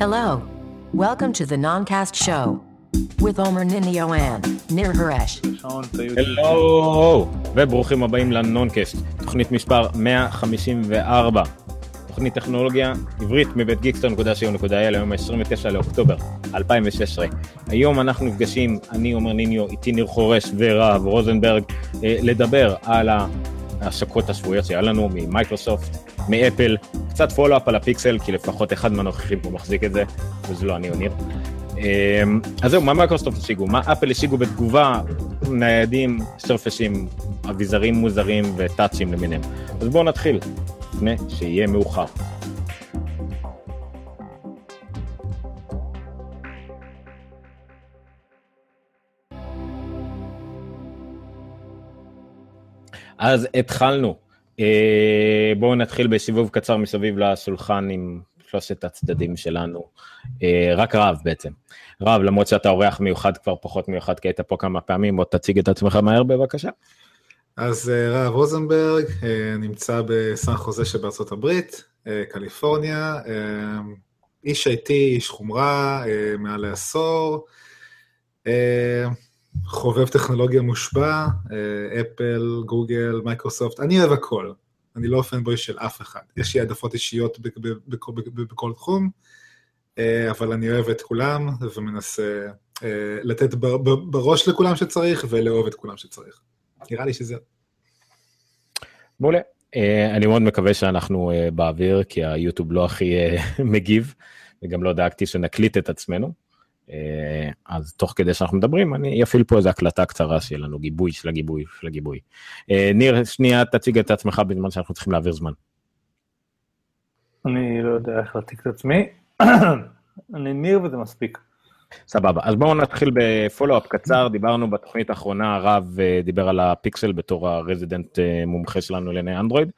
Hello. Welcome to the Noncast Show with Omer Ninio and Nir Haresh. הלו, וברוכים הבאים לנונקאסט, תוכנית מספר 154, תוכנית טכנולוגיה עברית מבית geekstone.co.il, היום 29 לאוקטובר 2016. היום אנחנו נפגשים, אני עומר ניניו, איתי ניר חורש ורהב רוזנברג, לדבר על ההשקות השבועיות שהיה לנו ממייקרוסופט, מאפל, קצת פולו-אפ על הפיקסל, כי לפחות אחד מהנוכחים פה מחזיק את זה, וזה לא אני או ניר. אז זהו, מה מייקרוסופט השיגו? מה אפל השיגו בתגובה? ניידים, סרפסים, אביזרים מוזרים וטאצ'ים למיניהם. אז בואו נתחיל, לפני שיהיה מאוחר. אז התחלנו. בואו נתחיל בסיבוב קצר מסביב לשולחן עם שלושת הצדדים שלנו. רק רב בעצם. רב, למרות שאתה אורח מיוחד, כבר פחות מיוחד, כי היית פה כמה פעמים, בוא תציג את עצמך מהר בבקשה. אז רב רוזנברג, נמצא בסן חוזה שבארצות הברית, קליפורניה, איש IT, איש חומרה, מעל לעשור, חובב טכנולוגיה מושבע, אפל, גוגל, מייקרוסופט, אני אוהב הכל, אני לא פנבוי של אף אחד, יש לי העדפות אישיות בכל תחום, אבל אני אוהב את כולם, ומנסה לתת בראש לכולם שצריך, ולאהוב את כולם שצריך. נראה לי שזה... מעולה. אני מאוד מקווה שאנחנו באוויר, כי היוטיוב לא הכי מגיב, וגם לא דאגתי שנקליט את עצמנו. אז תוך כדי שאנחנו מדברים, אני אפעיל פה איזו הקלטה קצרה שיהיה לנו גיבוי של הגיבוי. ניר, שנייה, תציג את עצמך בזמן שאנחנו צריכים להעביר זמן. אני לא יודע איך להציג את עצמי. אני ניר וזה מספיק. סבבה, אז בואו נתחיל בפולו-אפ קצר, דיברנו בתוכנית האחרונה, הרב דיבר על הפיקסל בתור הרזידנט מומחה שלנו לעיני אנדרואיד,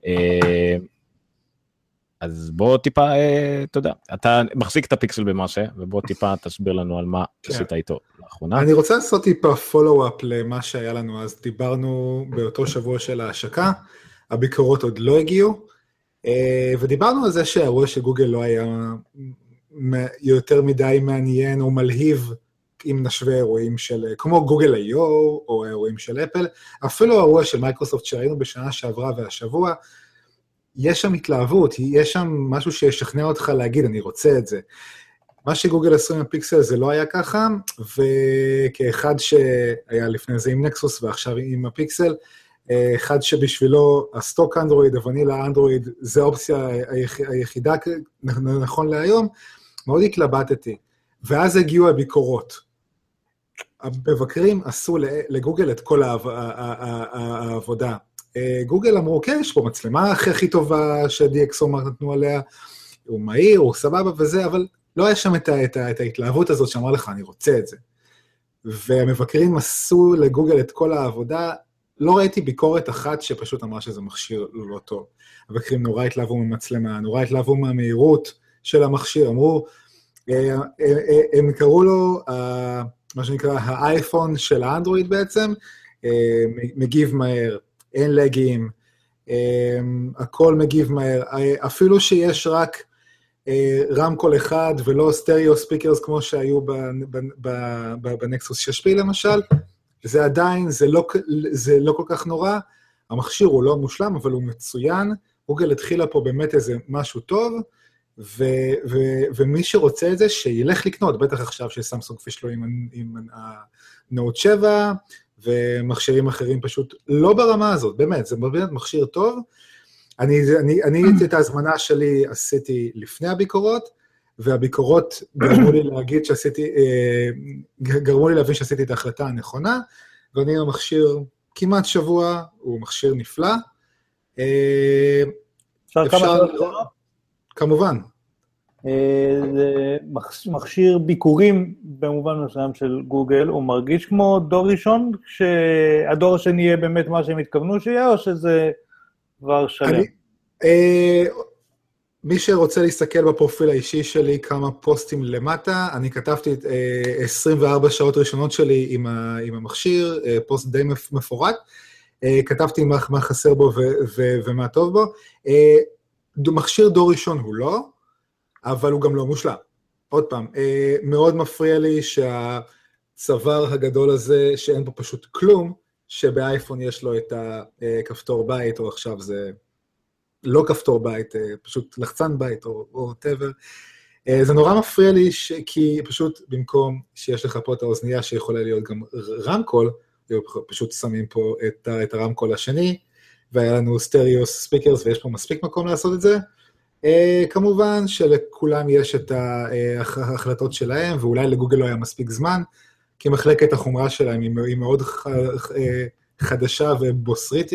אז בוא טיפה, תודה, אתה מחזיק את הפיקסל במעשה, ובוא טיפה תסביר לנו על מה עשית איתו לאחרונה. אני רוצה לעשות טיפה פולו-אפ למה שהיה לנו, אז דיברנו באותו שבוע של ההשקה, הביקורות עוד לא הגיעו, ודיברנו על זה שהאירוע של גוגל לא היה יותר מדי מעניין או מלהיב, אם נשווה אירועים של, כמו גוגל I.O. או אירועים של אפל, אפילו האירוע של מייקרוסופט שראינו בשנה שעברה והשבוע, יש שם התלהבות, יש שם משהו שישכנע אותך להגיד, אני רוצה את זה. מה שגוגל עשו עם הפיקסל זה לא היה ככה, וכאחד שהיה לפני זה עם נקסוס ועכשיו עם הפיקסל, אחד שבשבילו הסטוק אנדרואיד, הוונילה אנדרואיד, זה האופציה היחידה נכון להיום, מאוד התלבטתי. ואז הגיעו הביקורות. המבקרים עשו לגוגל את כל העבודה. גוגל אמרו, כן, יש פה מצלמה הכי טובה ש-DxO נתנו עליה, הוא מהיר, הוא סבבה וזה, אבל לא היה שם את ההתלהבות הזאת שאמר לך, אני רוצה את זה. והמבקרים עשו לגוגל את כל העבודה, לא ראיתי ביקורת אחת שפשוט אמרה שזה מכשיר לא טוב. המבקרים נורא התלהבו ממצלמה, נורא התלהבו מהמהירות של המכשיר, אמרו, הם קראו לו, מה שנקרא, האייפון של האנדרואיד בעצם, מגיב מהר, אין לגים, הכל מגיב מהר, אפילו שיש רק רמקול אחד ולא סטריאו ספיקרס כמו שהיו בנקסוס 6P למשל, זה עדיין, זה לא כל כך נורא, המכשיר הוא לא מושלם, אבל הוא מצוין, גוגל התחילה פה באמת איזה משהו טוב, ומי שרוצה את זה, שילך לקנות, בטח עכשיו שסמסונג פיש לו עם הנוט 7, ומכשירים אחרים פשוט לא ברמה הזאת, באמת, זה באמת מכשיר טוב, אני את ההזמנה שלי עשיתי לפני הביקורות, והביקורות גרמו לי להבין שעשיתי את ההחלטה הנכונה, ואני המכשיר כמעט שבוע, הוא מכשיר נפלא. אפשר כמובן. זה מכשיר ביקורים במובן מסוים של גוגל, הוא מרגיש כמו דור ראשון, שהדור השני יהיה באמת מה שהם התכוונו שיהיה, או שזה כבר שלם? מי שרוצה להסתכל בפרופיל האישי שלי, כמה פוסטים למטה, אני כתבתי 24 שעות ראשונות שלי עם המכשיר, פוסט די מפורט, כתבתי מה חסר בו ומה טוב בו, מכשיר דור ראשון הוא לא, אבל הוא גם לא מושלם. עוד פעם, מאוד מפריע לי שהצוואר הגדול הזה, שאין פה פשוט כלום, שבאייפון יש לו את הכפתור בית, או עכשיו זה לא כפתור בית, פשוט לחצן בית, או whatever. זה נורא מפריע לי, כי פשוט במקום שיש לך פה את האוזנייה, שיכולה להיות גם רמקול, פשוט שמים פה את הרמקול השני, והיה לנו סטריאוס ספיקרס, ויש פה מספיק מקום לעשות את זה. כמובן שלכולם יש את ההחלטות שלהם, ואולי לגוגל לא היה מספיק זמן, כי מחלקת החומרה שלהם היא מאוד חדשה ובוסרית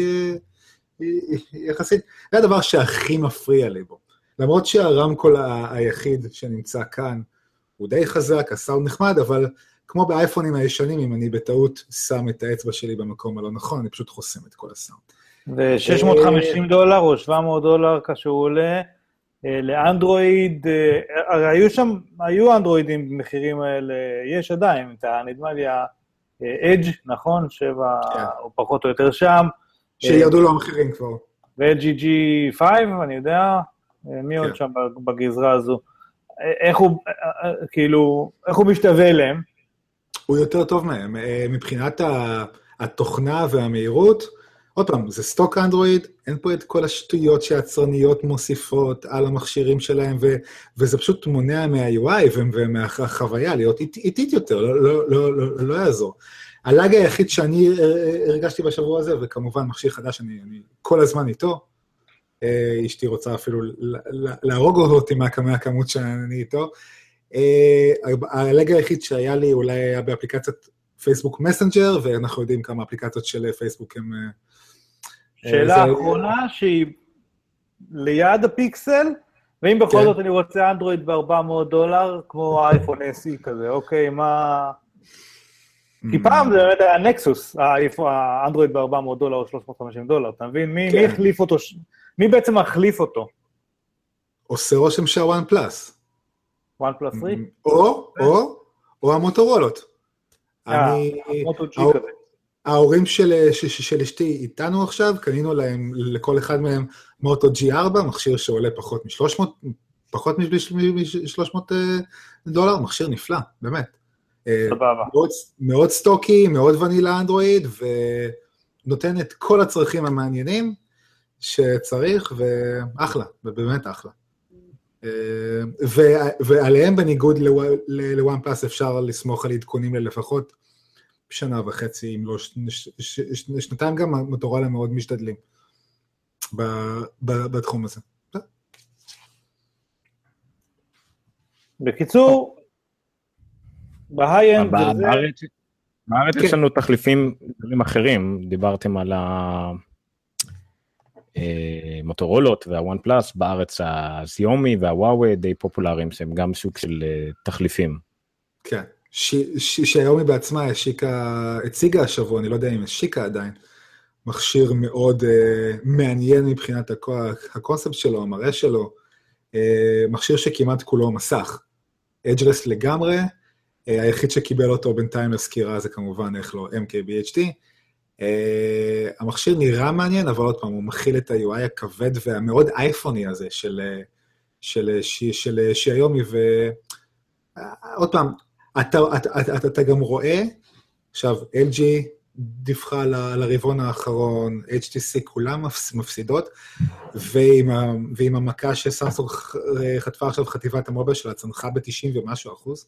יחסית. זה הדבר שהכי מפריע לי בו. למרות שהרמקול היחיד שנמצא כאן הוא די חזק, הסאונד נחמד, אבל כמו באייפונים הישנים, אם אני בטעות שם את האצבע שלי במקום הלא נכון, אני פשוט חוסם את כל הסאונד. ו$650 או $700 כשהוא עולה, לאנדרואיד, הרי היו אנדרואידים במחירים האלה, יש עדיין, נדמה לי ה-Edge, נכון? 7 או פחות או יותר שם. שירדו לו המחירים כבר. ו-LG G5, אני יודע, מי עוד שם בגזרה הזו? איך הוא משתווה להם? הוא יותר טוב מהם, מבחינת התוכנה והמהירות, עוד פעם, זה סטוק אנדרואיד, אין פה את כל השטויות שהצרניות מוסיפות על המכשירים שלהם, וזה פשוט מונע מה-UI ומהחוויה להיות איטית יותר, לא יעזור. הלאג היחיד שאני הרגשתי בשבוע הזה, וכמובן מכשיר חדש, אני כל הזמן איתו, אשתי רוצה אפילו להרוג אותי מהכמות שאני איתו, הלאג היחיד שהיה לי אולי היה באפליקציית פייסבוק מסנג'ר, ואנחנו יודעים כמה אפליקציות של פייסבוק הם... שאלה אחרונה שהיא ליד הפיקסל, ואם בכל זאת אני רוצה אנדרואיד $400, כמו אייפון SE כזה, אוקיי, מה... כי פעם זה באמת היה נקסוס, האנדרואיד $400 או $350, אתה מבין? מי החליף אותו? מי בעצם החליף אותו? עושה רושם שהוואן פלאס. וואן פלאס 3? או המוטורולות. מוטו G כזה. ההורים של אשתי איתנו עכשיו, קנינו להם, לכל אחד מהם, מוטו G4, מכשיר שעולה פחות $300, מכשיר נפלא, באמת. מאוד סטוקי, מאוד ונילה אנדרואיד, ונותן את כל הצרכים המעניינים שצריך, ואחלה, ובאמת אחלה. ועליהם בניגוד לוואן פלאס אפשר לסמוך על עדכונים ללפחות שנה וחצי, אם לא שנתיים, גם מוטורולה מאוד משתדלים בתחום הזה. בקיצור, בהיי-אנד בארץ יש לנו תחליפים דברים אחרים, דיברתם על המוטורולות והוואן פלאס, בארץ הזיומי והוואווי די פופולריים, שהם גם סוג של תחליפים. כן. שהיומי בעצמה הציגה השבוע, אני לא יודע אם השיקה עדיין, מכשיר מאוד מעניין מבחינת הקונספט שלו, המראה שלו, מכשיר שכמעט כולו מסך, אדג'לס לגמרי, היחיד שקיבל אותו בינתיים לסקירה זה כמובן איך לא, MKBHD, המכשיר נראה מעניין, אבל עוד פעם, הוא מכיל את ה-UI הכבד והמאוד אייפוני הזה של שיומי, ועוד פעם, אתה גם רואה, עכשיו, LG דיווחה לרבעון האחרון, HTC כולם מפסידות, ועם המכה שסמסונג חטפה עכשיו חטיבת המובייל שלה, צנחה ב-90 ומשהו אחוז,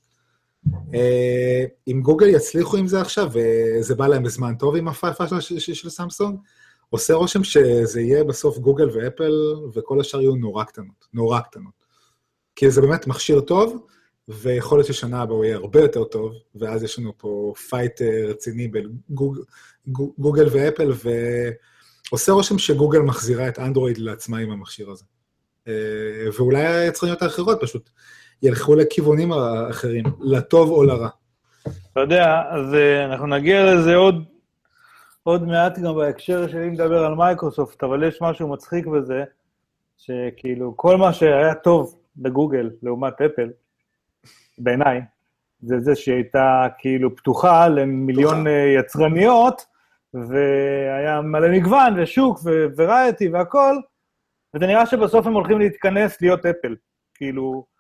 אם גוגל יצליחו עם זה עכשיו, וזה בא להם בזמן טוב עם הפייפה של סמסונג, עושה רושם שזה יהיה בסוף גוגל ואפל, וכל השאר יהיו נורא קטנות. כי זה באמת מכשיר טוב, ויכול להיות ששנה הבאה הוא יהיה הרבה יותר טוב, ואז יש לנו פה פייט רציני בין גוגל ואפל, ועושה רושם שגוגל מחזירה את אנדרואיד לעצמה עם המכשיר הזה. ואולי היצרניות האחרות פשוט ילכו לכיוונים אחרים, לטוב או לרע. אתה יודע, אז אנחנו נגיע לזה עוד מעט גם בהקשר שלי מדבר על מייקרוסופט, אבל יש משהו מצחיק בזה, שכאילו כל מה שהיה טוב בגוגל לעומת אפל, בעיניי, זה שהיא הייתה כאילו פתוחה למיליון יצרניות, והיה מלא מגוון ושוק וורייטי והכל, וזה נראה שבסוף הם הולכים להתכנס להיות אפל. כאילו,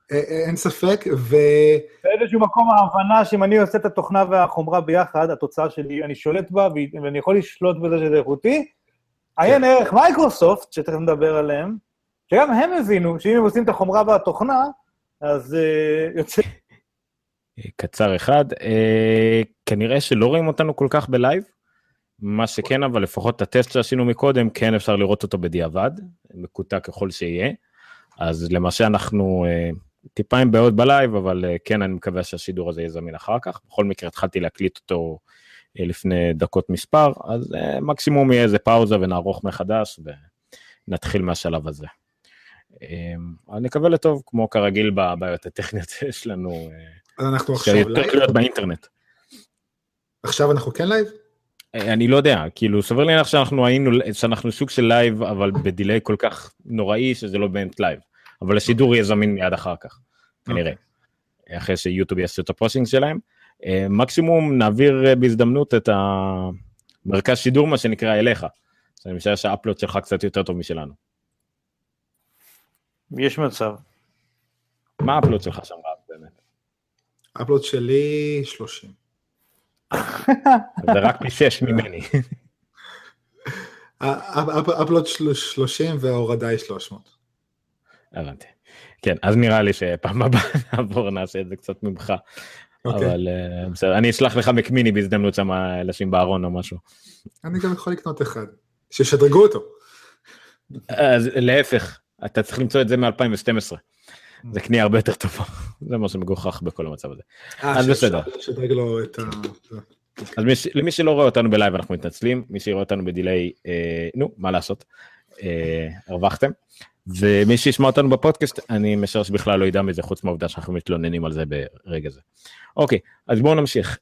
אין ספק, באיזשהו מקום ההבנה שאם אני עושה את התוכנה והחומרה ביחד, התוצאה שלי, אני שולט בה, ואני יכול לשלוט בזה שזה איכותי, עיין ערך מייקרוסופט, שתכף נדבר עליהם, שגם הם הבינו שאם הם עושים את החומרה והתוכנה, אז יוצא... קצר אחד, כנראה שלא רואים אותנו כל כך בלייב, מה שכן, אבל לפחות הטסט שעשינו מקודם, כן אפשר לראות אותו בדיעבד, מקוטע ככל שיהיה, אז למעשה אנחנו טיפה עם בעיות בלייב, אבל כן אני מקווה שהשידור הזה יהיה זמין אחר כך, בכל מקרה התחלתי להקליט אותו לפני דקות מספר, אז מקסימום יהיה איזה פאוזה ונערוך מחדש, ונתחיל מהשלב הזה. אני מקווה לטוב, כמו כרגיל בבעיות הטכניות שיש לנו, אנחנו עכשיו לייב? להיות באינטרנט. עכשיו אנחנו כן לייב? אני לא יודע, כאילו סובר לי לך שאנחנו סוג של לייב, אבל בדילי כל כך נוראי שזה לא באמת לייב, אבל השידור יהיה זמין מיד אחר כך, כנראה, אחרי שיוטיוב יעשו את הפוסטינג שלהם. מקסימום נעביר בהזדמנות את המרכז שידור, מה שנקרא אליך, אני משער שהאפלוד שלך קצת יותר טוב משלנו. יש מצב. מה האפלוד שלך שם רב באמת? האפלוד שלי 30. זה רק פי 6 ממני. אפלוד 30 וההורדה היא 300. הבנתי. כן, אז נראה לי שפעם הבאה נעבור נעשה את זה קצת ממך. אבל בסדר, אני אשלח לך מקמיני בהזדמנות שם לשים בארון או משהו. אני גם יכול לקנות אחד, ששדרגו אותו. אז להפך, אתה צריך למצוא את זה מ-2012. זה קנייה הרבה יותר טובה. זה מה שמגוחך בכל המצב הזה. אז בסדר. שדרג לו את ה... אז למי שלא רואה אותנו בלייב אנחנו מתנצלים, מי שיראה אותנו בדילי, מה לעשות, הרווחתם, ומי שישמע אותנו בפודקאסט, אני משער שבכלל לא ידע מזה, חוץ מהעובדה שאנחנו מתלוננים על זה ברגע זה. אוקיי, אז בואו נמשיך.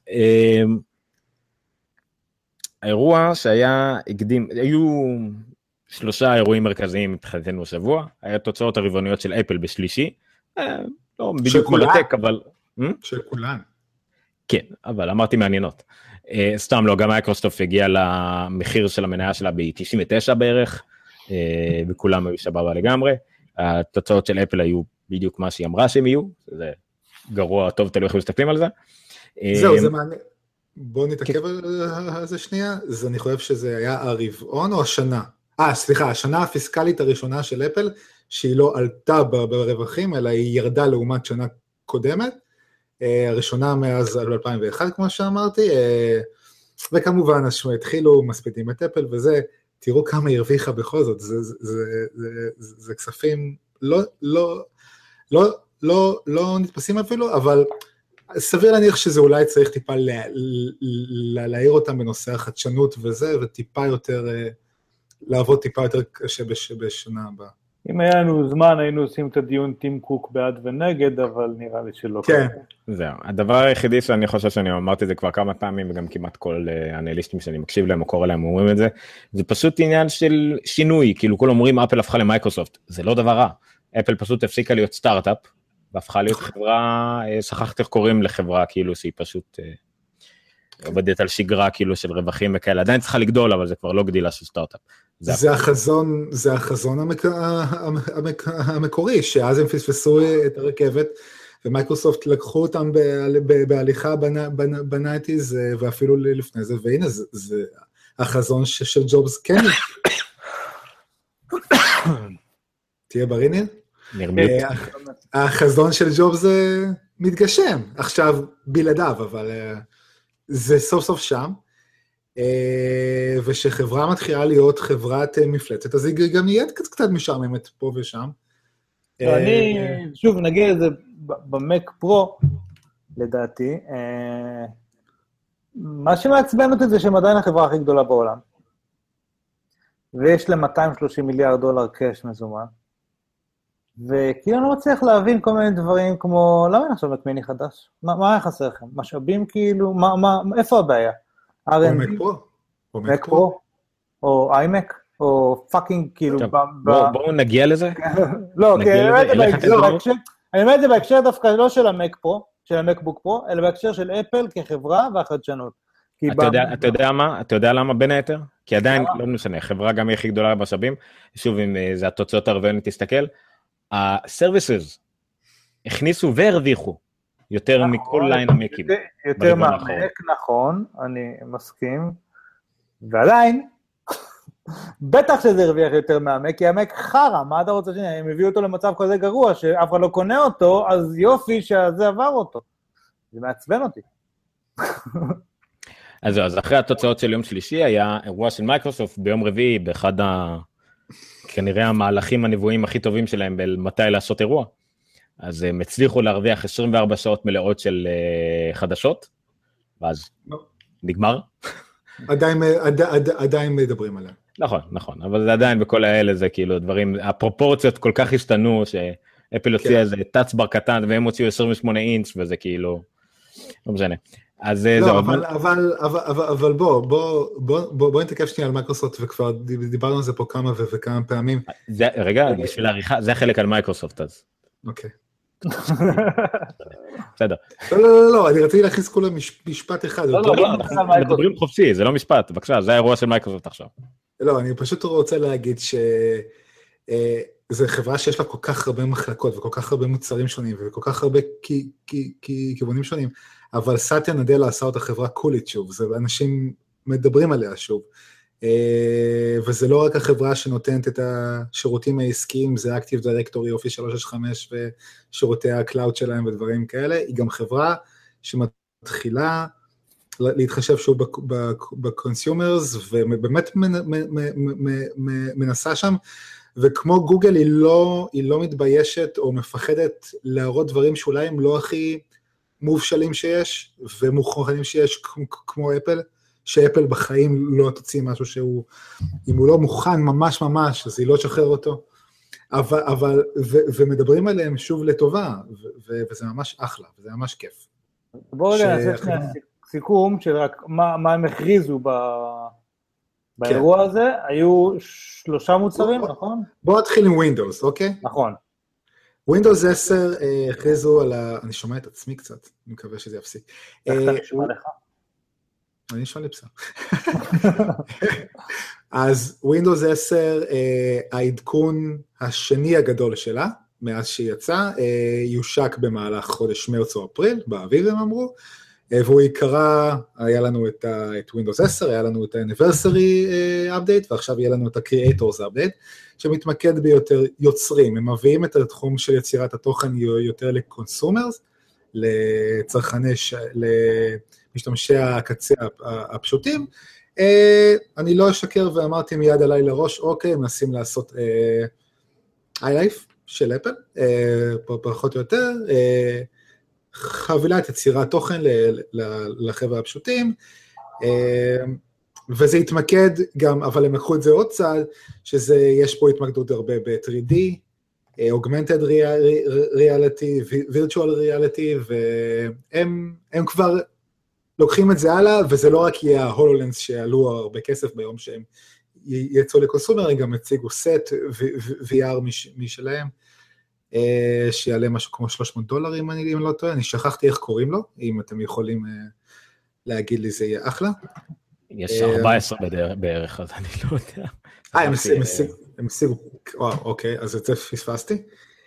האירוע שהיה, היו 3 אירועים מרכזיים מבחינתנו השבוע, היה תוצאות הרבעוניות של אפל בשלישי, לא בדיוק מלטק, אבל... של כולן. כן, אבל אמרתי מעניינות. סתם לא, גם מייקרוסופט הגיע למחיר של המניה שלה ב-99 בערך, וכולם היו שבבה לגמרי. התוצאות של אפל היו בדיוק מה שהיא אמרה שהם יהיו, זה גרוע טוב, תלוי איך מסתכלים על זה. זהו, זה מעניין. בואו נתעכב על זה שנייה, אז אני חושב שזה היה הרבעון או השנה? סליחה, השנה הפיסקלית הראשונה של אפל, שהיא לא עלתה ברווחים, אלא היא ירדה לעומת שנה קודמת, הראשונה מאז 2001, כמו שאמרתי, וכמובן, התחילו, מספידים את אפל, וזה, תראו כמה הרוויחה בכל זאת, זה כספים לא נתפסים אפילו, אבל סביר להניח שזה אולי צריך טיפה להעיר אותם בנושא החדשנות וזה, וטיפה יותר, לעבוד טיפה יותר קשה בשנה הבאה. אם היה לנו זמן, היינו עושים את הדיון טים קוק בעד ונגד, אבל נראה לי שלא. כן. זהו, הדבר היחידי שאני חושב שאני אמרתי את זה כבר כמה פעמים, וגם כמעט כל האנליסטים שאני מקשיב להם או קורא להם אומרים את זה, זה פשוט עניין של שינוי, כאילו כולם אומרים אפל הפכה למייקרוסופט, זה לא דבר רע, אפל פשוט הפסיקה להיות סטארט-אפ, והפכה להיות חברה, שכחתי איך קוראים לחברה, כאילו שהיא פשוט עובדת על שגרה, כאילו של רווחים וכאלה, עדיין צריכה לגדול, אבל זה כבר לא גדילה של סטארט-אפ. זה החזון המקורי, שאז הם פספסו את הרכבת, ומייקרוסופט לקחו אותם בהליכה בנייטיז, ואפילו לפני זה, והנה, זה החזון של ג'ובס כן. תהיה בריא ניר? החזון של ג'ובס מתגשם, עכשיו בלעדיו, אבל זה סוף סוף שם, ושחברה מתחילה להיות חברת מפלצת, אז היא גם נהיית קצת משעממת פה ושם. אני, שוב, נגיד את זה במק פרו, לדעתי, מה שמעצבן אותי זה שהם עדיין החברה הכי גדולה בעולם, ויש להם $230 מיליארד קש מזומן, וכאילו אני לא מצליח להבין כל מיני דברים כמו, למה אין עכשיו מקמיני חדש? מה היה חסר לכם? משאבים כאילו? איפה הבעיה? או מק פרו. מק פרו? או איימק? או פאקינג כאילו... בואו נגיע לזה. לא, כי אני אומר את זה בהקשר דווקא לא של המק פרו, של המקבוק פרו, אלא בהקשר של אפל כחברה והחדשנות. אתה יודע למה בין היתר? כי עדיין לא משנה, חברה גם היא הכי גדולה במשאבים, שוב אם זה התוצאות הרבעוניות תסתכל, ה-services הכניסו והרוויחו יותר מכל ליין המקים. יותר מהמק, נכון, אני מסכים, ועדיין, בטח שזה הרוויח יותר מהמק, כי המק חרה, מה אתה רוצה שני? הם הביאו אותו למצב כזה גרוע, שאף אחד לא קונה אותו, אז יופי שזה עבר אותו. זה מעצבן אותי. אז אחרי התוצאות של יום שלישי, היה אירוע של מייקרוסופט ביום רביעי, באחד כנראה המהלכים הנבואים הכי טובים שלהם, במתי לעשות אירוע. אז הם הצליחו להרוויח 24 שעות מלאות של חדשות, ואז נגמר. עדיין מדברים עליהם. נכון, אבל זה עדיין בכל האלה, זה כאילו דברים, הפרופורציות כל כך השתנו, שאפל הוציאה איזה טאצבר קטן, והם הוציאו 28 אינץ' וזה כאילו, לא משנה. אז זהו. אבל בוא נתקף שנייה על מייקרוסופט, וכבר דיברנו על זה פה כמה וכמה פעמים. רגע, בשביל העריכה, זה החלק על מייקרוסופט אז. אוקיי. בסדר. לא, אני רציתי להכניס כולה משפט אחד. לא, מדברים חופשי, זה לא משפט, בבקשה, זה האירוע של מייקרוסופט עכשיו. לא, אני פשוט רוצה להגיד שזו חברה שיש לה כל כך הרבה מחלקות, וכל כך הרבה מוצרים שונים, וכל כך הרבה כיוונים שונים, אבל סאטיה נדלה עשה אותה חברה קולית שוב, אנשים מדברים עליה שוב, וזה לא רק החברה שנותנת את השירותים העסקיים, זה Active Directory, Office 365 ושירותי הקלאוד שלהם ודברים כאלה, היא גם חברה שמתחילה להתחשב שוב בקונסיומרס, ובאמת מנסה שם, וכמו גוגל היא לא מתביישת או מפחדת להראות דברים שאולי הם לא הכי מובשלים שיש, ומוכנים שיש כמו אפל, שאפל בחיים לא תוציא משהו שהוא, אם הוא לא מוכן ממש, אז היא לא תשחרר אותו, ומדברים עליהם שוב לטובה, וזה ממש אחלה, וזה ממש כיף. בואו רגע נעשה שנייה סיכום, של רק מה הם הכריזו באירוע הזה, היו 3 מוצרים, נכון? בואו נתחיל עם Windows, אוקיי? נכון. Windows 10 הכריזו על אני שומע את עצמי קצת, אני מקווה שזה יפסיק. איך אתה נשמע לך? אני נשמע לי בסדר. אז Windows 10, העדכון השני הגדול שלה, מאז שהיא יצאה, יושק במהלך חודש מרץ או אפריל, באביב הם אמרו, והוא יקרא, היה לנו את Windows 10, היה לנו את ה-Anniversary Update, ועכשיו יהיה לנו את ה-Creators Update, שמתמקד ביותר יוצרים, הם מביאים את התחום של יצירת התוכן יותר לקונסומרס, למשתמשי הקצה הפשוטים, אני לא אשקר ואמרתי מיד עליי לראש, אוקיי, מנסים לעשות iLife של אפל, פחות או יותר, חבילת יצירת תוכן לחבר'ה הפשוטים, וזה יתמקד גם, אבל הם לקחו את זה עוד צעד, שזה, יש פה התמקדות הרבה ב-3D, Augmented Reality, Virtual Reality, והם כבר לוקחים את זה הלאה, וזה לא רק יהיה ה-HoloLens שעלו הרבה כסף ביום שהם יצאו לקונסומר, הם גם הציגו סט VR משלהם, שיעלה משהו כמו $300, אם אני לא טועה, אני שכחתי איך קוראים לו, אם אתם יכולים להגיד לי זה יהיה אחלה. יש 14 בערך, אז אני לא יודע. הם השיגו, אוקיי, אז את זה פספסתי.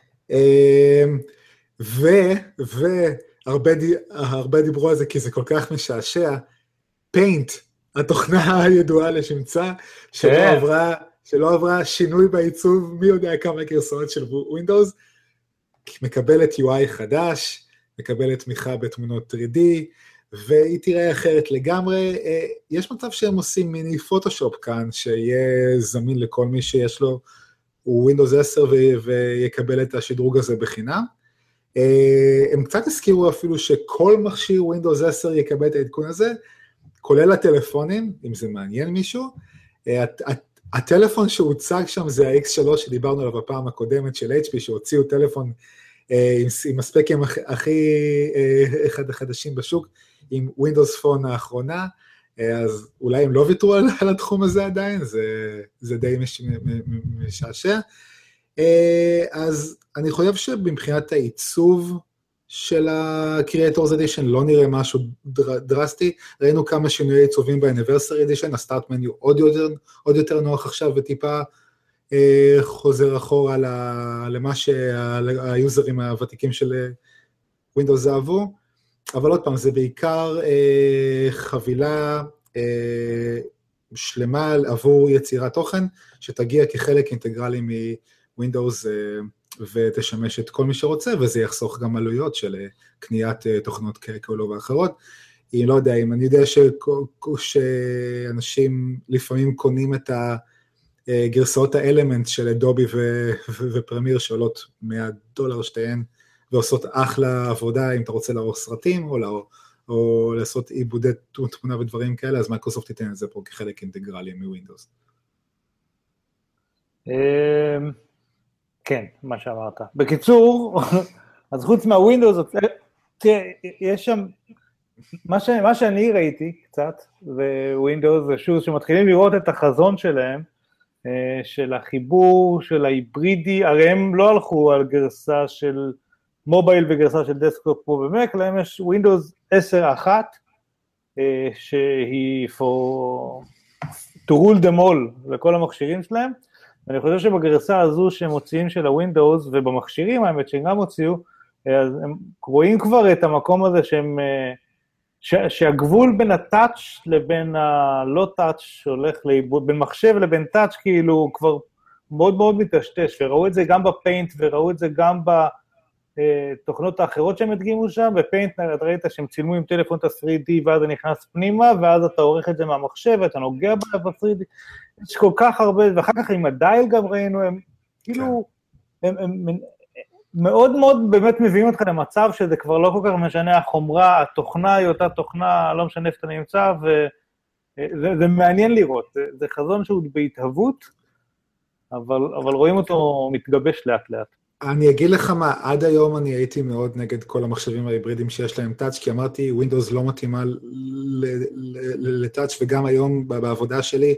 והרבה דיברו על זה, כי זה כל כך משעשע, Paint, התוכנה הידועה לשמצה, שלא עברה שינוי בעיצוב, מי יודע כמה גרסאות של Windows, מקבלת UI חדש, מקבלת תמיכה בתמונות 3D, והיא תראה אחרת לגמרי. יש מצב שהם עושים מיני פוטושופ כאן, שיהיה זמין לכל מי שיש לו Windows 10 ויקבל את השדרוג הזה בחינם. הם קצת הזכירו אפילו שכל מכשיר Windows 10 יקבל את העדכון הזה, כולל הטלפונים, אם זה מעניין מישהו. הטלפון שהוצג שם זה ה-X3 שדיברנו עליו בפעם הקודמת של HP, שהוציאו טלפון עם הספקים הכי חדשים בשוק, עם Windows Phone האחרונה, אז אולי הם לא ויתרו על התחום הזה עדיין, זה די משעשע. אז אני חושב שבמבחינת העיצוב של ה-Creators Edition לא נראה משהו דרסטי, ראינו כמה שינויי עיצובים ב-Anniversary Edition, הסטארט מניו עוד יותר נוח עכשיו וטיפה חוזר אחורה למה שהיוזרים הוותיקים של Windows אהבו, אבל עוד פעם, זה בעיקר חבילה שלמה עבור יצירת תוכן, שתגיע כחלק אינטגרלי מווינדוס ותשמש את כל מי שרוצה, וזה יחסוך גם עלויות של קניית תוכנות כאלו ואחרות. אני לא יודע, אם אני יודע שאנשים לפעמים קונים את הגרסאות האלמנט של אדובי ופרמיר שעולות $100 שתיהן, ועושות אחלה עבודה אם אתה רוצה לערוך סרטים, או לעשות עיבודי תמונה ודברים כאלה, אז מייקרוסופט תיתן את זה פה כחלק אינטגרלי מווינדוס. כן, מה שאמרת. בקיצור, אז חוץ מהווינדוס, יש שם, מה שאני ראיתי קצת, ווינדוס, זה שוב, שמתחילים לראות את החזון שלהם, של החיבור, של ההיברידי, הרי הם לא הלכו על גרסה של מובייל וגרסה של דסקטופ פה במק, להם יש ווינדוס 10.1, שהיא to rule them all לכל המכשירים שלהם, ואני חושב שבגרסה הזו שהם מוציאים של הווינדוס, ובמכשירים האמת שהם גם הוציאו, אז הם רואים כבר את המקום הזה שהם, שהגבול בין הטאץ' לבין הלא טאץ' שהולך לאיבוד, בין מחשב לבין טאץ' כאילו כבר מאוד מאוד מתשתש, וראו את זה גם בפיינט, וראו את זה גם בתוכנות האחרות שהם הדגימו שם, בפיינט ראית שהם צילמו עם טלפון את ה-3D, ואז זה נכנס פנימה, ואז אתה עורך את זה מהמחשב, ואתה נוגע ב-3D, יש כל כך הרבה, ואחר כך עם הדייל גם ראינו, הם כאילו, הם מאוד מאוד באמת מביאים אותך למצב שזה כבר לא כל כך משנה החומרה, התוכנה היא אותה תוכנה, לא משנה איפה אתה נמצא, וזה מעניין לראות, זה חזון שהוא בהתהוות, אבל רואים אותו מתגבש לאט לאט. אני אגיד לך מה, עד היום אני הייתי מאוד נגד כל המחשבים ההיברידים שיש להם טאץ', כי אמרתי, ווינדוס לא מתאימה לטאץ', וגם היום בעבודה שלי,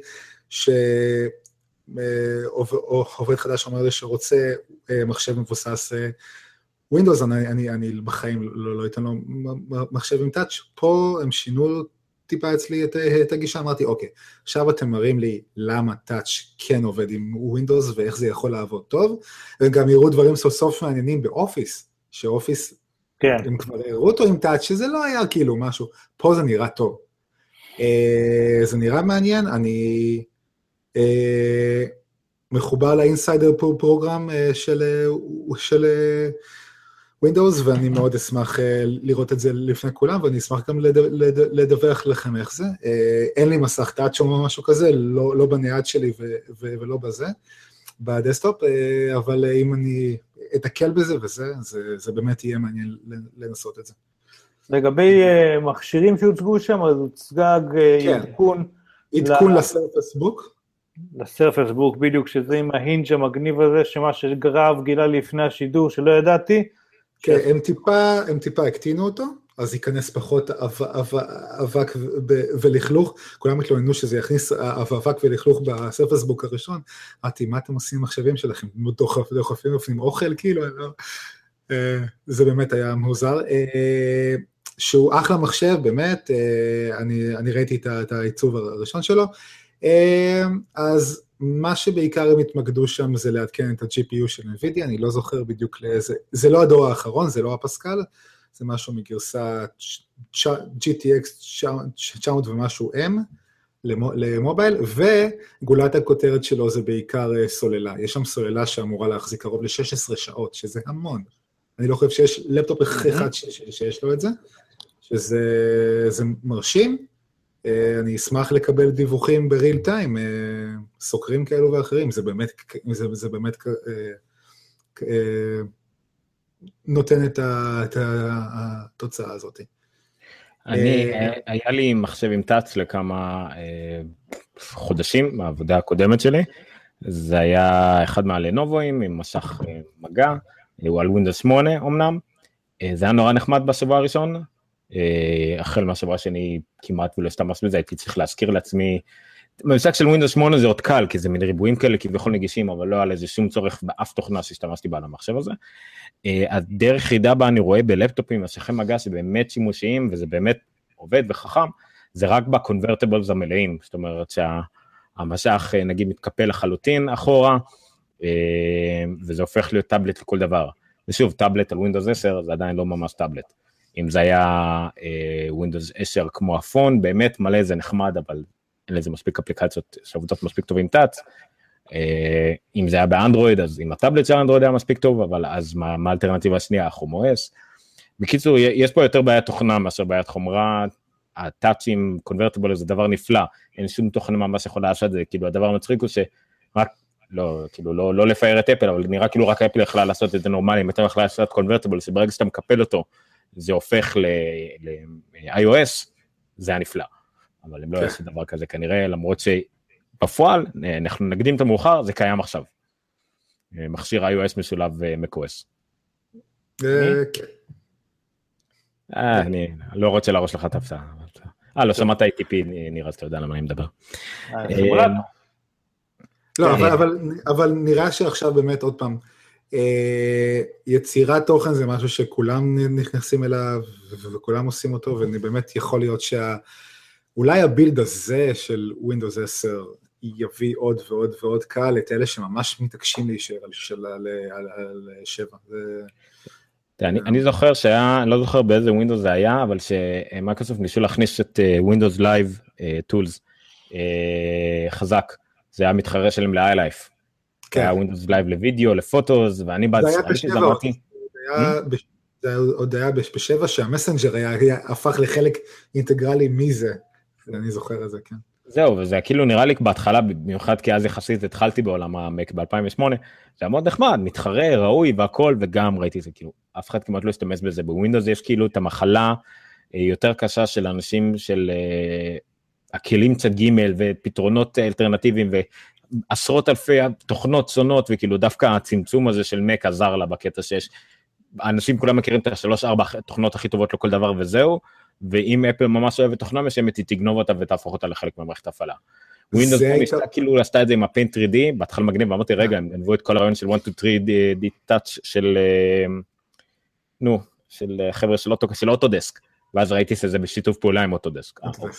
עובד חדש אומר לי שרוצה מחשב מבוסס ווינדוס, אני בחיים לא אתן לו מחשב עם טאץ', פה הם שינו טיפה אצלי את הגישה, אמרתי, אוקיי, עכשיו אתם מראים לי למה טאץ' כן עובד עם ווינדוס, ואיך זה יכול לעבוד טוב, וגם יראו דברים סוף סוף מעניינים באופיס, שאופיס, הם כבר הראו אותו עם טאץ', שזה לא היה כאילו משהו, פה זה נראה טוב. זה נראה מעניין, אני מחובר לאינסיידר פרוגרם של Windows, ואני מאוד אשמח לראות את זה לפני כולם, ואני אשמח גם לדווח לכם איך זה. אין לי מסך טאץ' או משהו כזה, לא בנייד שלי ולא בזה, בדסטופ, אבל אם אני אתקל בזה וזה, זה באמת יהיה מעניין לנסות את זה. לגבי מכשירים שהוצגו שם, אז הוצגג עדכון לסרפס בוק. לסרפס בוק, בדיוק, שזה עם ההינג' המגניב הזה, שמה שגרב גילה לפני השידור, שלא ידעתי. כן, הם טיפה הקטינו אותו, אז ייכנס פחות אבק ולכלוך, כולם התלוננו שזה יכניס אבק ולכלוך בסרפס בוק הראשון, אמרתי, מה אתם עושים מחשבים שלכם? דוחפים לפנים אוכל, כאילו, זה באמת היה מוזר, שהוא אחלה מחשב, באמת, אני ראיתי את העיצוב הראשון שלו, אז מה שבעיקר הם התמקדו שם זה לעדכן את ה-GPU של NVIDIA, אני לא זוכר בדיוק לאיזה, זה לא הדור האחרון, זה לא הפסקל, זה משהו מגרסה GTX 900 ומשהו M למובייל, וגולת הכותרת שלו זה בעיקר סוללה, יש שם סוללה שאמורה להחזיק קרוב ל-16 שעות, שזה המון, אני לא חושב שיש לפטופ אחד שיש לו את זה, שזה מרשים, אני אשמח לקבל דיווחים בריל טיים, סוקרים כאלו ואחרים, זה באמת נותן את התוצאה הזאת. היה לי מחשב עם טאץ' לכמה חודשים מהעבודה הקודמת שלי, זה היה אחד מהלנובואים עם מסך מגע, הוא על ווינדוס 8 אמנם, זה היה נורא נחמד בשבוע הראשון, החל מהשבוע שאני כמעט ולא השתמש בזה, הייתי צריך להזכיר לעצמי, במשחק של ווינדוס 8 זה עוד קל, כי זה מין ריבועים כאלה כביכול נגישים, אבל לא על איזה שום צורך באף תוכנה שהשתמשתי בה על המחשב הזה. הדרך ידע בה אני רואה בלפטופים, מסכי מגע שבאמת שימושיים, וזה באמת עובד וחכם, זה רק בקונברטיבלס המלאים, זאת אומרת שהמשך נגיד מתקפל לחלוטין אחורה, וזה הופך להיות טאבלט לכל דבר. ושוב, טאבלט על Windows 10 זה עדיין לא ממש טאבלט. אם זה היה Windows 10 כמו הפון, באמת מלא זה נחמד, אבל אין לזה מספיק אפליקציות שעובדות מספיק טוב עם טאץ. אם זה היה באנדרואיד, אז אם הטאבלט של אנדרואיד היה מספיק טוב, אבל אז מה האלטרנטיבה השנייה? Chrome OS. בקיצור, יש פה יותר בעיית תוכנה מאשר בעיית חומרה, הטאצ'ים, קונברטיבל זה דבר נפלא, אין שום תוכנה ממש יכול לעשות זה, כאילו הדבר המצחיק הוא שרק, לא, כאילו לא לפאר את אפל, אבל נראה כאילו רק אפל יכלה לעשות את זה נורמלי, אם אתה יכלה לעשות קונברטיבל, שברגע שאתה מקפל אותו, זה הופך ל-iOS, זה היה נפלא, אבל הם לא יעשו דבר כזה כנראה, למרות שבפועל, אנחנו נקדים את המאוחר, זה קיים עכשיו, מכשיר iOS משולב macOS. כן. אני לא רוצה להרוש לך את הפסעה. לא, שמעת ATP, נראה, אתה יודע למה אני מדבר. לא, אבל נראה שעכשיו באמת עוד פעם, יצירת תוכן זה משהו שכולם נכנסים אליו, וכולם עושים אותו, ובאמת יכול להיות אולי הבילד הזה של Windows 10 יביא עוד ועוד ועוד קהל, את אלה שממש מתעקשים להישאר על 7. אני זוכר אני לא זוכר באיזה Windows זה היה, אבל שמייקרוסופט ניסו להכניס את Windows Live Tools חזק, זה היה מתחרה שלהם ל-iLife, היה Windows Live לוידאו, לפוטוס, ואני זה עוד היה ב7 שהמסנג'ר הפך לחלק אינטגרלי מזה, אני זוכר את זה, כן. זהו, וזה כאילו נראה לי בהתחלה, במיוחד כי אז יחסית התחלתי בעולם המק ב-2008, זה היה מאוד נחמד, מתחרה, ראוי והכל, וגם ראיתי את זה, כאילו, אף אחד כמעט לא השתמש בזה, בווינדוס יש כאילו את המחלה יותר קשה של אנשים של הכלים צד ג' ופתרונות אלטרנטיביים, ועשרות אלפי תוכנות שונות, וכאילו דווקא הצמצום הזה של מק עזר לה בקטע שיש, אנשים כולם מכירים את 3-4 תוכנות הכי טובות לכל דבר וזהו, ואם אפל ממש אוהבת תוכנה משמת, היא תגנוב אותה ותהפוך אותה לחלק מהמערכת הפעלה. ווינדוס כאילו עשתה את זה עם הפיינט 3D, בהתחלה מגניב, ואמרתי רגע, הם גנבו את כל הרעיון של 1-2-3D touch של חבר'ה של אוטודסק, ואז ראיתי שזה בשיתוף פעולה עם אוטודסק.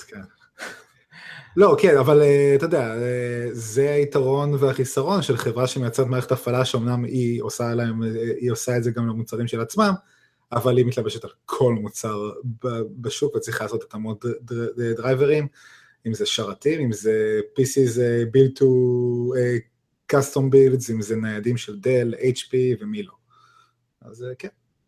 לא, כן, אבל אתה יודע, זה היתרון והחיסרון של חברה שמייצרת מערכת הפעלה, שאומנם היא עושה את זה גם למוצרים של עצמם, אבל היא מתלבשת על כל מוצר בשוק, וצריכה לעשות את המוד דרייברים, אם זה שרתים, אם זה PCs build to custom builds, אם זה ניידים של דל, HP ומי לא. אז כן.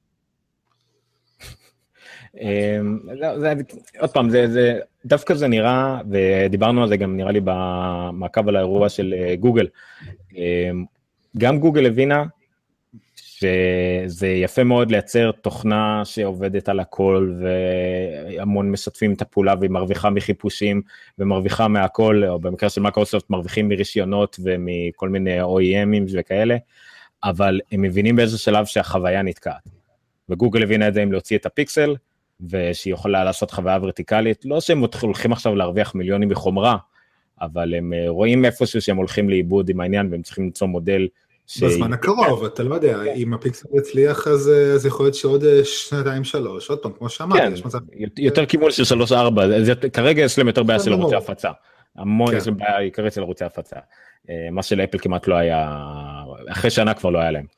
עוד פעם, דווקא זה נראה, ודיברנו על זה גם נראה לי במעקב על האירוע של גוגל, גם גוגל הבינה, שזה יפה מאוד לייצר תוכנה שעובדת על הכל, והמון משתפים את הפעולה, והיא מרוויחה מחיפושים, ומרוויחה מהכל, או במקרה של מייקרוסופט מרוויחים מרישיונות, ומכל מיני OEMים וכאלה, אבל הם מבינים באיזה שלב שהחוויה נתקעת. וגוגל הבינה את זה עם להוציא את הפיקסל, ושהיא יכולה לעשות חוויה ורטיקלית, לא שהם הולכים עכשיו להרוויח מיליונים בחומרה, אבל הם רואים איפשהו שהם הולכים לאיבוד עם העניין, והם צריכים למצוא מודל, בזמן הקרוב, אתה לא יודע, אם הפיקסל יצליח, אז יכול להיות שעוד 2-3, עוד פעם, כמו שאמרתי, יש מצב... יותר כיוון של 3-4, כרגע יש להם יותר בעיה של ערוצי הפצה, המון יש להם בעיה עיקרית של ערוצי הפצה, מה שלאפל כמעט לא היה, אחרי שנה כבר לא היה להם,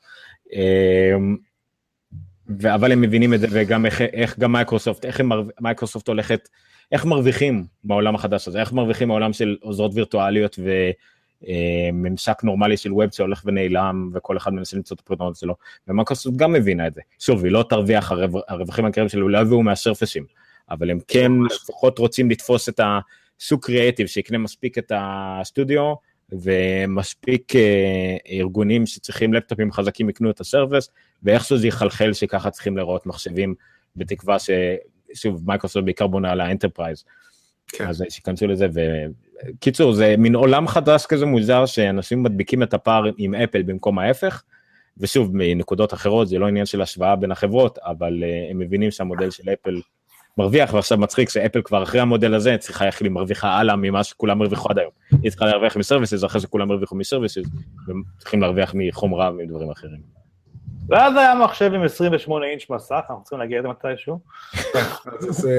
אבל הם מבינים את זה, וגם איך גם מייקרוסופט הולכת, איך מרוויחים בעולם החדש הזה, איך מרוויחים בעולם של עוזרות וירטואליות ממשק נורמלי של ווב שהולך ונעלם, וכל אחד מנסה למצוא את הפרטנות שלו, ומייקרוסופט גם מבינה את זה. שוב, היא לא תרוויח, הרווחים העיקריים שלו לא יביאו מהשרפשים, אבל הם כן לפחות רוצים לתפוס את הסוג קריאטיב, שיקנה מספיק את הסטודיו, ומספיק ארגונים שצריכים לפטופים חזקים יקנו את הסרוויס, ואיכשהו זה יחלחל שככה צריכים לראות מחשבים, בתקווה ששוב, מייקרוסופט בעיקר בונה על האנטרפרייז, אז שיכנסו לזה, וקיצור, זה מין עולם חדש כזה מוזר, שאנשים מדביקים את הפער עם אפל במקום ההפך, ושוב, מנקודות אחרות, זה לא עניין של השוואה בין החברות, אבל הם מבינים שהמודל של אפל מרוויח, ועכשיו מצחיק שאפל כבר אחרי המודל הזה, צריכה להחליט מרוויחה הלאה ממה שכולם מרוויחו עד היום. היא צריכה להרוויח מסרוויסס, אחרי שכולם מרוויחו מסרוויסס, וצריכים להרוויח מחומרה ומדברים אחרים. ואז היה מחשב עם 28 אינץ' מסך, אנחנו צריכים להגיע את זה מתישהו. אז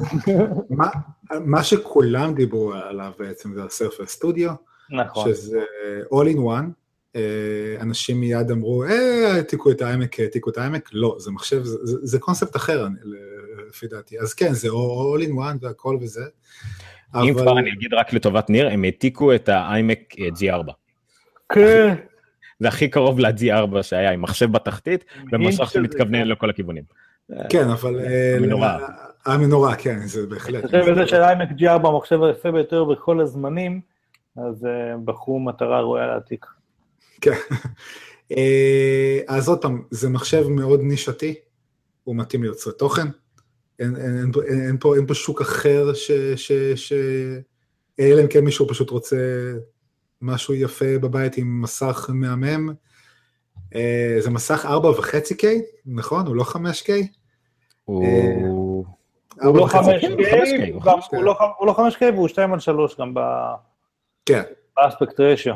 מה שכולם דיברו עליו בעצם זה הסרפס סטודיו, נכון. שזה all in one, אנשים מיד אמרו, העתיקו את העמק, לא, זה מחשב, זה קונספט אחר, לפי דעתי. אז כן, זה all in one והכל וזה. אם כבר אני אגיד רק לטובת ניר, הם העתיקו את העמק G4. כן. זה הכי קרוב ל-G4 שהיה, עם מחשב בתחתית, ומסך שמתכוונן לכל הכיוונים. כן, אבל... המנורה, כן, זה בהחלט. אני חושב בזה של העמק G4, המחשב היפה ביותר בכל הזמנים, אז בחרו מטרה ראויה להעתיק. כן. אז עוד פעם, זה מחשב מאוד נישתי, הוא מתאים ליוצרי תוכן, אין פה שוק אחר אלא אם כן מישהו פשוט רוצה משהו יפה בבית עם מסך מהמם, זה מסך 4.5K, נכון? הוא לא 5K? הוא לא 5K והוא 2:3 גם באספקט רשיו.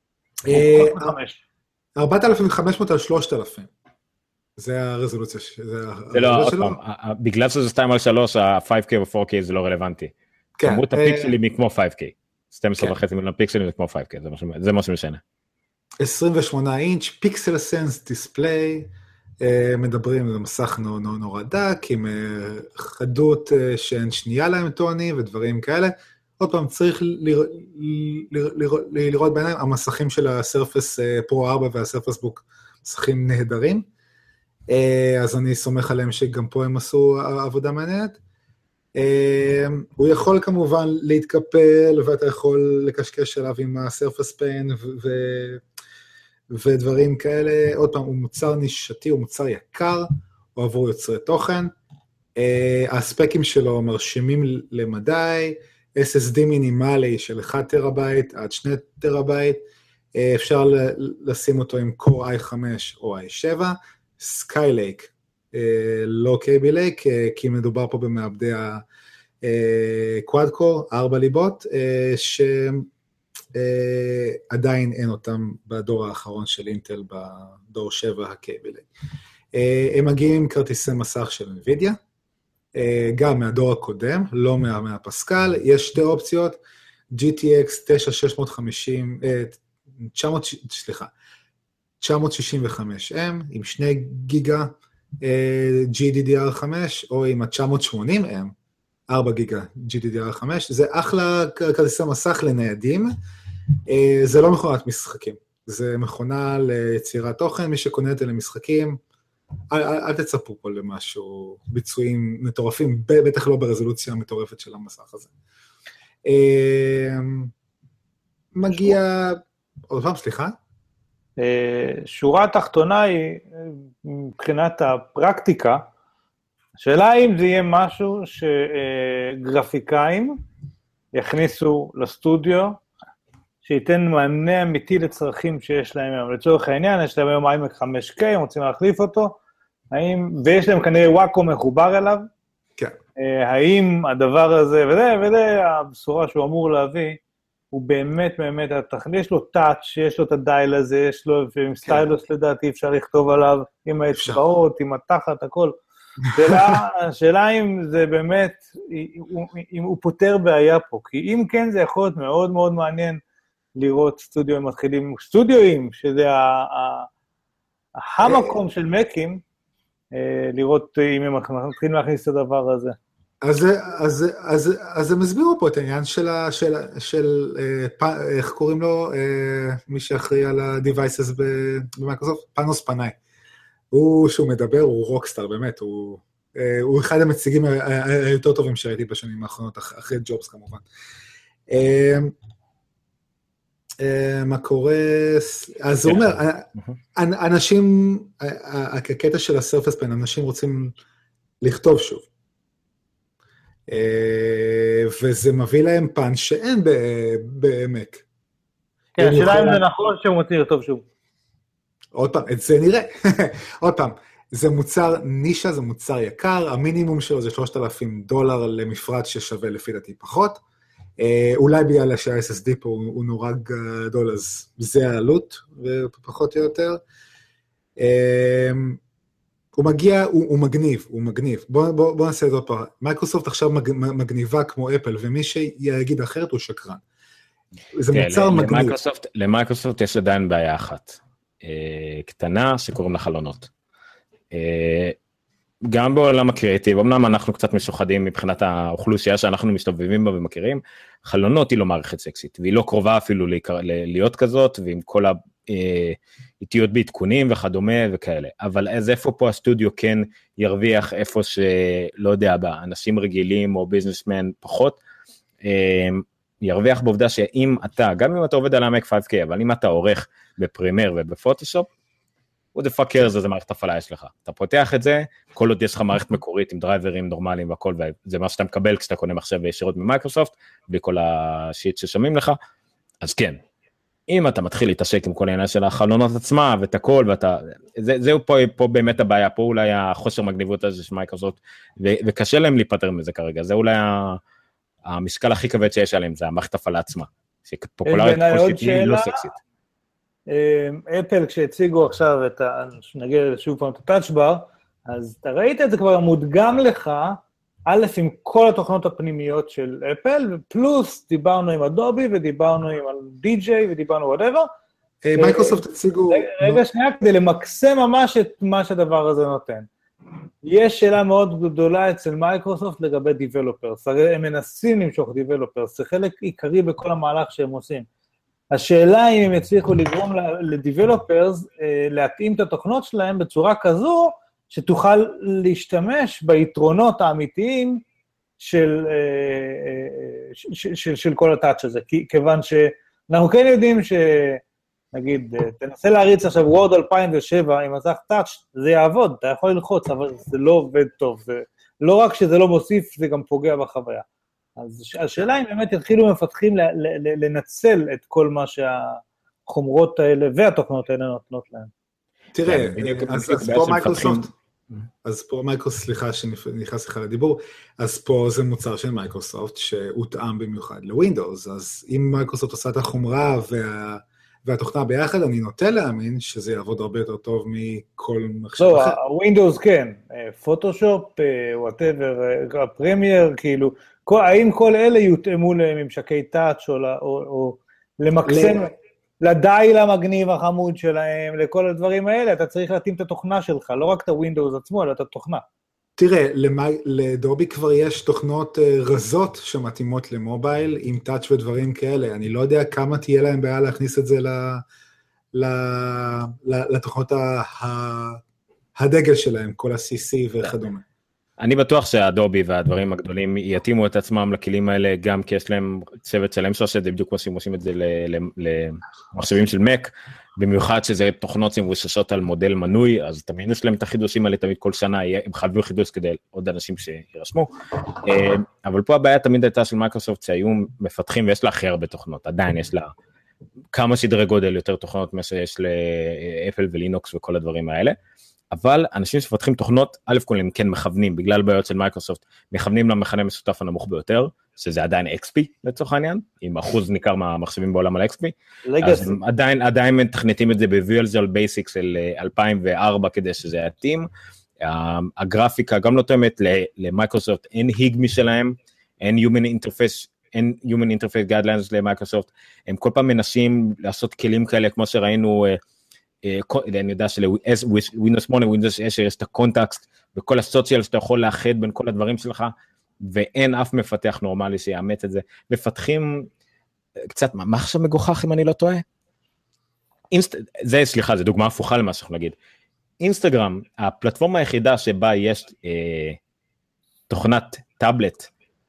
4,500 על 3,000. זה הרזולוציה. זה לא, עוד פעם, בגלל שזה 2:3, ה-5K ו-4K זה לא רלוונטי. כמות הפיקסלים היא כמו 5K. 12.5 מיליון פיקסלים זה כמו 5K, זה מה שמשנה. 28 אינץ', פיקסל סנס דיספליי, מדברים על מסך נורא דק, עם חדות שאין שנייה להם טונים ודברים כאלה. עוד פעם, צריך לראות בעיניים, המסכים של הסרפס פרו 4 והסרפס בוק, מסכים נהדרים, אז אני סומך עליהם שגם פה הם עשו עבודה מעניינת. הוא יכול כמובן להתקפל, ואתה יכול לקשקש עליו עם הסרפס פיין ודברים כאלה. עוד פעם, הוא מוצר נישתי, הוא מוצר יקר, הוא עבור יוצרי תוכן. הספקים שלו מרשימים למדי, SSD מינימלי של 1 טראבייט עד 2 טראבייט, אפשר לשים אותו עם Core i5 או i7, Skylake, לא KB Lake, כי מדובר פה במעבדי ה-Quad-Core, 4 ליבות, שעדיין אין אותם בדור האחרון של אינטל, בדור 7 ה-KB Lake. הם מגיעים עם כרטיסי מסך של NVIDIA, גם מהדור הקודם, לא מהפסקל, יש שתי אופציות, GTX 965M עם 2 גיגה GDDR5, או עם ה-980M, 4 גיגה GDDR5, זה אחלה כרטיסי מסך לניידים, זה לא מכונת משחקים, זה מכונה ליצירת תוכן, מי שקונה את אלה משחקים, אל תצפו פה למשהו, ביצועים מטורפים, בטח לא ברזולוציה המטורפת של המסך הזה. מגיע, עוד פעם, סליחה? שורה התחתונה היא, מבחינת הפרקטיקה, השאלה האם זה יהיה משהו שגרפיקאים יכניסו לסטודיו, שייתן מענה אמיתי לצרכים שיש להם היום. לצורך העניין, יש להם היום iMac 5K, הם רוצים להחליף אותו, ויש להם כנראה וואקו מחובר אליו, כן. האם הדבר הזה, וזה הבשורה שהוא אמור להביא, הוא באמת, יש לו טאץ', יש לו את הדייל הזה, יש לו, עם סטיילוס לדעתי, אפשר לכתוב עליו, עם האצבעות, עם התחת, הכל. השאלה אם זה באמת, אם הוא פותר בעיה פה, כי אם כן, זה יכול להיות מאוד מאוד מעניין, לראות סטודיואים מתחילים, סטודיואים, שזה המקום של מקים, לראות אם הם מתחילים להכניס את הדבר הזה. אז הם הסבירו פה את העניין של איך קוראים לו, מי שאחראי על ה-devices במייקרוסופט, פאנוס פנאי. שהוא מדבר, הוא רוקסטאר, באמת, הוא אחד המציגים היותר טובים שראיתי בשנים האחרונות, אחרי ג'ובס כמובן. מה קורה, אז הוא אומר, אנשים, הקטע של הסרפס פיין, אנשים רוצים לכתוב שוב, וזה מביא להם פן שאין בעמק. כן, השאלה אם זה נכון שהם רוצים לכתוב שוב. עוד פעם, את זה נראה, עוד פעם, זה מוצר נישה, זה מוצר יקר, המינימום שלו זה $3,000 למפרט ששווה לפי דעתי פחות, אולי בגלל שה-SSD פה הוא נורא גדול, אז זה העלות, ופחות או יותר. הוא מגיע, הוא מגניב. בוא נעשה את זה עוד פעם. מייקרוסופט עכשיו מגניבה כמו אפל, ומי שיגיד אחרת הוא שקרן. זה מוצר מגניב. למייקרוסופט יש עדיין בעיה אחת, קטנה שקוראים לה חלונות. גם בעולם הקריאטיב, אמנם אנחנו קצת משוחדים מבחינת האוכלוסייה שאנחנו מסתובבים בה ומכירים, חלונות היא לא מערכת סקסית, והיא לא קרובה אפילו להיות כזאת, ועם כל האיטיות בעדכונים וכדומה וכאלה, אבל אז איפה פה הסטודיו כן ירוויח, איפה שלא יודע, באנשים רגילים או ביזנסמן פחות, ירוויח בעובדה שאם אתה, גם אם אתה עובד על המק 5K, אבל אם אתה עורך בפרימר ובפוטושופ, what the fuck cares, זה מערכת הפעלה יש לך. אתה פותח את זה, כל עוד יש לך מערכת מקורית עם דרייברים נורמליים והכל, וזה מה שאתה מקבל כשאתה קונה מחשב ישירות ממייקרוסופט, בלי כל השיט ששמים לך, אז כן. אם אתה מתחיל להתעשק עם כל העניין של החלונות עצמה ואת הכל, זהו פה באמת הבעיה, פה אולי החוסר מגניבות הזה של מייקרוסופט, וקשה להם להיפטר מזה כרגע, זה אולי המשקל הכי כבד שיש עליהם, זה המערכת הפעלה עצמה, שפופולרית כל שהיא לא סקסית. אפל כשהציגו עכשיו נגיד שוב פעם את הטאצ'בר, אז אתה ראית את זה כבר מודגם לך, א' עם כל התוכנות הפנימיות של אפל, פלוס דיברנו עם אדובי ודיברנו עם די-ג'יי ודיברנו whatever. מייקרוסופט הציגו... רגע שנייה, כדי למקסם ממש את מה שהדבר הזה נותן. יש שאלה מאוד גדולה אצל מייקרוסופט לגבי דיבלופרס, הרי הם מנסים למשוך דיבלופרס, זה חלק עיקרי בכל המהלך שהם עושים. השאלה אם הם יצליחו לגרום לדיבלופרס להתאים את התוכנות שלהם בצורה כזו, שתוכל להשתמש ביתרונות האמיתיים של כל הטאץ' הזה, כיוון שאנחנו כן יודעים נגיד, תנסה להריץ עכשיו וורד 2007 עם מסך טאץ', זה יעבוד, אתה יכול ללחוץ, אבל זה לא עובד טוב, זה לא רק שזה לא מוסיף, זה גם פוגע בחוויה. אז השאלה אם באמת יתחילו מפתחים לנצל את כל מה שהחומרות האלה והתוכנות האלה נותנות להם. תראה, אז פה מייקרוסופט, סליחה שנכנס לך לדיבור, אז פה זה מוצר של מייקרוסופט שהותאם במיוחד לווינדוס, אז אם מייקרוסופט עושה את החומרה והתוכנה ביחד, אני נוטה להאמין שזה יעבוד הרבה יותר טוב מכל מחשב אחר. לא, הווינדוס כן, פוטושופ, whatever, הפרמייר, כאילו, האם כל אלה יותאמו לממשקי טאץ' או למקסם, לדייל המגניב החמוד שלהם, לכל הדברים האלה, אתה צריך להתאים את התוכנה שלך, לא רק את הווינדוס עצמו, אלא את התוכנה. תראה, לדובי כבר יש תוכנות רזות שמתאימות למובייל, עם טאץ' ודברים כאלה, אני לא יודע כמה תהיה להם בעיה להכניס את זה לתוכנות הדגל שלהם, כל ה-CC וכדומה. אני בטוח שהאדובי והדברים הגדולים יתאימו את עצמם לכלים האלה, גם כי יש להם צוות שלהם שעושה את זה, בדיוק כמו שהם עושים את זה למחשבים של Mac, במיוחד שזה תוכנות שמבוססות על מודל מנוי, אז תמיד יש להם את החידושים האלה, תמיד כל שנה הם חייבים חידוש כדי עוד אנשים שירשמו, אבל פה הבעיה תמיד הייתה של מייקרוסופט, שהיו מפתחים ויש לה הכי הרבה תוכנות, עדיין יש לה כמה סדרי גודל יותר תוכנות, מה שיש לאפל ולינוקס וכל הדברים האלה, אבל אנשים שפתחים תוכנות, א' כל הם כן מכוונים, בגלל בעיות של מייקרוסופט, מכוונים למכנה משותף הנמוך ביותר, שזה עדיין XP לצורך העניין, עם אחוז ניכר מהמחשבים בעולם על XP, אז הם עדיין מתכנתים את זה ב-Visual Basic של 2004 כדי שזה יתאים, הגרפיקה גם לא תואמת למייקרוסופט, אין היג משלהם, אין Human Interface Guidelines למייקרוסופט, הם כל פעם מנסים לעשות כלים כאלה, כמו שראינו, אני יודע שלווינדוס 8, ווינדוס 10 יש את הקונטקסט, וכל הסוציאל שאתה יכול לאחד בין כל הדברים שלך, ואין אף מפתח נורמלי שיאמץ את זה, מפתחים קצת, מה עכשיו מגוחך אם אני לא טועה? סליחה, זה דוגמה הפוכה למה שאנחנו נגיד, אינסטגרם, הפלטפורמה היחידה שבה יש תוכנת טאבלט,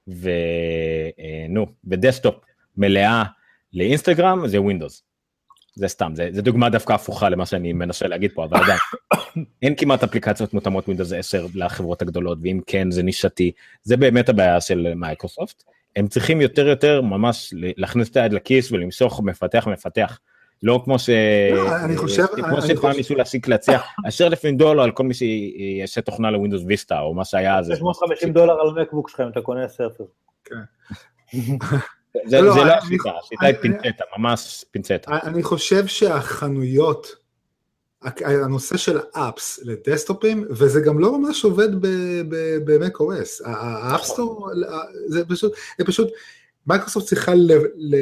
ודסקטופ מלאה לאינסטגרם, זה ווינדוס. זה סתם, זה דוגמה דווקא הפוכה למה שאני מנסה להגיד פה, אבל עדיין, אין כמעט אפליקציות מותאמות ווינדוס 10 לחברות הגדולות, ואם כן זה נישתי, זה באמת הבעיה של מייקרוסופט, הם צריכים יותר ממש להכניס את היד לכיס ולמשוך מפתח, לא כמו שפעם ניסו להצליח, $10,000 על כל מי שיעשה תוכנה לווינדוס ויסטה, או מה שהיה אז. $650 על מקבוק שלכם, אתה קונה סרטר. כן. זה לא השיטה, השיטה היא פינצטה, ממש פינצטה. אני חושב שהחנויות, הנושא של אפס לדסטופים, וזה גם לא ממש עובד ב-Mac OS, האפסטור, זה פשוט, מייקרוסופט צריכה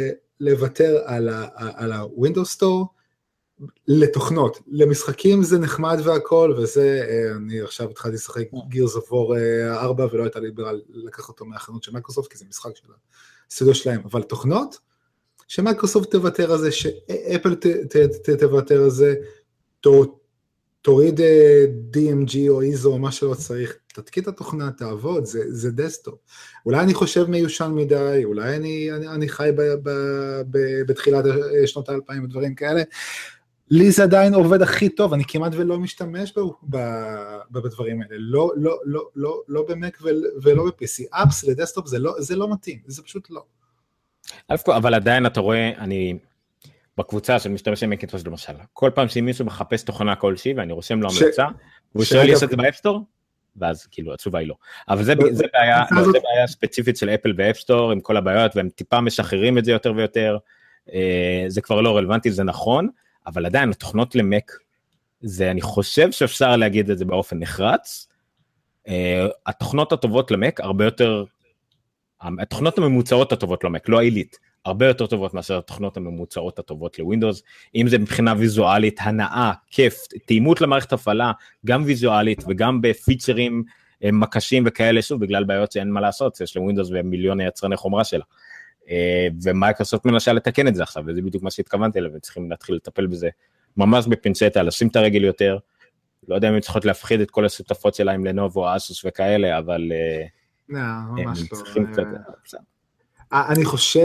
לוותר על ה-Windows Store לתוכנות, למשחקים זה נחמד והכל, וזה, אני עכשיו התחלתי לשחק Gears of War 4, ולא הייתה לי ברל לקחת אותו מהחנות של מייקרוסופט, כי זה משחק של הסטודיו שלהם, אבל תוכנות, שמייקרוסופט תוותר על זה, שאפל תוותר על זה, תוריד DMG או ISO או מה שלא צריך, תתקיד את התוכנה, תעבוד, זה דסקטופ. אולי אני חושב מיושן מדי, אולי אני חי בתחילת שנות ה-2000 ודברים כאלה, לי זה עדיין עובד הכי טוב, אני כמעט ולא משתמש בדברים האלה, לא במק ולא ב-PC, אפס לדסקטופ זה לא מתאים, זה פשוט לא. אבל עדיין אתה רואה, אני בקבוצה של משתמשי מקינטוש למשל, כל פעם שמישהו מחפש תוכנה כלשהי, ואני רושם לו המלצה, והוא שואל לי את זה באפסטור, ואז כאילו התשובה היא לא. אבל זה בעיה ספציפית של אפל ואפסטור, עם כל הבעיות, והם טיפה משחררים את זה יותר ויותר, זה כבר לא רלוונטי, זה נכון, אבל עדיין התוכנות למק, זה אני חושב שאפשר להגיד את זה באופן נחרץ, התוכנות הטובות למק הרבה יותר, התוכנות הממוצעות הטובות למק, לא העילית, הרבה יותר טובות מאשר התוכנות הממוצעות הטובות לווינדוס, אם זה מבחינה ויזואלית, הנאה, כיף, תאימות למערכת הפעלה, גם ויזואלית וגם בפיצ'רים מקשים וכאלה, שוב, בגלל בעיות שאין מה לעשות, יש לווינדוס ומיליון יצרני חומרה שלה, ומייקרוסופט מנסה לתקן את זה עכשיו, וזה בדיוק מה שהתכוונתי אליו, וצריכים להתחיל לטפל בזה ממש בפינצטה, לשים את הרגל יותר, לא יודע אם הם צריכות להפחיד את כל השותפות שלה עם לנובו, אסוס וכאלה, אבל ממש לא. אני חושב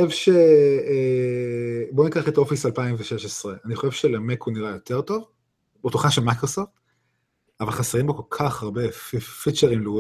בואו ניקח את אופיס 2016, אני חושב שלמק הוא נראה יותר טוב, הוא תוכנה של מייקרוסופט, אבל חסרים בו כל כך הרבה פיצ'רים לו,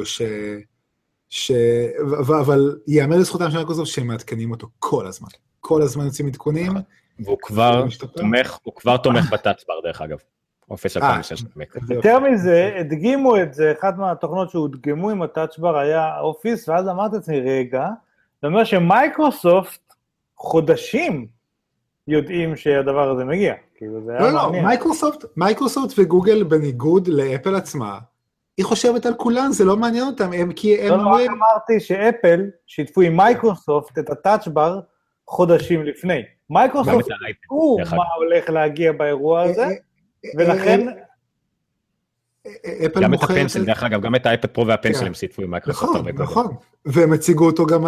אבל יאמר לזכותם של מייקרוסופט שהם מעדכנים אותו כל הזמן יוצאים עדכונים. והוא כבר תומך בטאצ'בר דרך אגב, אופיס 2016 מק. יותר מזה, הדגימו את זה, אחת מהתוכנות שהודגמו עם הטאצ'בר היה אופיס, ואז אמרת לעצמי רגע, זאת אומרת שמייקרוסופט חודשים יודעים שהדבר הזה מגיע. לא, מייקרוסופט וגוגל בניגוד לאפל עצמה, היא חושבת על כולן, זה לא מעניין אותם, לא, רק אמרתי שאפל שיתפו עם מייקרוסופט את הטאצ'בר חודשים לפני. מייקרוסופט הוא מה הולך להגיע באירוע הזה, ולכן גם את הפנסל, דרך אגב, גם את האייפד פרו והפנסל הם שיתפו עם מייקרוסופט. נכון, והם הציגו אותו גם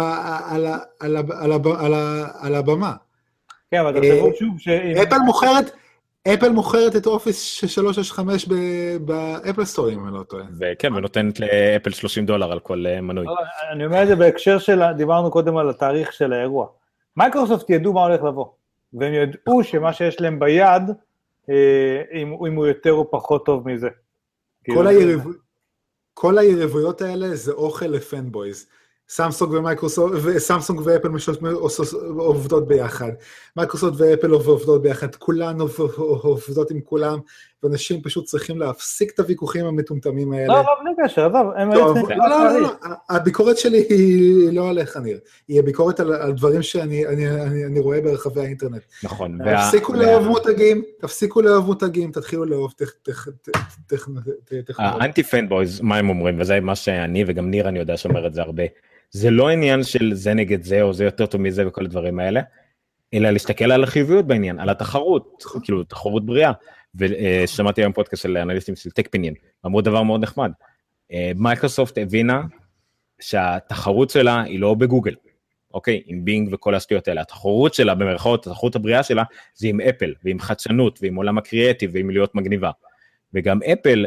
על הבמה. כן, אבל תחשבו שוב אפל מוכרת את אופיס 365 באפל סטורים, אם אני לא טועה. וכן, ונותנת לאפל $30 על כל מנוי. אני אומר את זה בהקשר של, דיברנו קודם על התאריך של האירוע. מייקרוסופט ידעו מה הולך לבוא, והם ידעו שמה שיש להם ביד, אם הוא יותר או פחות טוב מזה. כל היריבויות האלה זה אוכל לפנבויז. סמסונג וסמסונג ואפל עובדות ביחד. מייקרוסופט ואפל עובדות ביחד. כולן עובדות עם כולם, ואנשים פשוט צריכים להפסיק את הוויכוחים המטומטמים האלה. לא, בלי קשר, לא. הביקורת שלי היא לא עליך, ניר. היא הביקורת על דברים שאני רואה ברחבי האינטרנט. נכון. תפסיקו לאהוב מותגים, תתחילו לאהוב האנטי פנבויז, מה הם אומרים, וזה מה שאני וגם ניר אני יודע שאומר את זה הרבה, זה לא עניין של זה נגד זה, או זה יותר טוב מזה וכל הדברים האלה, אלא להסתכל על החיוביות בעניין, על התחרות, כאילו תחרות בריאה, ושמעתי היום פודקאסט של אנליסטים של טק-פיניאן, אמרו דבר מאוד נחמד, מייקרוסופט הבינה שהתחרות שלה היא לא בגוגל, אוקיי, עם בינג וכל השטויות האלה, התחרות שלה במרכאות, התחרות הבריאה שלה, זה עם אפל, ועם חדשנות, ועם עולם הקריאטיב, ועם להיות מגניבה, וגם אפל,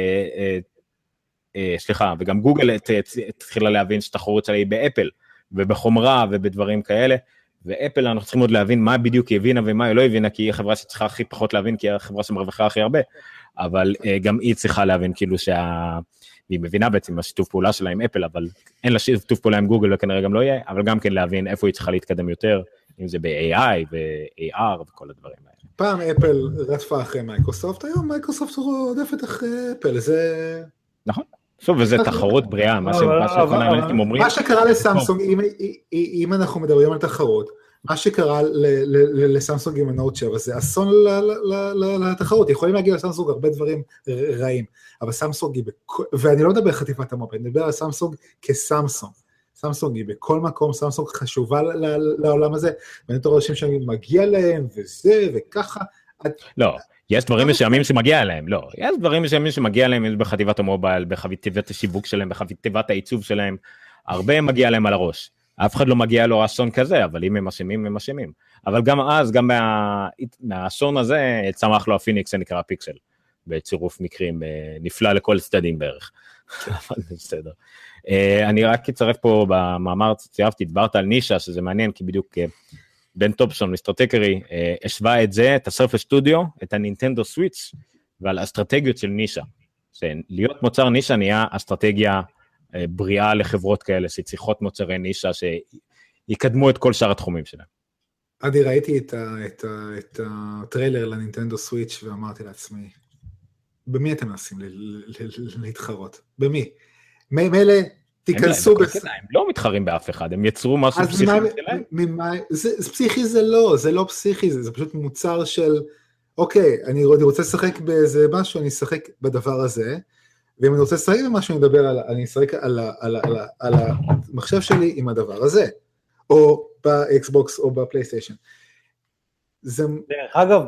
וגם גוגל התחילה להבין שתחרות שלה היא באפל, ובחומרה ובדברים כאלה, ואפל אנחנו צריכים עוד להבין מה בדיוק היא הבינה ומה היא לא הבינה, כי היא החברה שצריכה הכי פחות להבין, כי היא החברה שמרוויחה הכי הרבה, אבל גם היא צריכה להבין כאילו והיא מבינה בעצם השיתוף פעולה שלה עם אפל, אבל אין לה שיתוף פעולה עם גוגל וכנראה גם לא יהיה, אבל גם כן להבין איפה היא צריכה להתקדם יותר, אם זה ב-AI ו-AR וכל הדברים האלה. פעם אפל רדפה אחרי מייקרוסופט, היום מייקרוסופט רודפת אחרי אפל, זה... נכון. שוב, וזה תחרות בריאה, מה שקרה לסמסונג, אם אנחנו מדברים על תחרות, מה שקרה לסמסונג עם הנוט 7, זה אסון לתחרות, יכולים להגיע לסמסונג הרבה דברים רעים, אבל סמסונג, ואני לא מדבר חטיפת המוביל, אני מדבר על סמסונג כסמסונג, סמסונג היא בכל מקום, סמסונג חשובה לעולם הזה, ואני רואה שמגיע להם, וזה, וככה. לא, יש דברים מסוימים שמגיע להם, לא, יש דברים מסוימים שמגיע להם בחטיבת המובייל, בחטיבת השיווק שלהם, בחטיבת העיצוב שלהם, הרבה מגיע להם על הראש. אף אחד לא מגיע לו אסון כזה, אבל אם הם אשמים, הם אשמים. אבל גם אז, גם מהאסון הזה, צמח לו הפיניקס שנקרא פיקסל, בצירוף מקרים נפלא לכל צדדים בערך. אבל בסדר. אני רק אצרף פה במאמר שצירפתי, דיברת על נישה, שזה מעניין, כי בדיוק בן טופסון, אסטרטקרי, השווה את זה, את הסרפס סטודיו, את הנינטנדו סוויץ', ועל אסטרטגיות של נישה. להיות מוצר נישה נהיה אסטרטגיה בריאה לחברות כאלה, שצריכות מוצרי נישה, שיקדמו את כל שאר התחומים שלהם. אני ראיתי את הטריילר לנינטנדו סוויץ' ואמרתי לעצמי, במי אתם מנסים להתחרות? במי? מילא תיכנסו הם לא מתחרים באף אחד, הם יצרו משהו פסיכי שלהם. פסיכי זה לא פסיכי, זה פשוט מוצר של, אוקיי, אני רוצה לשחק באיזה משהו, אני אשחק בדבר הזה, ואם אני רוצה לשחק במשהו, אני אשחק על המחשב שלי עם הדבר הזה, או באקסבוקס או בפלייסטיישן. אגב,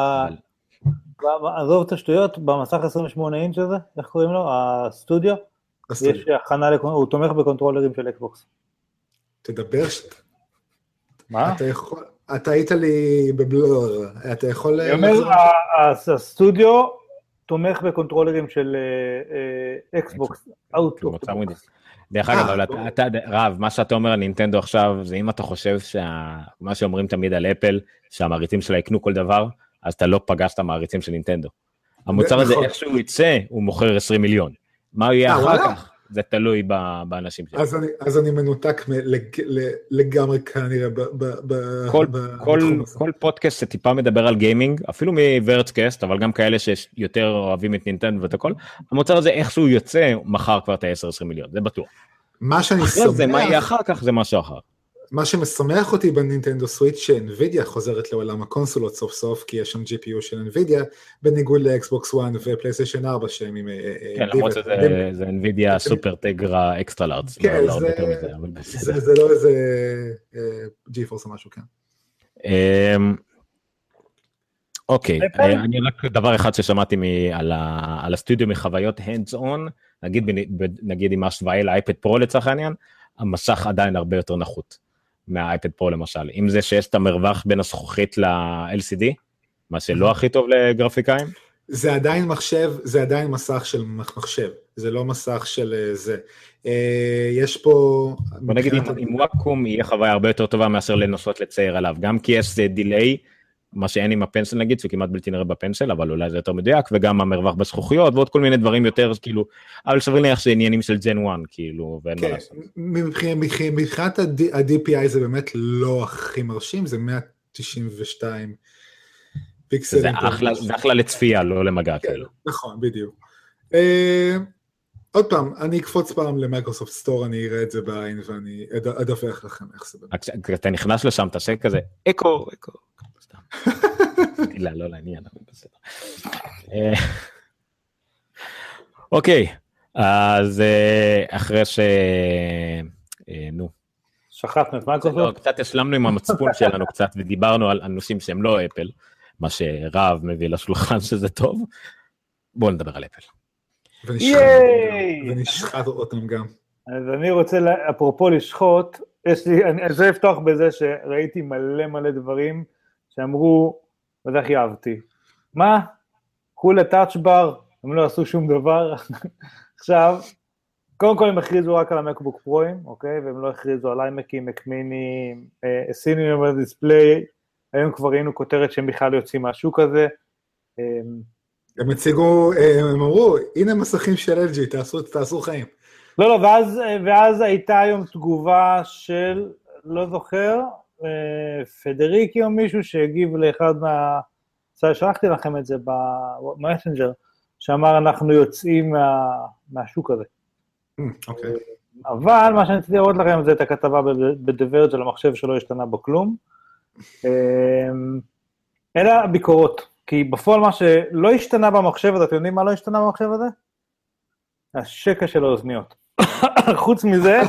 עזוב את השטויות, במסך 28 אינץ' הזה, איך קוראים לו? הסטודיו? יש הכנה, הוא תומך בקונטרולרים של אקסבוקס. תדבר מה? אתה היית לי בבלור, אתה יכול... אני אומר, הסטודיו תומך בקונטרולרים של אקסבוקס. דרך אגב, אבל אתה, רב, מה שאתה אומר על נינטנדו עכשיו, זה אם אתה חושב מה שאומרים תמיד על אפל, שהמעריצים שלה יקנו כל דבר, אז אתה לא פגשת המעריצים של נינטנדו. המוצר הזה, איך שהוא יצא, הוא מוכר 20 מיליון. מה הוא יהיה אחר כך? זה תלוי באנשים שלה. אז אני מנותק לגמרי כנראה כל פודקאסט שטיפה מדבר על גיימינג, אפילו מוורצקאסט, אבל גם כאלה שיותר אוהבים את נינטנדו ואת הכל, המוצר הזה איך שהוא יוצא, מחר כבר את ה-10-20 מיליון, זה בטוח. אחרי זה, מה יהיה אחר כך, זה משהו אחר. מה שמשמח אותי בנינטנדו סוויץ' שאנווידיה חוזרת לעולם הקונסולות סוף סוף, כי יש שם GPU של אנווידיה, בניגוד לאקסבוקס 1 ופלייסטיישן 4 שהם עם... כן, למרות שזה אנווידיה סופר טגרה אקסטרה לארץ. כן, זה לא איזה GeForce או משהו, כן. אוקיי, אני רק דבר אחד ששמעתי על הסטודיו מחוויות hands on, נגיד עם השוואה לאייפד פרו לצורך העניין, המסך עדיין הרבה יותר נחות. מהאייפד פרו למשל, אם זה שיש את המרווח בין הזכוכית ל-LCD, מה שלא הכי טוב לגרפיקאים? זה עדיין מחשב, זה עדיין מסך של מחשב, זה לא מסך של זה. יש פה... בוא נגיד, עם וואקום יהיה חוויה הרבה יותר טובה מאשר לנסות לצייר עליו, גם כי יש דיליי, מה שאין עם הפנסל נגיד, שהוא כמעט בלתי נראה בפנסל, אבל אולי זה יותר מדויק, וגם המרווח בזכוכיות, ועוד כל מיני דברים יותר, כאילו, אבל סביר לי איך זה עניינים של ג'ן 1, כאילו, ואין מה לעשות. מבחינת ה-DPI זה באמת לא הכי מרשים, זה 192 פיקסלים. זה אחלה לצפייה, לא למגע כאלו. נכון, בדיוק. עוד פעם, אני אקפוץ פעם למייקרוסופט סטור, אני אראה את זה בעין, ואני אדווח לכם איך זה באמת. אתה נכנס לשם, תעשה כזה, אקו. לא לעניין, אבל בסדר. אוקיי, אז אחרי שכחנו את מייקרוסופט. קצת השלמנו עם המצפון שלנו קצת, ודיברנו על נושאים שהם לא אפל, מה שרב מביא לשולחן שזה טוב, בואו נדבר על אפל. ונשחט אותם גם. אז אני רוצה, אפרופו לשחוט, אני רוצה לפתוח בזה שראיתי מלא דברים, שאמרו, וזה הכי אהבתי, מה? כולה טאץ' בר, הם לא עשו שום דבר. עכשיו, קודם כל הם הכריזו רק על המקבוק פרוים, אוקיי? והם לא הכריזו על איימקים, מקמינים, סינema דיספליי, היום כבר ראינו כותרת שהם בכלל יוצאים מהשוק הזה. הם הציגו, הם אמרו, הנה מסכים של LG, תעשו חיים. לא, ואז הייתה היום תגובה של, לא זוכר, פדריקי או מישהו שהגיב לאחד שלחתי לכם את זה במסנג'ר, שאמר אנחנו יוצאים מהשוק הזה. אוקיי. אבל מה שאני רציתי לראות לכם זה את הכתבה בדברד של המחשב שלא השתנה בו כלום. אלה הביקורות, כי בפועל מה שלא השתנה במחשב הזה, אתם יודעים מה לא השתנה במחשב הזה? השקע של האוזניות. חוץ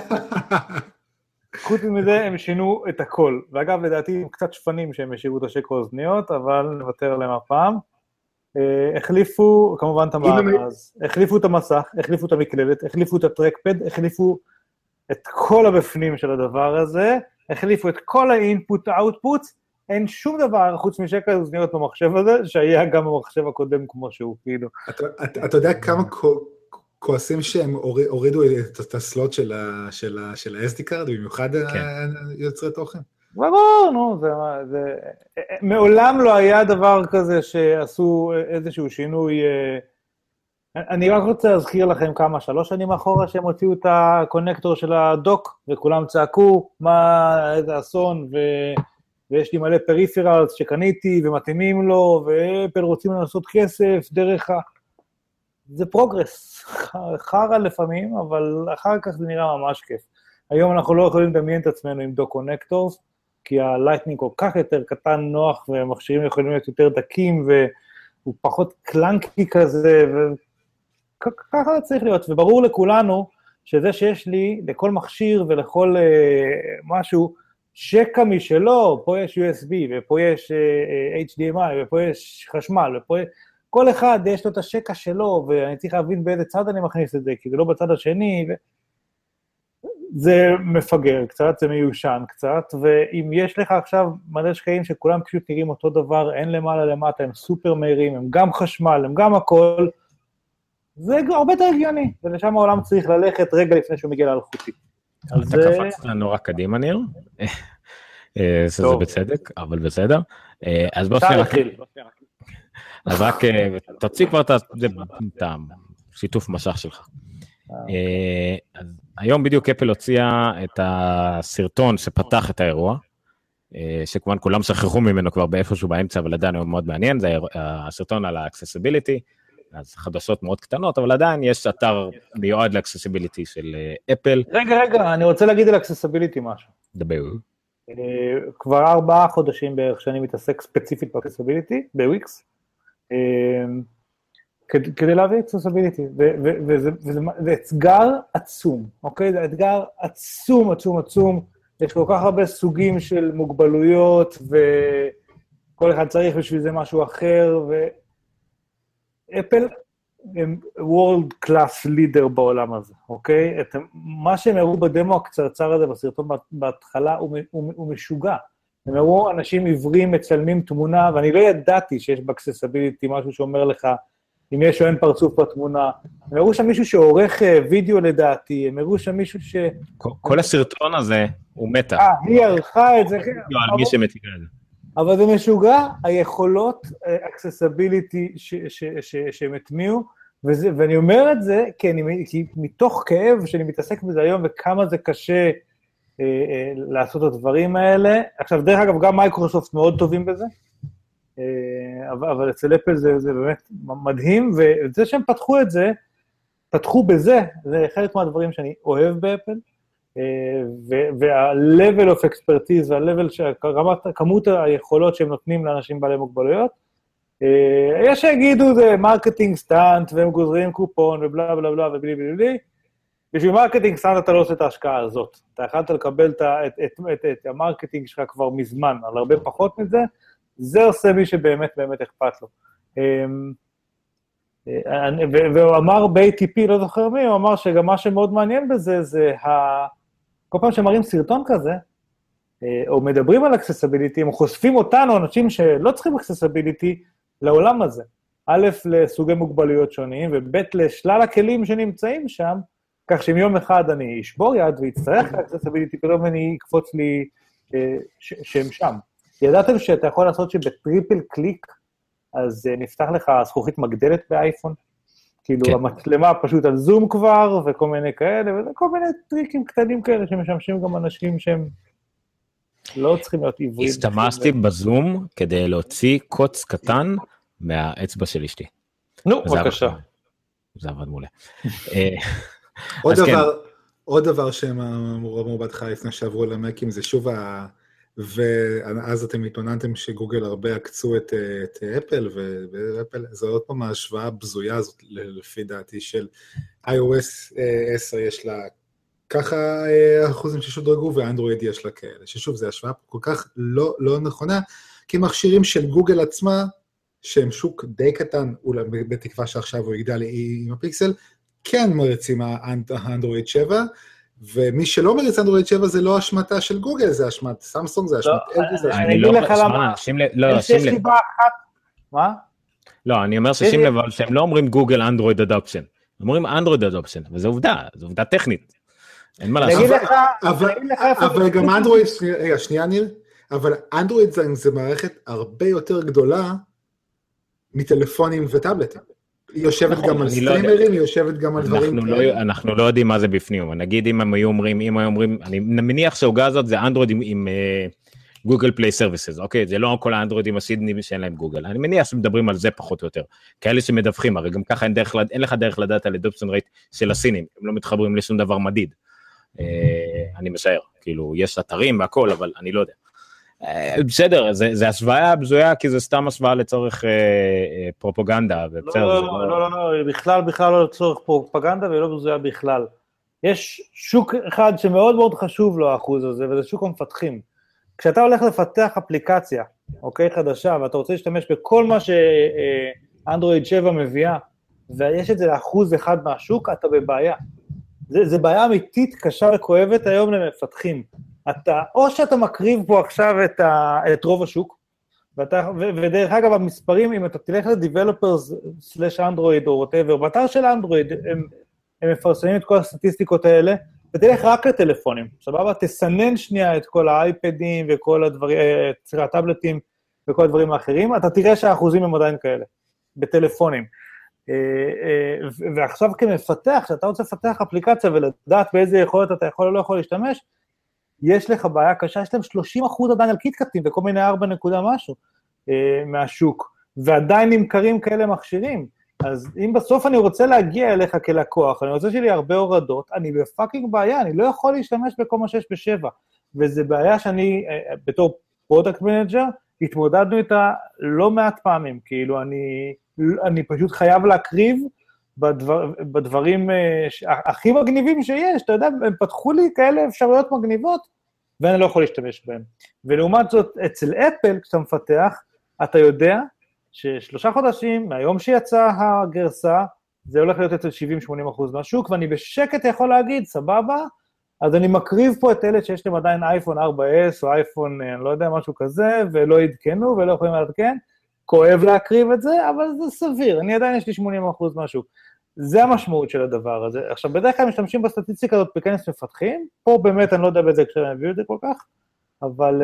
מזה הם שינו את הכל. ואגב, לדעתי, הם קצת שפנים שהם השאירו את השקע האוזניות, אבל נוותר עליהם הפעם. החליפו, כמובן את המארז, החליפו את המסך, החליפו את המקלדת, החליפו את הטרקפד, החליפו את כל הבפנים של הדבר הזה, החליפו את כל האינפוט-אוטפוט, אין שום דבר חוץ משקע האוזניות במחשב הזה, שהיה גם במחשב הקודם כמו שהוא, כאילו. אתה יודע כמה כועסים שהם הורידו את הסלוט של ה-SD קארד, במיוחד יוצרי תוכן? ברור, נו, מעולם לא היה דבר כזה שעשו איזשהו שינוי. אני רק רוצה להזכיר לכם 3 שנים אחורה שהם הוציאו את הקונקטור של הדוק, וכולם צעקו, איזה אסון, ויש לי מלא פריפרלס שקניתי ומתאימים לו, ואפל רוצים לעשות כסף דרך זה פרוגרס, חרא לפעמים, אבל אחר כך זה נראה ממש כיף. היום אנחנו לא יכולים לדמיין את עצמנו עם דוק קונקטורס, כי הלייטנינג כל כך יותר קטן, נוח, והמכשירים יכולים להיות יותר דקים, והוא פחות קלנקי כזה, וככה זה צריך להיות. וברור לכולנו שזה שיש לי לכל מכשיר ולכל משהו, שקע משלו, פה יש USB, ופה יש HDMI, ופה יש חשמל, ופה יש... כל אחד יש לו את השקע שלו, ואני צריך להבין באיזה צד אני מכניס את זה, כי זה לא בצד השני, זה מפגר קצת, זה מיושן קצת, ואם יש לך עכשיו מלא שקעים שכולם פשוט נראים אותו דבר, אין למעלה למטה, הם סופר מהירים, הם גם חשמל, הם גם הכל, זה הרבה יותר הגיוני, ולשם העולם צריך ללכת רגע לפני שהוא מגיע לאלחוטי. אתה קפצת נורא קדימה, ניר. זה בצדק, אבל בסדר. אז בוא נתחיל. אז רק תוציא כבר את השיתוף משך שלך. היום בדיוק אפל הוציאה את הסרטון שפתח את האירוע, שכמובן כולם שכחו ממנו כבר באיפשהו באמצע, אבל עדיין הוא מאוד מעניין, זה הסרטון על ה-accessibility, אז חדשות מאוד קטנות, אבל עדיין יש אתר מיועד ל-accessibility של אפל. רגע, אני רוצה להגיד על accessibility משהו. דבר. כבר 4 חודשים בערך שאני מתעסק ספציפית ב-accessibility, בוויקס, כדי להביא accessibility, וזה אתגר עצום, אוקיי? זה אתגר עצום, יש כל כך הרבה סוגים של מוגבלויות, וכל אחד צריך בשביל זה משהו אחר, ואפל הם world class leader בעולם הזה, אוקיי? מה שהם הראו בדמו הקצרצר הזה, בסרטון בהתחלה, הוא משוגע. הם הראו אנשים עיוורים מצלמים תמונה, ואני לא ידעתי שיש באקססיביליטי משהו שאומר לך, אם יש או אין פרצוף בתמונה. הם הראו שם מישהו שעורך וידאו לדעתי, הם הראו שם מישהו ש... כל הסרטון הזה הוא מטה. היא ערכה את זה. על מי שמציגה את זה. אבל זה משוגע, היכולות אקססיביליטי שהם הטמיעו, ואני אומר את זה כי מתוך כאב שאני מתעסק בזה היום, וכמה זה קשה לעשות את הדברים האלה. עכשיו, דרך אגב, גם מייקרוסופט מאוד טובים בזה, אבל אצל אפל זה באמת מדהים, וזה שהם פתחו בזה, זה חלק מהדברים שאני אוהב באפל, וה-level of expertise, וה-level, כמות היכולות שהם נותנים לאנשים בעלי מוגבלויות, יש שיגידו זה מרקטינג סטנט, והם גוזרים קופון, ובלה בלה בלה, ובלי בלי בלי, בשביל מרקטינג סטנט אתה לא עושה את ההשקעה הזאת, אתה יכולת לקבל את המרקטינג שלך כבר מזמן, על הרבה פחות מזה, זה עושה מי שבאמת באמת אכפת לו. והוא אמר ב-ATP, לא זוכר מי, הוא אמר שגם מה שמאוד מעניין בזה, זה כל פעם שמראים סרטון כזה, או מדברים על accessibility, הם חושפים אותנו, אנשים שלא צריכים accessibility, לעולם הזה. א', לסוגי מוגבלויות שונים, וב', לשלל הכלים שנמצאים שם, כך שאם יום אחד אני אשבור יד ויצטרך accessibility, פתאום אני אקפוץ לי שהם שם. ידעתם שאתה יכול לעשות שבטריפל קליק, אז נפתח לך זכוכית מגדלת באייפון, כאילו כן. המצלמה פשוט על זום כבר, וכל מיני כאלה, וכל מיני טריקים קטנים כאלה, שמשמשים גם אנשים שהם לא צריכים להיות עבריים. הסתמשתי בזום כדי להוציא קוץ קטן מהאצבע של אשתי. נו, בבקשה. זה עבד מעולה. עוד דבר שהם אמרו בהתחלה לפני שעברו למקים, זה שוב ואז אתם התעוננתם שגוגל הרבה עקצו את אפל, ואפל, זו עוד פעם ההשוואה הבזויה הזאת, לפי דעתי, של iOS 10 יש לה ככה אחוזים ששודרגו, ואנדרואיד יש לה כאלה, ששוב, זו השוואה כל כך לא נכונה, כי מכשירים של גוגל עצמה, שהם שוק די קטן, אולי בתקווה שעכשיו הוא יגדל עם הפיקסל, כן מריצים האנדרואיד 7, ומי שלא מריץ אנדרואיד 7 זה לא אשמתה של גוגל, זה אשמת סמסונג, זה אשמת אלגי, זה אשמת... אני אגיד לך למה, יש סיבה אחת, מה? לא, אני אומר ששים לב, שהם לא אומרים גוגל אנדרואיד אדופשן, הם אומרים אנדרואיד אדופשן, וזו עובדה, זו עובדה טכנית. אין מה לעשות. אבל גם אנדרואיד, רגע, שנייה ניר, אבל אנדרואיד זה מערכת הרבה יותר גדולה מטלפונים וטאבלטים. היא יושבת גם על סטרימרים, היא יושבת גם על דברים כאלה. אנחנו לא יודעים מה זה בפנים, נגיד אם הם היו אומרים, אני מניח שההוגה הזאת זה אנדרואיד עם גוגל פליי סרוויסס, אוקיי? זה לא כל האנדרואידים הסידנים שאין להם גוגל, אני מניח שמדברים על זה פחות או יותר, כאלה שמדווחים, הרי גם ככה אין לך דרך לדעת על adoption rate של הסינים, הם לא מתחברים לשום דבר מדיד, אני משער, כאילו יש אתרים והכל, אבל אני לא יודע. בסדר, זה השוואה בזויה, כי זה סתם השוואה לצורך פרופגנדה. לא, בכלל לא לצורך פרופגנדה, ולא בזויה בכלל. יש שוק אחד שמאוד מאוד חשוב לו האחוז הזה, וזה שוק המפתחים. כשאתה הולך לפתח אפליקציה, אוקיי, חדשה, ואתה רוצה להשתמש בכל מה שאנדרואיד 7 מביאה, ויש את זה לאחוז אחד מהשוק, אתה בבעיה. זה בעיה אמיתית קשה וכואבת היום למפתחים. או שאתה מקריב פה עכשיו את רוב השוק, ודרך אגב המספרים, אם אתה תלך ל-developers/Android או whatever, באתר של אנדרואיד, הם מפרסמים את כל הסטטיסטיקות האלה, ותלך רק לטלפונים, סבבה? תסנן שנייה את כל האייפדים וכל הדברים, הטאבלטים וכל הדברים האחרים, אתה תראה שהאחוזים הם עדיין כאלה, בטלפונים. ועכשיו כמפתח, שאתה רוצה לפתח אפליקציה ולדעת באיזה יכולת אתה יכול או לא יכול להשתמש, יש לך בעיה קשה, יש להם 30% עדיין על קיטקטים, וכל מיני 4 נקודה משהו מהשוק, ועדיין נמכרים כאלה מכשירים, אז אם בסוף אני רוצה להגיע אליך כלקוח, אני רוצה שלי הרבה הורדות, אני בפאקינג בעיה, אני לא יכול להשתמש בכל מה שיש ב7, וזה בעיה שאני, בתור פרודקט מנג'ר, התמודדנו איתה לא מעט פעמים, כאילו אני פשוט חייב להקריב, בדברים הכי מגניבים שיש, אתה יודע, הם פתחו לי כאלה אפשרויות מגניבות, ואני לא יכול להשתמש בהם. ולעומת זאת, אצל אפל, כשאתה מפתח, אתה יודע ש3 חודשים, מהיום שיצא הגרסה, זה הולך להיות אצל 70-80% מהשוק, ואני בשקט יכול להגיד, סבבה, אז אני מקריב פה את אלה שיש להם עדיין אייפון 4S, או אייפון, אני לא יודע, משהו כזה, ולא ידכנו, ולא יכולים לעדכן, כואב להקריב את זה, אבל זה סביר, אני עדיין יש לי 80% מהשוק. זה המשמעות של הדבר הזה. עכשיו, בדרך כלל משתמשים בסטטיסטיקה הזאת בכנס מפתחים, פה באמת אני לא יודע באיזה כשאני מביא את זה כל כך, אבל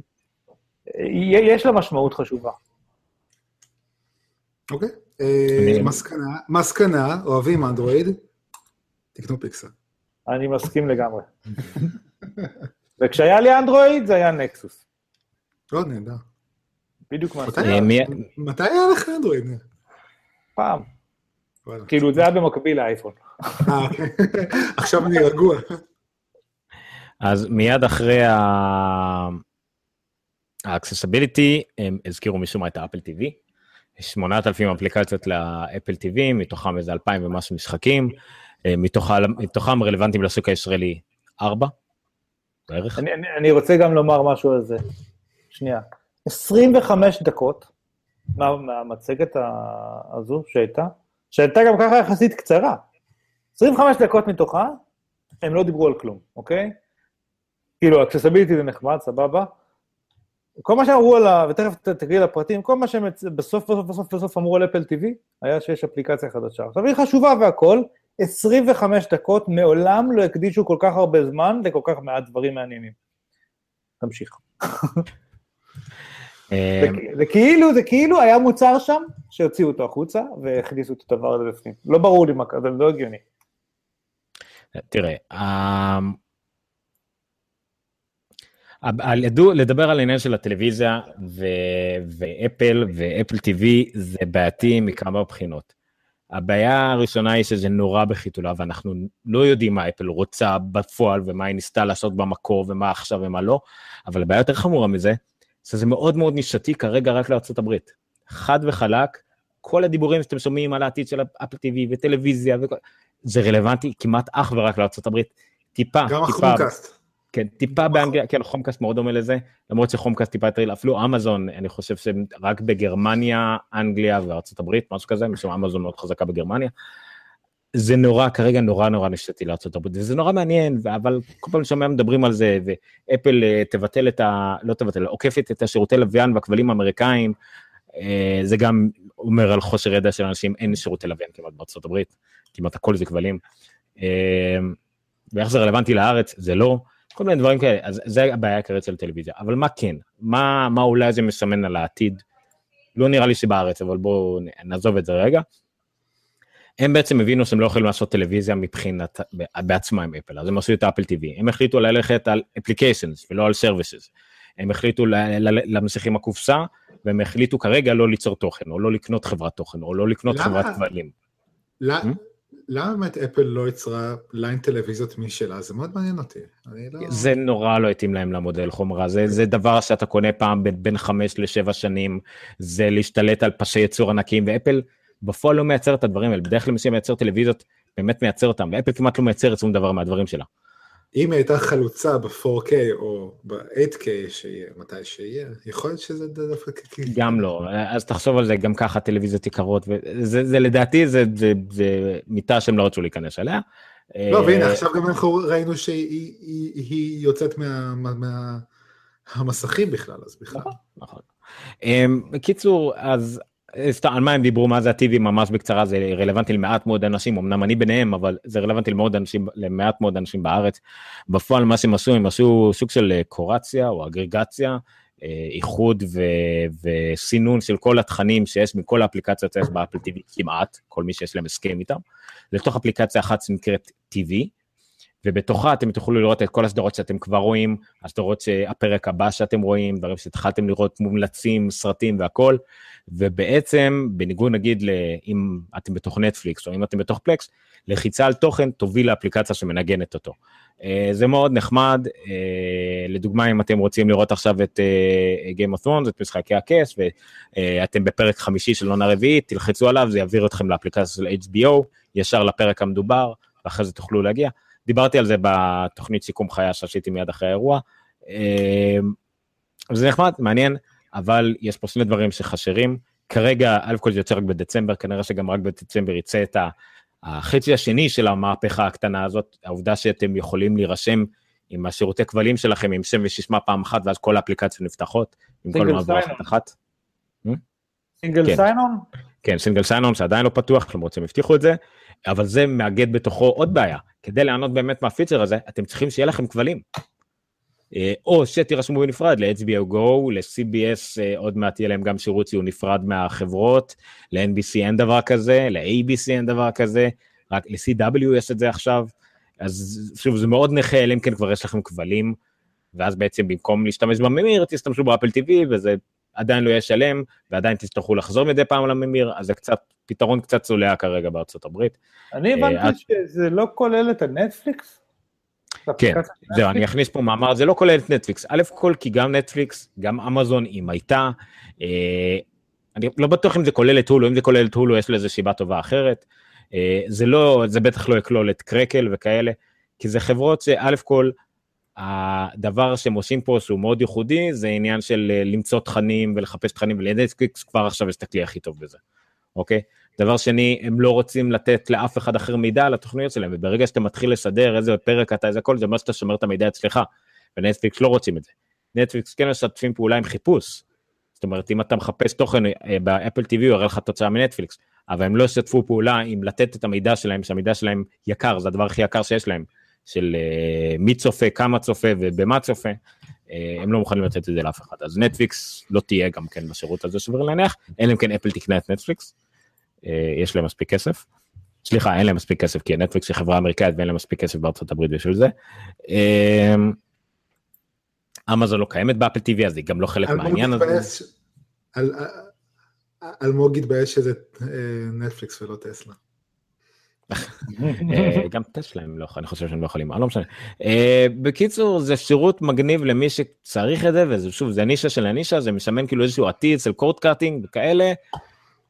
יש לה משמעות חשובה. אוקיי, מסקנה, אוהבים אנדרואיד, תקנו פיקסל. אני מסכים לגמרי. וכשהיה לי אנדרואיד, זה היה נקסוס. לא, נהדר. בדיוק מה. מתי היה לך אנדרואיד? פעם. כאילו זה היה במקביל לאייפון. עכשיו אני רגוע. אז מיד אחרי ה-accessibility, הם הזכירו משום מה את האפל TV, יש 8,000 אפליקציות לאפל TV, מתוכם איזה 2,000 ומשהו משחקים, מתוכם רלוונטיים לשוק הישראלי 4, בערך. אני רוצה גם לומר משהו על זה, שנייה, 25 דקות מהמצגת הזו שהייתה גם ככה יחסית קצרה, 25 דקות מתוכה, הם לא דיברו על כלום, אוקיי? כאילו, accessibility זה נחמד, סבבה, כל מה שאמרו עליו, ותכף תגיעי לפרטים, כל מה שהם בסוף אמרו על אפל TV, היה שיש אפליקציה חדשה. עכשיו היא חשובה והכל, 25 דקות מעולם לא הקדישו כל כך הרבה זמן, לכל כך מעט דברים מעניינים. תמשיך. זה כאילו היה מוצר שם, שהוציאו אותו החוצה, והכניסו את הדבר הזה בפנים. לא ברור לי מה, זה לא הגיוני. תראה, לדבר על העניין של הטלוויזיה ואפל TV זה בעייתי מכמה בחינות. הבעיה הראשונה היא שזה נורא בחיתולה, ואנחנו לא יודעים מה אפל רוצה בפועל, ומה היא ניסתה לעשות במקור, ומה עכשיו ומה לא, אבל הבעיה יותר חמורה מזה, שזה מאוד מאוד נישתי כרגע רק לארצות הברית. חד וחלק, כל הדיבורים שאתם שומעים על העתיד של אפל TV וטלוויזיה, זה רלוונטי כמעט אך ורק לארצות הברית. טיפה. גם החומקאסט. כן, טיפה באנגליה, כן, חומקאסט מאוד דומה לזה, למרות שחומקאסט טיפה יותר, אפילו אמזון, אני חושב שרק בגרמניה, אנגליה וארצות הברית, משהו כזה, משום אמזון מאוד חזקה בגרמניה, זה נורא, כרגע נורא נשתתי לארצות הברית, וזה נורא מעניין, אבל כל פעם שומע מדברים על זה, ואפל תבטל לא תבטל, עוקפת את השירותי לוויין והכבלים האמריקאים, זה גם אומר על חוסר ידע של אנשים, אין שירותי לוויין כמעט בארצות הברית, כמעט הכל זה כבלים, ואיך זה רלוונטי לארץ, זה לא, כל מיני דברים כאלה, אז זה הבעיה העיקרית של טלוויזיה, אבל מה כן, מה אולי זה מסמן על העתיד, לא נראה לי שבארץ, אבל בואו נעזוב את זה רגע, הם בעצם הבינו שהם לא יכולים לעשות טלוויזיה מבחינת, בעצמם אפל, אז הם עשו את אפל TV, הם החליטו ללכת על applications ולא על services, הם החליטו למשיכים הקופסה, והם החליטו כרגע לא ליצור תוכן, או לא לקנות חברת תוכן, או לא לקנות חברת כבלים. למה באמת אפל לא יצרה ליין טלוויזיות משלה? זה מאוד מעניין אותי. זה נורא לא התאים להם למודל חומרה, זה דבר שאתה קונה פעם בין 5 ל7 שנים, זה להשתלט על פשי ייצור ענקיים, ואפל בפועל לא מייצר את הדברים האלה, בדרך כלל מי שמייצר טלוויזיות, באמת מייצר אותם, ואפל כמעט לא מייצר שום דבר מהדברים שלה. אם היא הייתה חלוצה ב-4K או ב-8K שיהיה, מתי שיהיה, יכול להיות שזה דווקא... גם לא, אז תחשוב על זה, גם ככה טלוויזיות יקרות, וזה לדעתי, זה מיטה שהם לא רצו להיכנס עליה. לא, והנה, עכשיו גם אנחנו ראינו שהיא יוצאת מהמסכים בכלל, אז בכלל. נכון. בקיצור, אז... על מה הם דיברו, מה זה הטבעי ממש בקצרה, זה רלוונטי למעט מאוד אנשים, אמנם אני ביניהם, אבל זה רלוונטי למעט מאוד אנשים בארץ, בפועל מה שהם עשו, הם עשו סוג של קורציה או אגרגציה, איחוד וסינון של כל התכנים שיש מכל האפליקציות שיש באפל TV, כמעט, כל מי שיש להם הסכם איתם, לתוך אפליקציה אחת שנקראת TV, ובתוכה אתם תוכלו לראות את כל הסדרות שאתם כבר רואים, הסדרות שהפרק הבא שאתם רואים, דברים שהתחלתם לראות מומלצים, סרטים והכל, ובעצם בניגוד נגיד אם אתם בתוך נטפליקס או אם אתם בתוך פלקס, לחיצה על תוכן תוביל לאפליקציה שמנגנת אותו. זה מאוד נחמד, לדוגמה אם אתם רוצים לראות עכשיו את Game of Thrones, את משחקי הכס, ואתם בפרק 5 של עונה רביעית, תלחצו עליו, זה יעביר אתכם לאפליקציה של HBO, ישר לפרק המדובר, ואחרי זה תוכלו להגיע. דיברתי על זה בתוכנית שיקום חיה שעשיתי מיד אחרי האירוע, זה נחמד, מעניין, אבל יש פה שני דברים שחשרים, כרגע אלף כל זה יוצא רק בדצמבר, כנראה שגם רק בדצמבר יצא את החצי השני של המהפכה הקטנה הזאת, העובדה שאתם יכולים להירשם עם השירותי כבלים שלכם, עם שם ושישמה פעם אחת, ואז כל האפליקציות נפתחות, עם כל מעבר אחת. סינגל סיינון? כן, סינגל סיינון שעדיין לא פתוח, למרות שהם הבטיחו את זה, אבל זה מאגד בתוכו עוד בעיה, כדי לענות באמת מהפיצ'ר הזה, אתם צריכים שיהיה לכם כבלים, או שתירשמו בנפרד ל-HBO Go, ל-CBS, עוד מעט יהיה להם גם שירות שהוא נפרד מהחברות, ל-NBC אין דבר כזה, ל-ABC אין דבר כזה, רק ל-CW יש את זה עכשיו, אז שוב זה מאוד נחה, אלא אם כן כבר יש לכם כבלים, ואז בעצם במקום להשתמש בממיר, תשתמשו באפל TV, וזה עדיין לא יהיה שלם, ועדיין תצטרכו לחזור מדי פעם לממיר, אז זה קצת, פתרון קצת צולע כרגע בארצות הברית. אני הבנתי שזה לא כולל את הנטפליקס? כן, זהו, אני אכניס פה מאמר, זה לא כולל את נטפליקס, א' כל כי גם נטפליקס, גם אמזון, אם הייתה, אני לא בטוח אם זה כולל את הולו, אם זה כולל את הולו, יש לזה שיבה טובה אחרת, זה בטח לא יכלול את קרקל וכאלה, כי זה חברות שא' כל, הדבר שהם עושים פה שהוא מאוד ייחודי, זה עניין של למצוא תכנים ולחפש תכנים, ולנטפליקס כבר עכשיו יש את הכלי הכי טוב בזה, אוקיי? דבר שני, הם לא רוצים לתת לאף אחד אחר מידע על התוכניות שלהם, וברגע שאתה מתחיל לסדר איזה פרק אתה, איזה הכל, זה אומר שאתה שומר את המידע אצלך, ונטפליקס לא רוצים את זה. נטפליקס כן משתפים פעולה עם חיפוש, זאת אומרת, אם אתה מחפש תוכן באפל TV, הוא יראה לך תוצאה מנטפליקס, אבל הם לא ישתפו פעולה עם לתת את המידע שלהם, שהמידע שלהם יקר, זה הדבר הכי יקר שיש להם, של מי צופה, כמה צופה ובמה צופה, הם לא מוכנים לתת את זה לאף אחד. אז נטפליקס לא תהיה גם כן בשירות הזה שבר להניח, אלא אם כן אפל תקנה את נטפליקס, יש להם מספיק כסף, סליחה, אין להם מספיק כסף, כי נטפליקס היא חברה אמריקאית ואין להם מספיק כסף בארצות הברית בשביל זה. אמזון לא קיימת באפל TV, אז היא גם לא חלק מהעניין הזה. אלמוג התבייש שזה נטפליקס ולא טסלה. גם טסלה הם לא, אני חושב שהם לא יכולים, לא משנה. בקיצור, זה שירות מגניב למי שצריך את זה, ושוב, זה הנישה של הנישה, זה משמן כאילו איזשהו עתיד של קורט קאטינג וכאלה,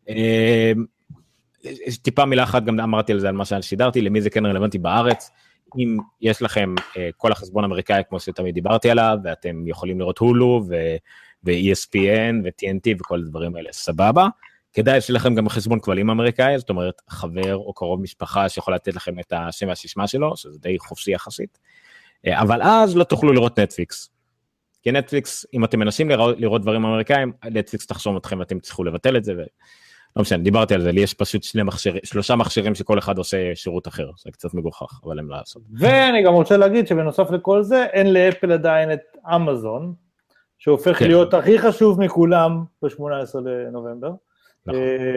טיפה מילה אחת, גם אמרתי על זה, על מה ששידרתי, למי זה כן רלוונטי בארץ, אם יש לכם כל החשבון האמריקאי, כמו שתמיד דיברתי עליו, ואתם יכולים לראות הולו, ו-ESPN, ו-TNT, וכל הדברים האלה, סבבה. כדאי שלכם גם חשבון כבלים אמריקאי, זאת אומרת, חבר או קרוב משפחה שיכול לתת לכם את השם והסיסמה שלו, שזה די חופשי יחסית. אבל אז לא תוכלו לראות נטפליקס. כי נטפליקס, אם אתם מנסים לראות דברים אמריקאים, נטפליקס תחסום אתכם ואתם צריכו לבטל את זה, לא משנה, דיברתי על זה, לי יש פשוט 3 מכשירים שכל אחד עושה שירות אחר, זה קצת מגוחך, אבל הם לא לעשות. ואני גם רוצה להגיד שבנוסף לכל זה, אין לאפל עדיין את אמזון, שהופך להיות הכי חשוב מכולם ב-18 לנובמבר. נכון.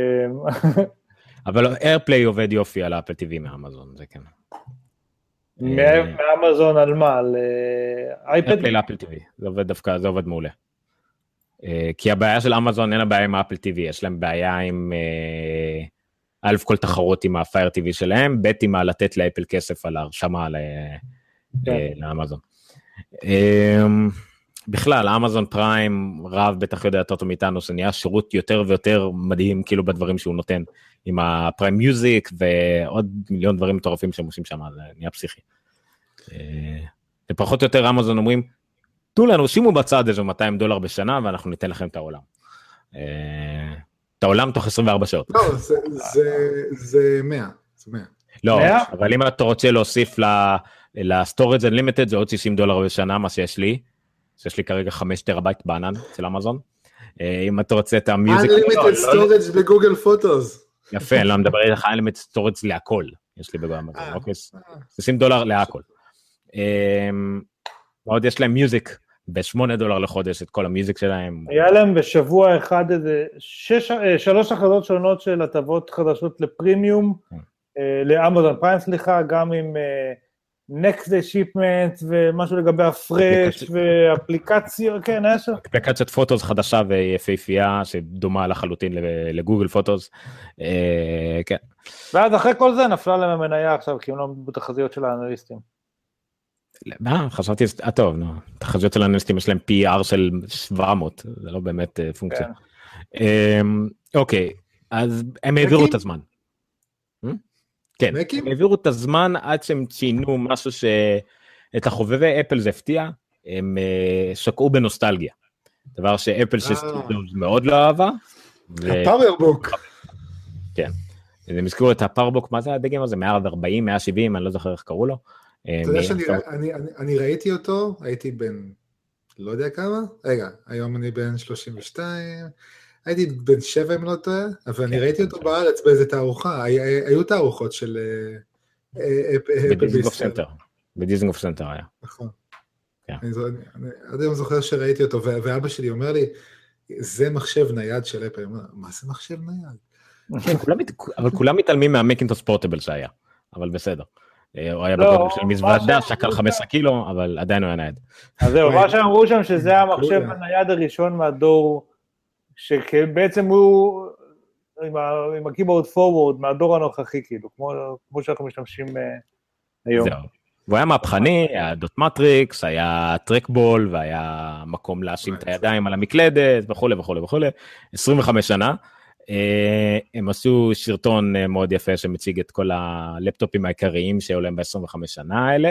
אבל איירפליי עובד יופי על אפל TV מאמזון, זה כן. מאמזון על מה? על אייפד? איירפליי לאפל TV, זה עובד דווקא, זה עובד מעולה. כי הבעיה של אמזון אין לה בעיה עם אפל TV, יש להם בעיה עם אלף כל תחרות עם הפייר TV שלהם, ב' עם לתת לאפל כסף על הרשמה לאמזון. בכלל, אמזון פריים, רב בטח יודע יותר טוב מאיתנו, זה נהיה שירות יותר ויותר מדהים, כאילו בדברים שהוא נותן, עם הפריים מיוזיק, ועוד מיליון דברים מטורפים שהם עושים שם, זה נהיה פסיכי. ופחות או יותר אמזון אומרים, תנו לנו, שימו בצד איזה $200 בשנה, ואנחנו ניתן לכם את העולם. את העולם תוך 24 שעות. לא, זה 100, זה 100. לא, אבל אם אתה רוצה להוסיף ל-Storage Unlimited, זה עוד $60 בשנה, מה שיש לי. שיש לי כרגע 5 טראבייט בענן אצל אמזון. אם אתה רוצה את המיוזיק... Unlimited Storage בגוגל פוטוס. יפה, אני לא מדבר איתך Unlimited Storage להכל. יש לי בגלל אמזון, אוקיי? $60 להכל. ועוד יש להם מיוזיק $8 לחודש, את כל המיוזיק שלהם. היה להם בשבוע אחד איזה 3 הכרזות שונות של הטבות חדשות לפרימיום, לאמזון פריים, סליחה, גם עם next day shipment ומשהו לגבי הפרש ואפליקציות, כן, היה שם. אפליקציית פוטוס חדשה ויפהפייה, שדומה לחלוטין לגוגל פוטוס, כן. ואז אחרי כל זה נפלה להם המניה עכשיו, כי הם לא עמדו בתחזיות של האנליסטים. חשבתי, טוב, תחזיות של האנליסטים יש להם PR של 700, זה לא באמת פונקציה. אוקיי, אז הם העבירו את הזמן. כן, הם העבירו את הזמן עד שהם ציינו משהו שאת החובבי אפל זה הפתיע, הם שקעו בנוסטלגיה. דבר שאפל מאוד לא אהבה. הפאוורבוק. כן, הם הזכירו את הפאוורבוק, מה זה הדגם הזה? 140, 170, אני לא זוכר איך קראו לו. אתה יודע שאני ראיתי אותו, הייתי בן, לא יודע כמה, רגע, היום אני בן 32, הייתי בן 7 אם לא טועה, אבל אני ראיתי אותו בארץ באיזה תערוכה, היו תערוכות של בדיזנגוף סנטר היה. נכון. אני עד היום זוכר שראיתי אותו, ואבא שלי אומר לי, זה מחשב נייד של אפל, מה זה מחשב נייד? אבל כולם מתעלמים מהמקינטוש פורטבל שהיה, אבל בסדר. הוא היה בגודל של מזוודה, שקל 15 קילו, אבל עדיין הוא היה נייד. אז זהו, מה שאמרו שם, שזה המחשב הנייד הראשון מהדור, שבעצם הוא, עם הקיבורד פורוורד, מהדור הנוכחי, כאילו, כמו שאנחנו משתמשים היום. זהו. והוא היה מהפכני, היה דוט מטריקס, היה טרקבול, והיה מקום להשים את הידיים על המקלדת, וכו' וכו' וכו'. 25 שנה. הם עשו שרטון מאוד יפה שמציג את כל הלפטופים העיקריים שעולים ב-25 שנה האלה,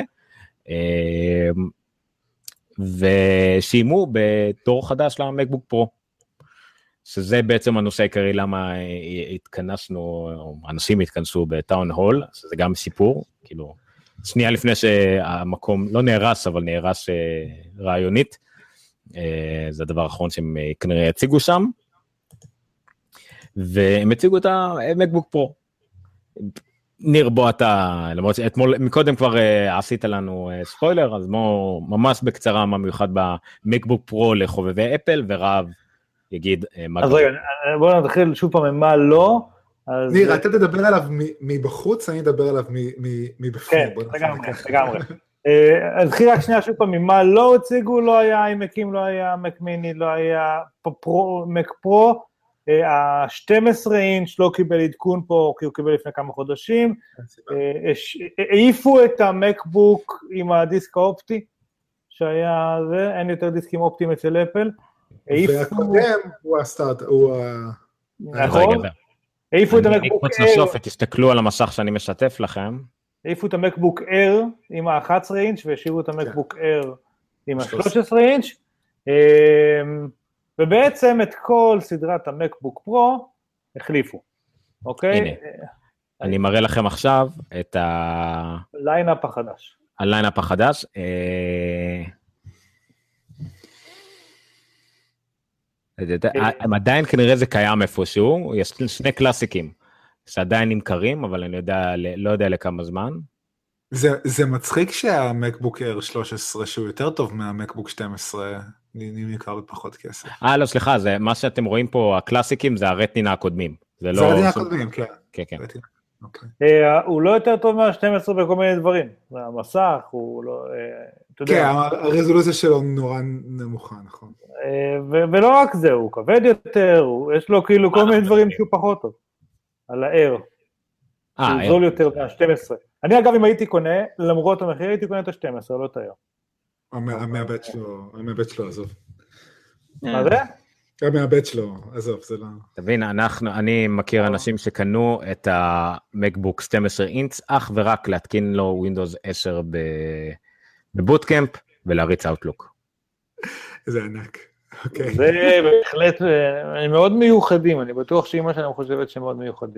ושיימו בתור חדש למקבוק פרו, שזה בעצם הנושא העיקרי למה התכנסנו, אנשים התכנסו בטאון הול, שזה גם סיפור, כאילו, שנייה לפני שהמקום לא נהרס, אבל נהרס רעיונית, זה הדבר האחרון שהם כנראה יציגו שם, והם הציגו את המקבוק פרו. ניר, בוא אתה, למרות שאתמול, מקודם כבר עשית לנו ספוילר, אז בוא ממש בקצרה מה מיוחד במקבוק פרו לחובבי אפל, ורב יגיד מה... אז רגע, בוא נתחיל שוב פעם מה לא. ניר, אתה תדבר עליו מבחוץ, אני אדבר עליו מבפנים. כן, לגמרי. אז נתחיל רק שנייה שוב פעם ממה לא הציגו, לא היה אימקים, לא היה מק מיני, לא היה מק פרו, ה-12 אינץ' לא קיבל עדכון פה, כי הוא קיבל לפני כמה חודשים, העיפו את המקבוק עם הדיסק האופטי, שהיה זה, אין יותר דיסקים אופטיים אצל אפל, והקודם הוא הסטארט, הוא נכון, העיפו את המקבוק אייר. תסתכלו על המסך שאני משתף לכם, העיפו את המקבוק אייר עם ה-11 אינץ' והשאירו את המקבוק אייר עם ה-13 אינץ', ובעצם את כל סדרת המקבוק פרו החליפו, אוקיי? הנה, אני מראה לכם עכשיו את הליינאפ החדש. הליינאפ החדש. הם עדיין כנראה זה קיים איפשהו, יש שני קלאסיקים שעדיין נמכרים, אבל אני לא יודע לכמה זמן. זה מצחיק שהמקבוק אייר 13 שהוא יותר טוב מהמקבוק 12 נמכר בפחות כסף. לא, סליחה, זה מה שאתם רואים פה, הקלאסיקים זה הרטינה הקודמים. זה הרטינה הקודמים, כן. כן. הוא לא יותר טוב מה-12 בכל מיני דברים. המסך הוא לא... כן, הרזולוציה שלו נורא נמוכה, נכון. ולא רק זה, הוא כבד יותר, יש לו כאילו כל מיני דברים שהוא פחות טוב. על האר. הוא זול יותר מה-12. אני אגב, אם הייתי קונה, למרות המחיר, הייתי קונה את ה-12, לא את האר. המעבד שלו, עזוב. מה זה? המעבד שלו, עזוב, זה לא... תבין, אני מכיר אנשים שקנו את המקבוק 12 אינץ, אך ורק להתקין לו ווינדוס 10 בבוטקאמפ, ולהריץ אאוטלוק. זה ענק, אוקיי. זה בהחלט, הם מאוד מיוחדים, אני בטוח שאמא שלנו חושבת שהם מאוד מיוחדים.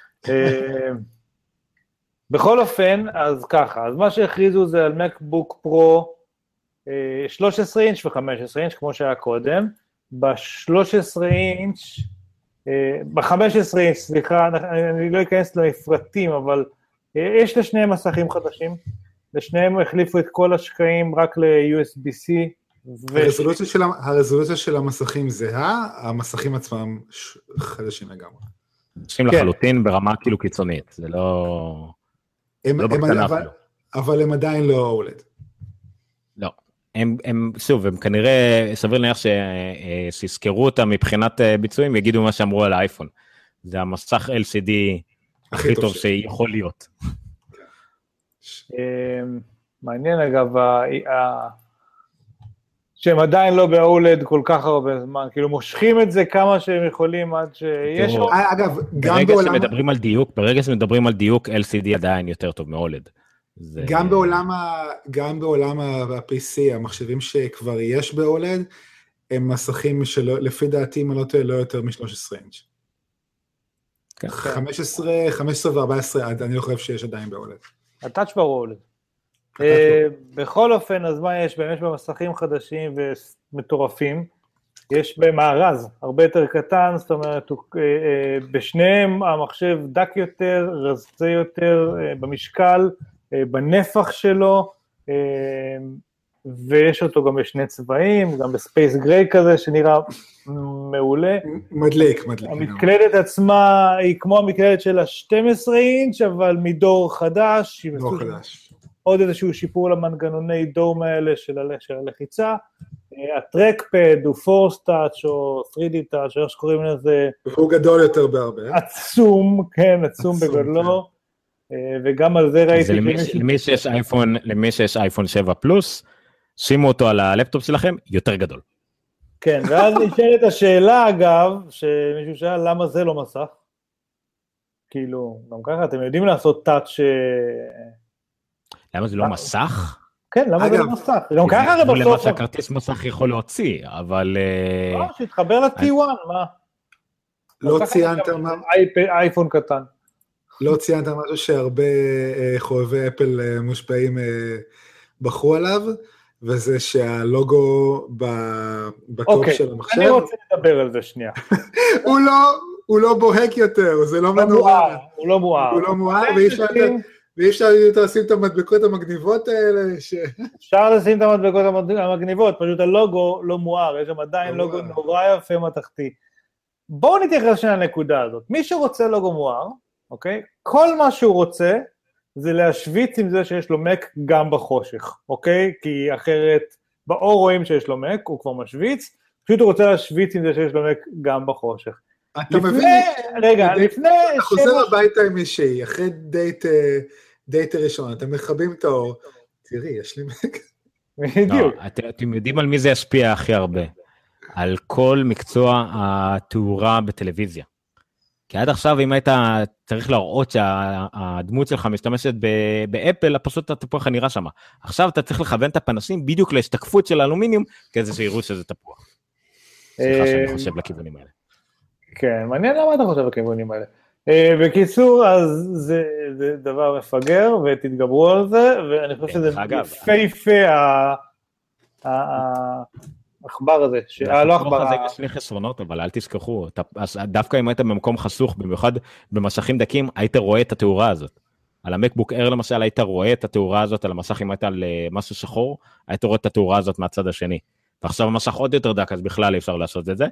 בכל אופן, אז ככה, אז מה שהכריזו זה על מקבוק פרו 13 אינץ' ו-15 אינץ', כמו שהיה קודם, ב-13 אינץ', ב-15 אינץ', סליחה, אני לא אכנס למפרטים, אבל יש לשניהם מסכים חדשים, לשניהם החליפו את כל השקעים רק ל-USB-C. הרזולוציה של המסכים זהה, המסכים עצמם חדשים לגמרי. חדשים לחלוטין ברמה כאילו קיצונית, זה לא... אבל הם עדיין לא OLED. לא. שוב, הם כנראה, סביר להניח שיזכרו אותם מבחינת ביצועים, יגידו מה שאמרו על האייפון. זה המסך LCD הכי טוב שיכול להיות. מעניין אגב, שהם עדיין לא ב-OLED כל כך הרבה זמן, כאילו מושכים את זה כמה שהם יכולים עד שיש... אגב, ברגע שמדברים על דיוק, LCD עדיין יותר טוב מ-OLED. גם בעולם ה-PC, המחשבים שכבר יש ב-OLED, הם מסכים שלפי דעתי, אם לא טועה, לא יותר מ-13 אינץ'. 15 ו-14, אני לא חושב שיש עדיין ב-OLED. הטאץ' בר OLED. בכל אופן, אז מה יש? יש במסכים חדשים ומטורפים, יש במארז, הרבה יותר קטן, זאת אומרת, בשניהם המחשב דק יותר, רזה יותר, במשקל, בנפח שלו, ויש אותו גם בשני צבעים, גם בספייס גריי כזה, שנראה מעולה. מדליק. המקלדת עצמה היא כמו המקלדת של ה-12 אינץ', אבל מדור חדש. דור חדש. עוד איזשהו שיפור למנגנוני דום האלה של הלחיצה. הטרקפד הוא פורס טאץ' או 3D טאץ', איך שקוראים לזה. הוא גדול יותר בהרבה. עצום, כן, עצום בגודלו. וגם על זה ראיתי... למי שיש אייפון 7 פלוס, שימו אותו על הלפטופ שלכם, יותר גדול. כן, ואז נשאלת השאלה אגב, שמישהו שאל למה זה לא מסך? כאילו, גם ככה, אתם יודעים לעשות טאץ' למה זה לא מסך? כן, למה זה לא מסך? גם ככה הרי בסוף... למה שהכרטיס מסך יכול להוציא, אבל... לא, שהתחבר ל-T1, מה? לא ציינת אייפון קטן. לא ציינת משהו שהרבה חובבי אפל מושפעים בחרו עליו, וזה שהלוגו בטופ של המחשב... אני רוצה לדבר על זה שנייה. הוא לא בוהק יותר, זה לא מנורא. הוא לא מואר. הוא לא מואר, ואי אפשר לשים את המדבקות המגניבות האלה. אפשר לשים את המדבקות המגניבות, פשוט הלוגו לא מואר, יש שם עדיין לוגו נורא יפה מתחתי. בואו נתייחס שנייה לנקודה הזאת. מי שרוצה לוגו מואר, אוקיי? כל מה שהוא רוצה, זה להשוויץ עם זה שיש לו מק גם בחושך, אוקיי? כי אחרת, באור רואים שיש לו מק, הוא כבר משוויץ, פשוט הוא רוצה להשוויץ עם זה שיש לו מק גם בחושך. אתה מבין? רגע, לפני... אתה חוזר הביתה עם מישהי, אחרי דייט ראשון, אתם מכבים את האור, תראי, יש לי מק. בדיוק. אתם יודעים על מי זה ישפיע הכי הרבה? על כל מקצוע התאורה בטלוויזיה. כי עד עכשיו אם היית צריך להראות שהדמות שלך משתמשת באפל, פשוט התפוח הנראה שם. עכשיו אתה צריך לכוון את הפנסים בדיוק להשתקפות של אלומיניום, כזה שיראו שזה תפוח. סליחה שאני חושב לכיוונים האלה. כן, מעניין למה אתה חושב לכיוונים האלה. בקיצור, אז זה דבר מפגר, ותתגברו על זה, ואני חושב שזה יפה העכבר הזה, לא עכבר. זה שני חסרונות, אבל אל תשכחו, דווקא אם היית במקום חסוך, במיוחד במסכים דקים, היית רואה את התאורה הזאת. על המקבוק אייר למשל, היית רואה את התאורה הזאת, על המסך אם היית על משהו שחור, היית רואה את התאורה הזאת מהצד השני. ועכשיו המסך עוד יותר דק, אז בכלל אפשר לעשות את זה.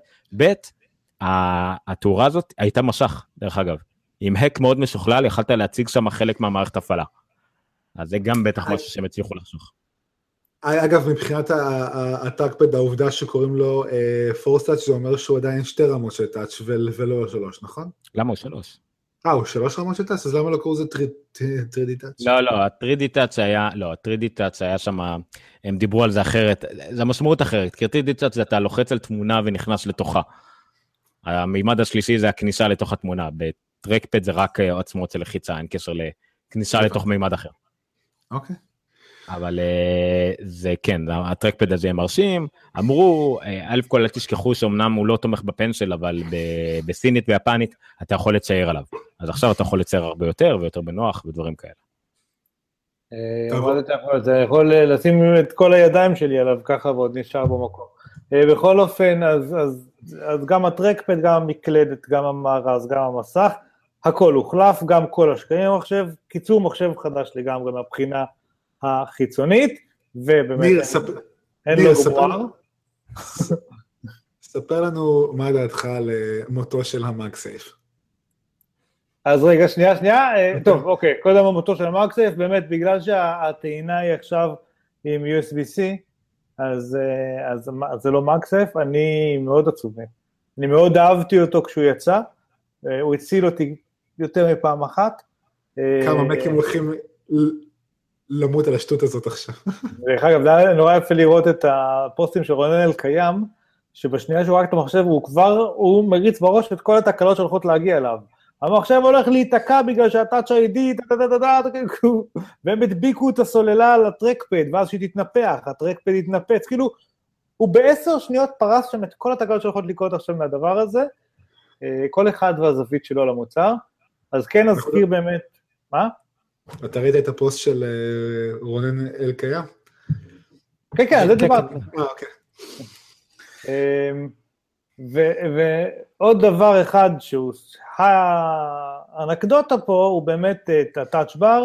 התאורה הזאת הייתה משך, דרך אגב. עם הק מאוד משוכלל, יכלת להציג שם חלק מהמערכת הפעלה. אז זה גם בטח משהו שהם הצליחו לחסוך. אגב, מבחינת הטאקפד, העובדה שקוראים לו פורס טאץ', זה אומר שהוא עדיין 2 רמות של טאץ' ולא 3, נכון? למה הוא 3? הוא 3 רמות של טאץ', אז למה לא קוראים לזה 3D טאץ'? לא, ה-3D טאץ' היה שם, הם דיברו על זה אחרת, זה משמעות אחרת, כי 3D טאץ' זה אתה לוחץ על תמונה ונכנס לתוכה. המימד השלישי זה הכניסה לתוך התמונה, בטרקפד זה רק עצמות של לחיצה, אין קשר לכניסה לתוך מימד אחר. אוקיי. אבל זה כן, הטרקפד הזה הם מרשים, אמרו, א' כל אל תשכחו שאומנם הוא לא תומך בפנסל, אבל בסינית ויפנית אתה יכול לצייר עליו, אז עכשיו אתה יכול לצייר הרבה יותר ויותר בנוח ודברים כאלה. אתה יכול לשים את כל הידיים שלי עליו ככה ועוד נשאר במקום. בכל אופן, אז גם הטרקפד, גם המקלדת, גם המארז, גם המסך, הכל הוחלף, גם כל השקעים במחשב, קיצור מחשב חדש לגמרי מהבחינה החיצונית, ובאמת אין לו גמר. ספר לנו מה דעתך על מותו של המאגסייף. אז רגע, שנייה, טוב, אוקיי, קודם המותו של המאגסייף, באמת בגלל שהטעינה היא עכשיו עם USB-C, אז זה לא מאגסייף, אני מאוד עצובי. אני מאוד אהבתי אותו כשהוא יצא, הוא הציל אותי יותר מפעם אחת. כמה מקים הולכים למות על השטות הזאת עכשיו. דרך אגב, זה היה נורא יפה לראות את הפוסטים של רונן אלקיים, שבשנייה שהוא רק את המחשב, הוא מריץ בראש את כל התקלות שהולכות להגיע אליו. המחשב הולך להיתקע בגלל שהטאץ' איי-די, והם הדביקו את הסוללה על הטרקפד, ואז שהיא תתנפח, הטרקפד יתנפץ, כאילו, הוא ב10 שניות פרס שם את כל התקלות שהולכות לקרות עכשיו מהדבר הזה, כל אחד והזווית שלו למוצר, אז כן נזכיר באמת, מה? אתה ראית את הפוסט של רונן אלקיים? כן, זה דבר. אוקיי. ועוד דבר אחד שהוא, האנקדוטה פה הוא באמת את הטאץ' בר,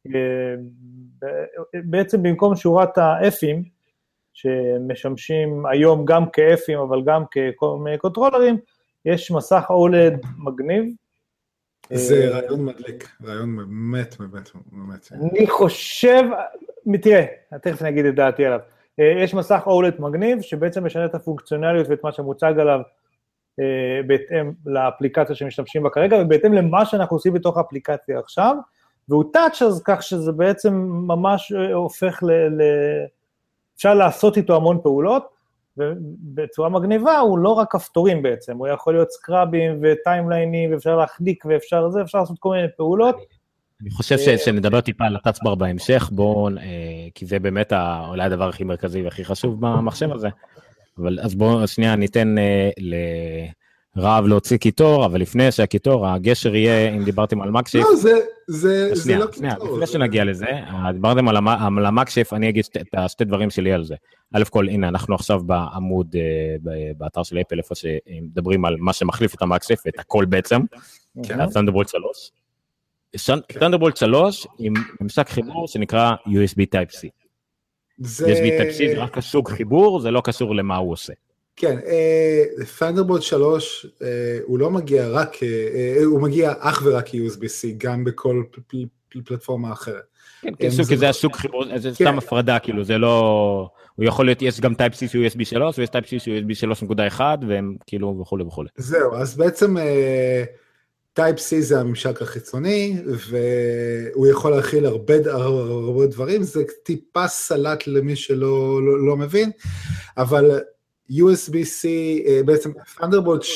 בעצם במקום שורת ה-F'ים, שמשמשים היום גם כ-F'ים, אבל גם כקונטרולרים, יש מסך OLED מגניב. זה רעיון מדליק, רעיון באמת. אני חושב, תראה, תכף אני אגיד את דעתי עליו, יש מסך OLED מגניב, שבעצם משנה את הפונקציונליות ואת מה שמוצג עליו, בהתאם לאפליקציה שמשתמשים בה כרגע, ובהתאם למה שאנחנו עושים בתוך האפליקציה עכשיו, והוא טאץ' אז כך שזה בעצם ממש הופך אפשר לעשות איתו המון פעולות, ובצורה מגניבה הוא לא רק כפתורים בעצם, הוא יכול להיות סקראבים וטיימליינים, ואפשר להחליק ואפשר לעשות כל מיני פעולות. אני חושב שנדבר טיפה על הטאצ'בר בהמשך, כי זה באמת אולי הדבר הכי מרכזי והכי חשוב במחשב הזה, אז בואו שנייה ניתן לרב להוציא קיטור, אבל לפני שהקיטור, הגשר יהיה, אם דיברתם על מקשיף, לא, זה לא קיטור. לפני שנגיע לזה, דיברתם על המקשיף, אני אגיד את השתי דברים שלי על זה. א' כל, הנה, אנחנו עכשיו בעמוד, באתר של אפל, איפה שמדברים על מה שמחליף את המקשיף, את הכל בעצם, Thunderbolt 3. Thunderbolt 3 עם ממשק חיבור שנקרא USB Type-C. USB Type-C זה רק הסוג חיבור, זה לא קשור למה הוא עושה. כן, Thunderbolt 3 הוא לא מגיע רק, הוא מגיע אך ורק USB-C, גם בכל פלטפורמה אחרת. כן, כי זה הסוג חיבור, זה סתם הפרדה, כאילו, זה לא, הוא יכול להיות, יש גם Type-C שהוא USB 3, ויש Type-C שהוא USB 3.1, והם כאילו וכו' וכו'. זהו, אז בעצם Type-C זה הממשק החיצוני, והוא יכול להכיל הרבה דברים, זה טיפה סלט למי שלא מבין, אבל USB-C, בעצם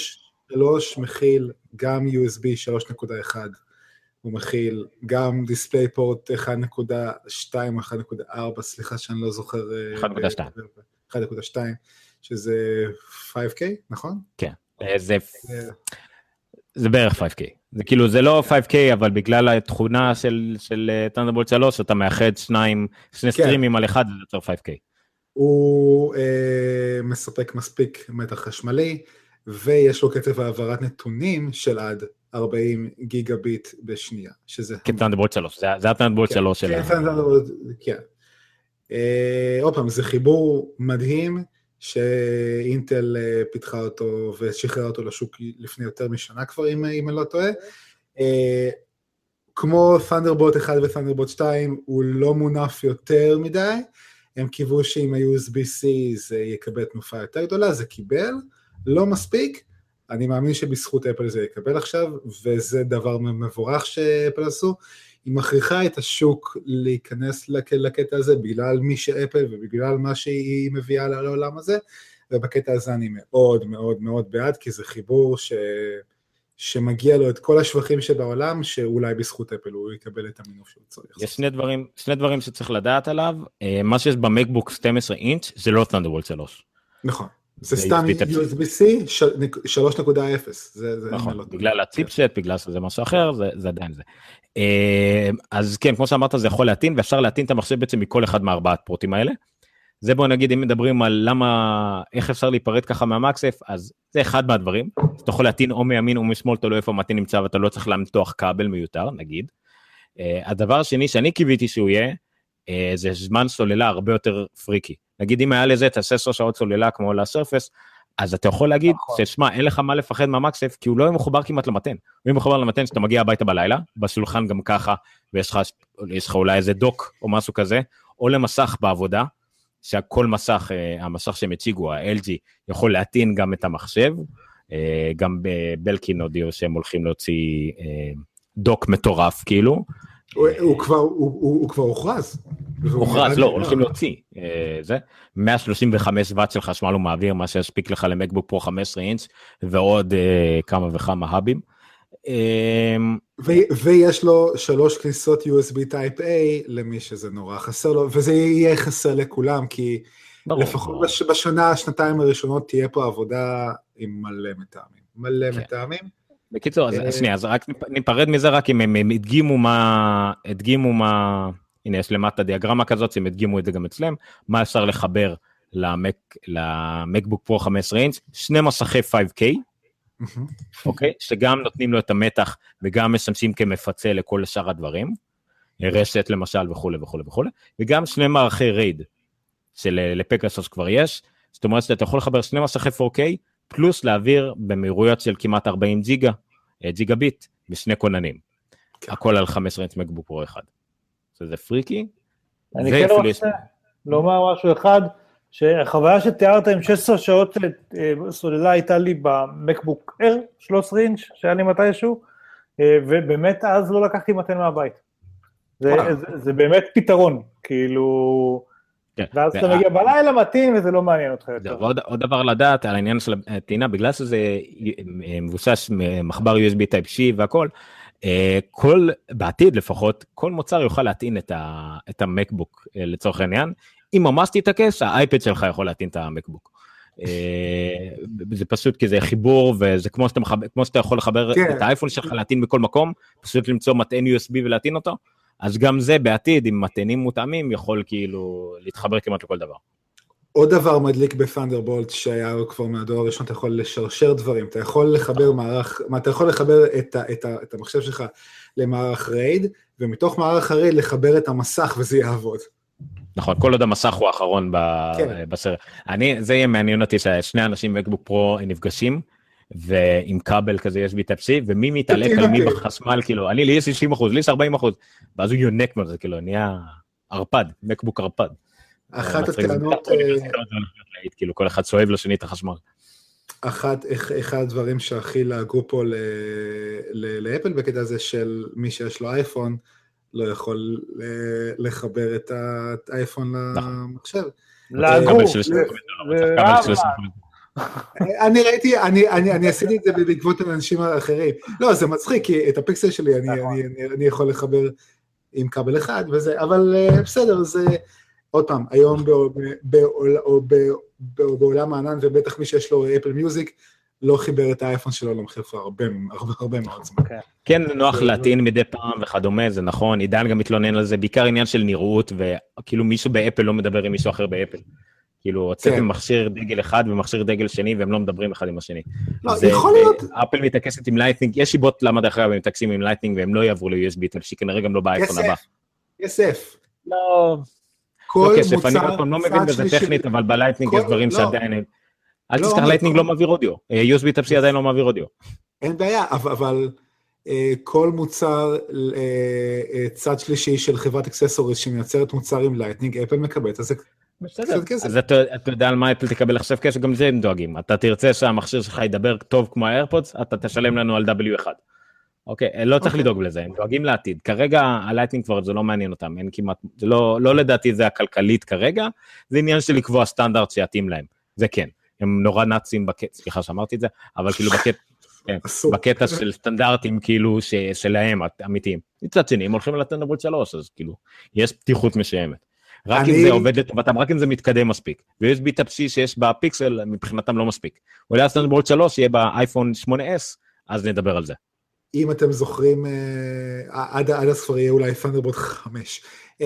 3 מכיל גם USB 3.1, הוא מכיל גם DisplayPort 1.2 או 1.4, סליחה שאני לא זוכר. 1.2, שזה 5K, נכון? כן, זה בערך 5K. זה כאילו, זה לא 5K, אבל בגלל התכונה של Thunderbolt 3, אתה מאחד שני סטרימים על אחד, זה יוצר 5K. הוא מספק מספיק מתח חשמלי, ויש לו קצב העברת נתונים של עד 40 גיגה ביט בשנייה, שזה... כ-Thunderbolt 3, זה ה-Thunderbolt 3 שלה. כן. עוד פעם, זה חיבור מדהים, שאינטל פיתחה אותו ושחררה אותו לשוק לפני יותר משנה כבר, אם אני לא טועה. כמו Thunderbolt 1 ו-Thunderbolt 2, הוא לא מונף יותר מדי, הם קיוו שעם ה-USB-C זה יקבל תנופה יותר גדולה, זה קיבל, לא מספיק, אני מאמין שבזכות אפל זה יקבל עכשיו, וזה דבר מבורך שאפל עשו, היא מכריחה את השוק להיכנס לקטע הזה, בגלל מי שאפל ובגלל מה שהיא מביאה לעולם הזה, ובקטע הזה אני מאוד מאוד מאוד בעד, כי זה חיבור שמגיע לו את כל השבחים שבעולם, שאולי בזכות אפל הוא יקבל את המינוף שהוא צריך. יש שני דברים שצריך לדעת עליו, מה שיש במקבוק 12 אינץ' זה לא Thunderbolt 3. נכון. זה סתם USB-C 3.0. נכון, בגלל הציפסט, בגלל שזה משהו אחר, זה עדיין זה. אז כן, כמו שאמרת, זה יכול להטעין, ואפשר להטעין את המחשב בעצם מכל אחד מארבעת פרוטים האלה. זה בוא נגיד, אם מדברים על איך אפשר להיפרד ככה מהמקסף, אז זה אחד מהדברים. אתה יכול להטעין או מימין או משמאל, אתה לא איפה המטעין נמצא, ואתה לא צריך למתוח כבל מיותר, נגיד. הדבר השני שאני קיוויתי שהוא יהיה, זה זמן סוללה הרבה יותר פריקי. נגיד, אם היה לזה, תעשה 10 שעות סוללה כמו לסרפס, אז אתה יכול להגיד, ששמע, אין לך מה לפחד מהמקסף, כי הוא לא מחובר כמעט למתן. הוא יהיה מחובר למתן שאתה מגיע הביתה בלילה, בשולחן גם ככה, ויש לך אולי איזה דוק או משהו כזה, או למסך בעבודה, שהכל מסך, המסך שהם הציגו, ה-LG, יכול להטעין גם את המחשב, גם בבלקין הודיעו שהם הולכים להוציא דוק מטורף, כאילו. הוא כבר הוכרז. הוכרז, לא, הולכים להוציא. זה 135 וואט של חשמל הוא מעביר, מה שיספיק לך למקבוק פרו 15 אינץ', ועוד כמה וכמה האבים. ויש לו 3 כניסות USB Type A, למי שזה נורא חסר לו, וזה יהיה חסר לכולם, כי לפחות בשנה, שנתיים הראשונות, תהיה פה עבודה עם מלא מטעמים. בקיצור, אז שנייה, אז רק ניפרד מזה, רק אם הם הדגימו מה, הנה יש למטה דיאגרמה כזאת, הם הדגימו את זה גם אצלם, מה אפשר לחבר למקבוק פרו 15 אינץ', 2 מסכי 5K, אוקיי, שגם נותנים לו את המתח, וגם משמשים כמפצה לכל שאר הדברים, רשת למשל וכו' וכו' וכו', וגם 2 מערכי רייד, שלפגסוס כבר יש, זאת אומרת שאתה יכול לחבר 2 מסכי 4K, פלוס להעביר במהירויות של כמעט 40 ג'יגה ביט, בשני כוננים, הכל על 15 אינץ' מקבוק פרו אחד. זה פריקי. אני כן רוצה לומר משהו אחד, שהחוויה שתיארת עם 16 שעות סוללה הייתה לי במקבוק אר, 13 אינץ' שהיה לי מתישהו, ובאמת אז לא לקחתי מתן מהבית. זה באמת פתרון, כאילו, ואז אתה מגיע בלילה מתאים וזה לא מעניין אותך יותר. עוד דבר לדעת על העניין של הטעינה, בגלל שזה מבוסס מחבר USB Type-C והכל, בעתיד לפחות, כל מוצר יוכל להטעין את המקבוק לצורך העניין, אם ממש תתעקש, האייפד שלך יכול להטעין את המקבוק. זה פשוט כי זה חיבור, וזה כמו שאתה יכול לחבר את האייפון שלך להטעין בכל מקום, פשוט למצוא מטען USB ולהטעין אותו, אז גם זה בעתיד, עם מטענים מותאמים, יכול כאילו להתחבר כמעט לכל דבר. עוד דבר מדליק בפנדרבולט, שהיה כבר מהדור הראשון, אתה יכול לשרשר דברים, אתה יכול לחבר אתה יכול לחבר את המחשב שלך למערך רייד, ומתוך מערך הרייד לחבר את המסך וזה יעבוד. נכון, כל עוד המסך הוא האחרון בסרט. זה יהיה מעניין אותי ששני אנשים מקבוק פרו נפגשים, ועם כבל כזה יש בי-טייפ-C, ומי מתעלק על מי בחשמל, כאילו, לי יש 60%, לי יש 40%, ואז הוא יונק מזה, כאילו, נהיה ערפד, מקבוק ערפד. אחת הטענות... כאילו, כל אחד סואב לשני את החשמל. אחד הדברים שהכי להגו פה לאפל בקטע הזה של מי שיש לו אייפון, לא יכול לחבר את האייפון למחשב. להגו. אני ראיתי, אני עשיתי את זה בעקבות אנשים אחרים. לא, זה מצחיק, כי את הפיקסל שלי אני יכול לחבר עם כבל אחד וזה, אבל בסדר, זה עוד פעם, היום בעולם הענן, ובטח מי שיש לו אפל מיוזיק, לא חיבר את האייפון שלו למחיר כבר הרבה מאוד זמן. כן, זה נוח להטעין מדי פעם וכדומה, זה נכון, עידן גם מתלונן על זה, בעיקר עניין של נראות, וכאילו מישהו באפל לא מדבר עם מישהו אחר באפל. כאילו, הוצאתם מכשיר דגל אחד ומכשיר דגל שני, והם לא מדברים אחד עם השני. לא, יכול להיות... אפל מתעקסת עם לייטנינג, יש שיבות למה דרך אגב הם מתעקסים עם לייטנינג, והם לא יעברו ל-USB, שכנראה גם לא באייפון הבא. כסף. לא כסף, אני לא מבין בזה טכנית, אבל בלייטנינג יש דברים שעדיין... אל תזכר, לייטנינג לא מעביר אודיו. USB טייפ-C עדיין לא מעביר אודיו. אין בעיה, אבל כל מוצר צד שלישי של חברת אקססוריז שמייצרת מוצר עם לייטנינג, אפל מקבלת, אז זה בסדר. אז אתה יודע על מה אפל תקבל עכשיו כסף, גם זה הם דואגים. אתה תרצה שהמכשיר שלך ידבר טוב כמו האיירפודס, אתה תשלם לנו על W1. אוקיי, לא צריך לדאוג לזה, הם דואגים לעתיד. כרגע הלייטנינג כבר זה לא מעניין אותם, אין כמעט, זה לא לדעתי זה הכלכלית כרגע, זה עניין של לקבוע סטנדרט שיתאים להם, זה כן. הם נורא נאצים, סליחה שאמרתי את זה, אבל כאילו בקטע של סטנדרטים כאילו שלהם אמיתיים. מצד שני, הם הולכים על Thunderbolt 3, אז כאילו, יש פתיחות משיימת. רק אם זה עובד לטובתם, רק אם זה מתקדם מספיק. ו-USB Type-C שיש בפיקסל, מבחינתם לא מספיק. אולי Thunderbolt 3 יהיה באייפון 8S, אז נדבר על זה. אם אתם זוכרים, עד הספר יהיה אולי Thunderbolt 5.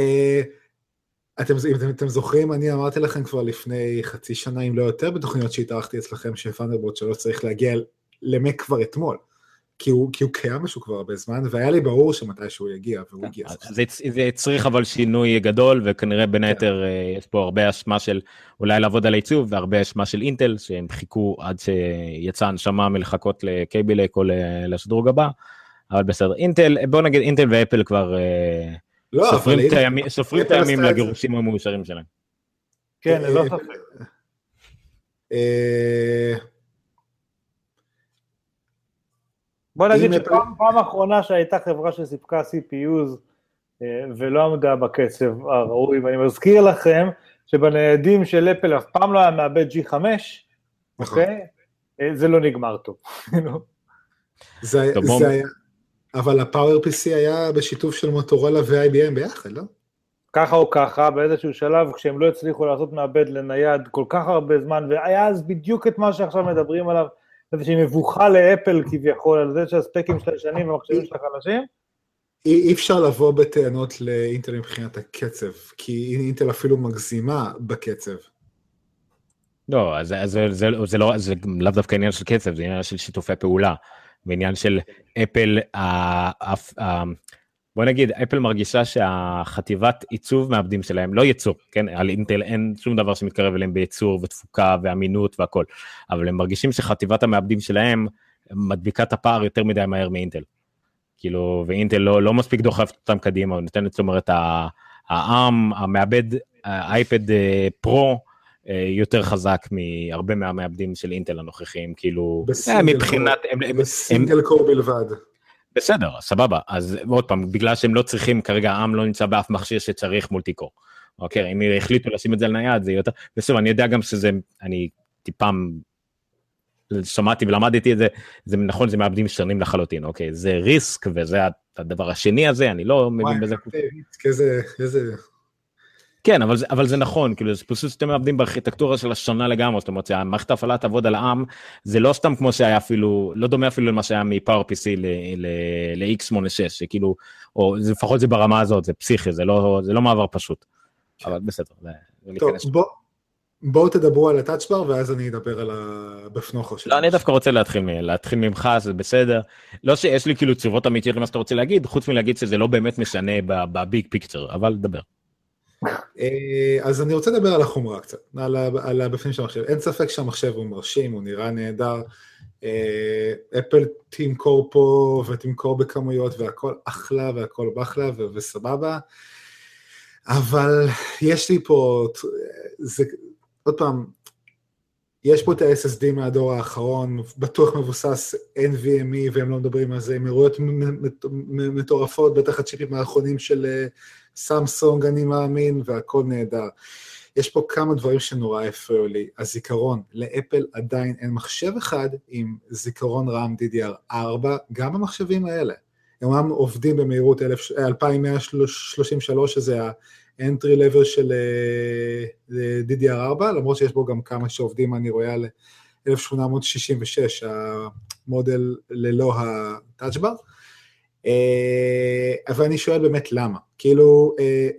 אם אתם זוכרים, אני אמרתי לכם כבר לפני חצי שנה, אם לא יותר, בתוכניות שהתארחתי אצלכם, שפאנדרבולט 3 צריך להגיע למק כבר אתמול, כי הוא קיים משהו כבר הרבה זמן, והיה לי ברור שמתי שהוא יגיע, והוא הגיע. זה צריך אבל שינוי גדול, וכנראה בין היתר יש פה הרבה אשמה של אולי לעבוד על העיצוב, והרבה אשמה של אינטל, שהם חיכו עד שיצא הנשמה מלחכות לקייבילק או לשדרוג הבא, אבל בסדר, בוא נגיד אינטל ואפל כבר... סופרים את הימים לגירושים המאושרים שלהם. כן, לא ספק. בוא נגיד שפעם האחרונה שהייתה חברה שסיפקה CPUs ולא עמדה בקצב הראוי, ואני מזכיר לכם שבניידים של אפל אף פעם לא היה מאבד G5, אוקיי? זה לא נגמר טוב. זה היה... אבל הפאוור PC היה בשיתוף של מוטורולה ו-IBM ביחד, לא? ככה או ככה, באיזשהו שלב, כשהם לא הצליחו לעשות מעבד לנייד כל כך הרבה זמן, והיה אז בדיוק את מה שעכשיו מדברים עליו, איזושהי מבוכה לאפל כביכול, על זה שהספקים שלה שנים והמחשבים שלה חלשים. אי אפשר לבוא בטענות לאינטל מבחינת הקצב, כי אינטל אפילו מגזימה בקצב. לא, זה לאו דווקא עניין של קצב, זה עניין של שיתופי פעולה. בעניין של אפל, בוא נגיד, אפל מרגישה שהחטיבת עיצוב מעבדים שלהם, לא ייצור, כן, על אינטל אין שום דבר שמתקרב אליהם בייצור ותפוקה ואמינות והכל, אבל הם מרגישים שחטיבת המעבדים שלהם מדביקה את הפער יותר מדי מהר מאינטל, כאילו, ואינטל לא מספיק דוחפת אותם קדימה, הוא נותן, זאת אומרת, המעבד, האייפד פרו, יותר חזק מהרבה מהמעבדים של אינטל הנוכחים, כאילו, מבחינת... בסינגל קור בלבד. בסדר, סבבה, אז עוד פעם, בגלל שהם לא צריכים, כרגע העם לא נמצא באף מכשיר שצריך מולטי קור. אוקיי, אם החליטו לשים את זה על נייד, זה יותר... בסדר, אני יודע גם שזה, אני טיפה שמעתי ולמדתי את זה, זה נכון, זה מעבדים שונים לחלוטין, אוקיי, זה ריסק, וזה הדבר השני הזה, אני לא מבין בזה. איזה... כן, אבל זה נכון, כאילו, זה פשוט שאתם מעבדים בארכיטקטורה של השונה לגמרי, זאת אומרת, המערכת ההפעלה תעבוד על העם, זה לא סתם כמו שהיה אפילו, לא דומה אפילו למה שהיה מפאוור PC ל-X86, שכאילו, או לפחות זה ברמה הזאת, זה פסיכי, זה לא מעבר פשוט. אבל בסדר, טוב, בואו תדברו על הטאצ'בר, ואז אני אדבר על הבפנוכו שלנו. לא, אני דווקא רוצה להתחיל ממך, זה בסדר. לא שיש לי כאילו תשובות אמיתיות למה שאתה רוצה להגיד, חוץ מלהגיד שזה לא באמת משנה בביג פיקצ'ר, אבל דבר. אז אני רוצה לדבר על החומרה קצת, על הבפנים של המחשב. אין ספק שהמחשב הוא מרשים, הוא נראה נהדר. אפל תמכור פה ותמכור בכמויות, והכל אחלה והכל בחלה וסבבה. אבל יש לי פה, עוד פעם, יש פה את ה-SSD מהדור האחרון, בטוח מבוסס NVMe, והם לא מדברים על זה, מהירויות מטורפות, בטח הצ'יפים האחרונים של סמסונג, אני מאמין, והכל נהדר. יש פה כמה דברים שנורא הפריעו לי. הזיכרון, לאפל עדיין אין מחשב אחד עם זיכרון רם DDR4, גם במחשבים האלה. הם עובדים במהירות 2133, שזה ה-entry level של DDR4, למרות שיש בו גם כמה שעובדים, אני רואה על 1866, המודל ללא ה-touch bar. אבל אני שואל באמת למה. כאילו,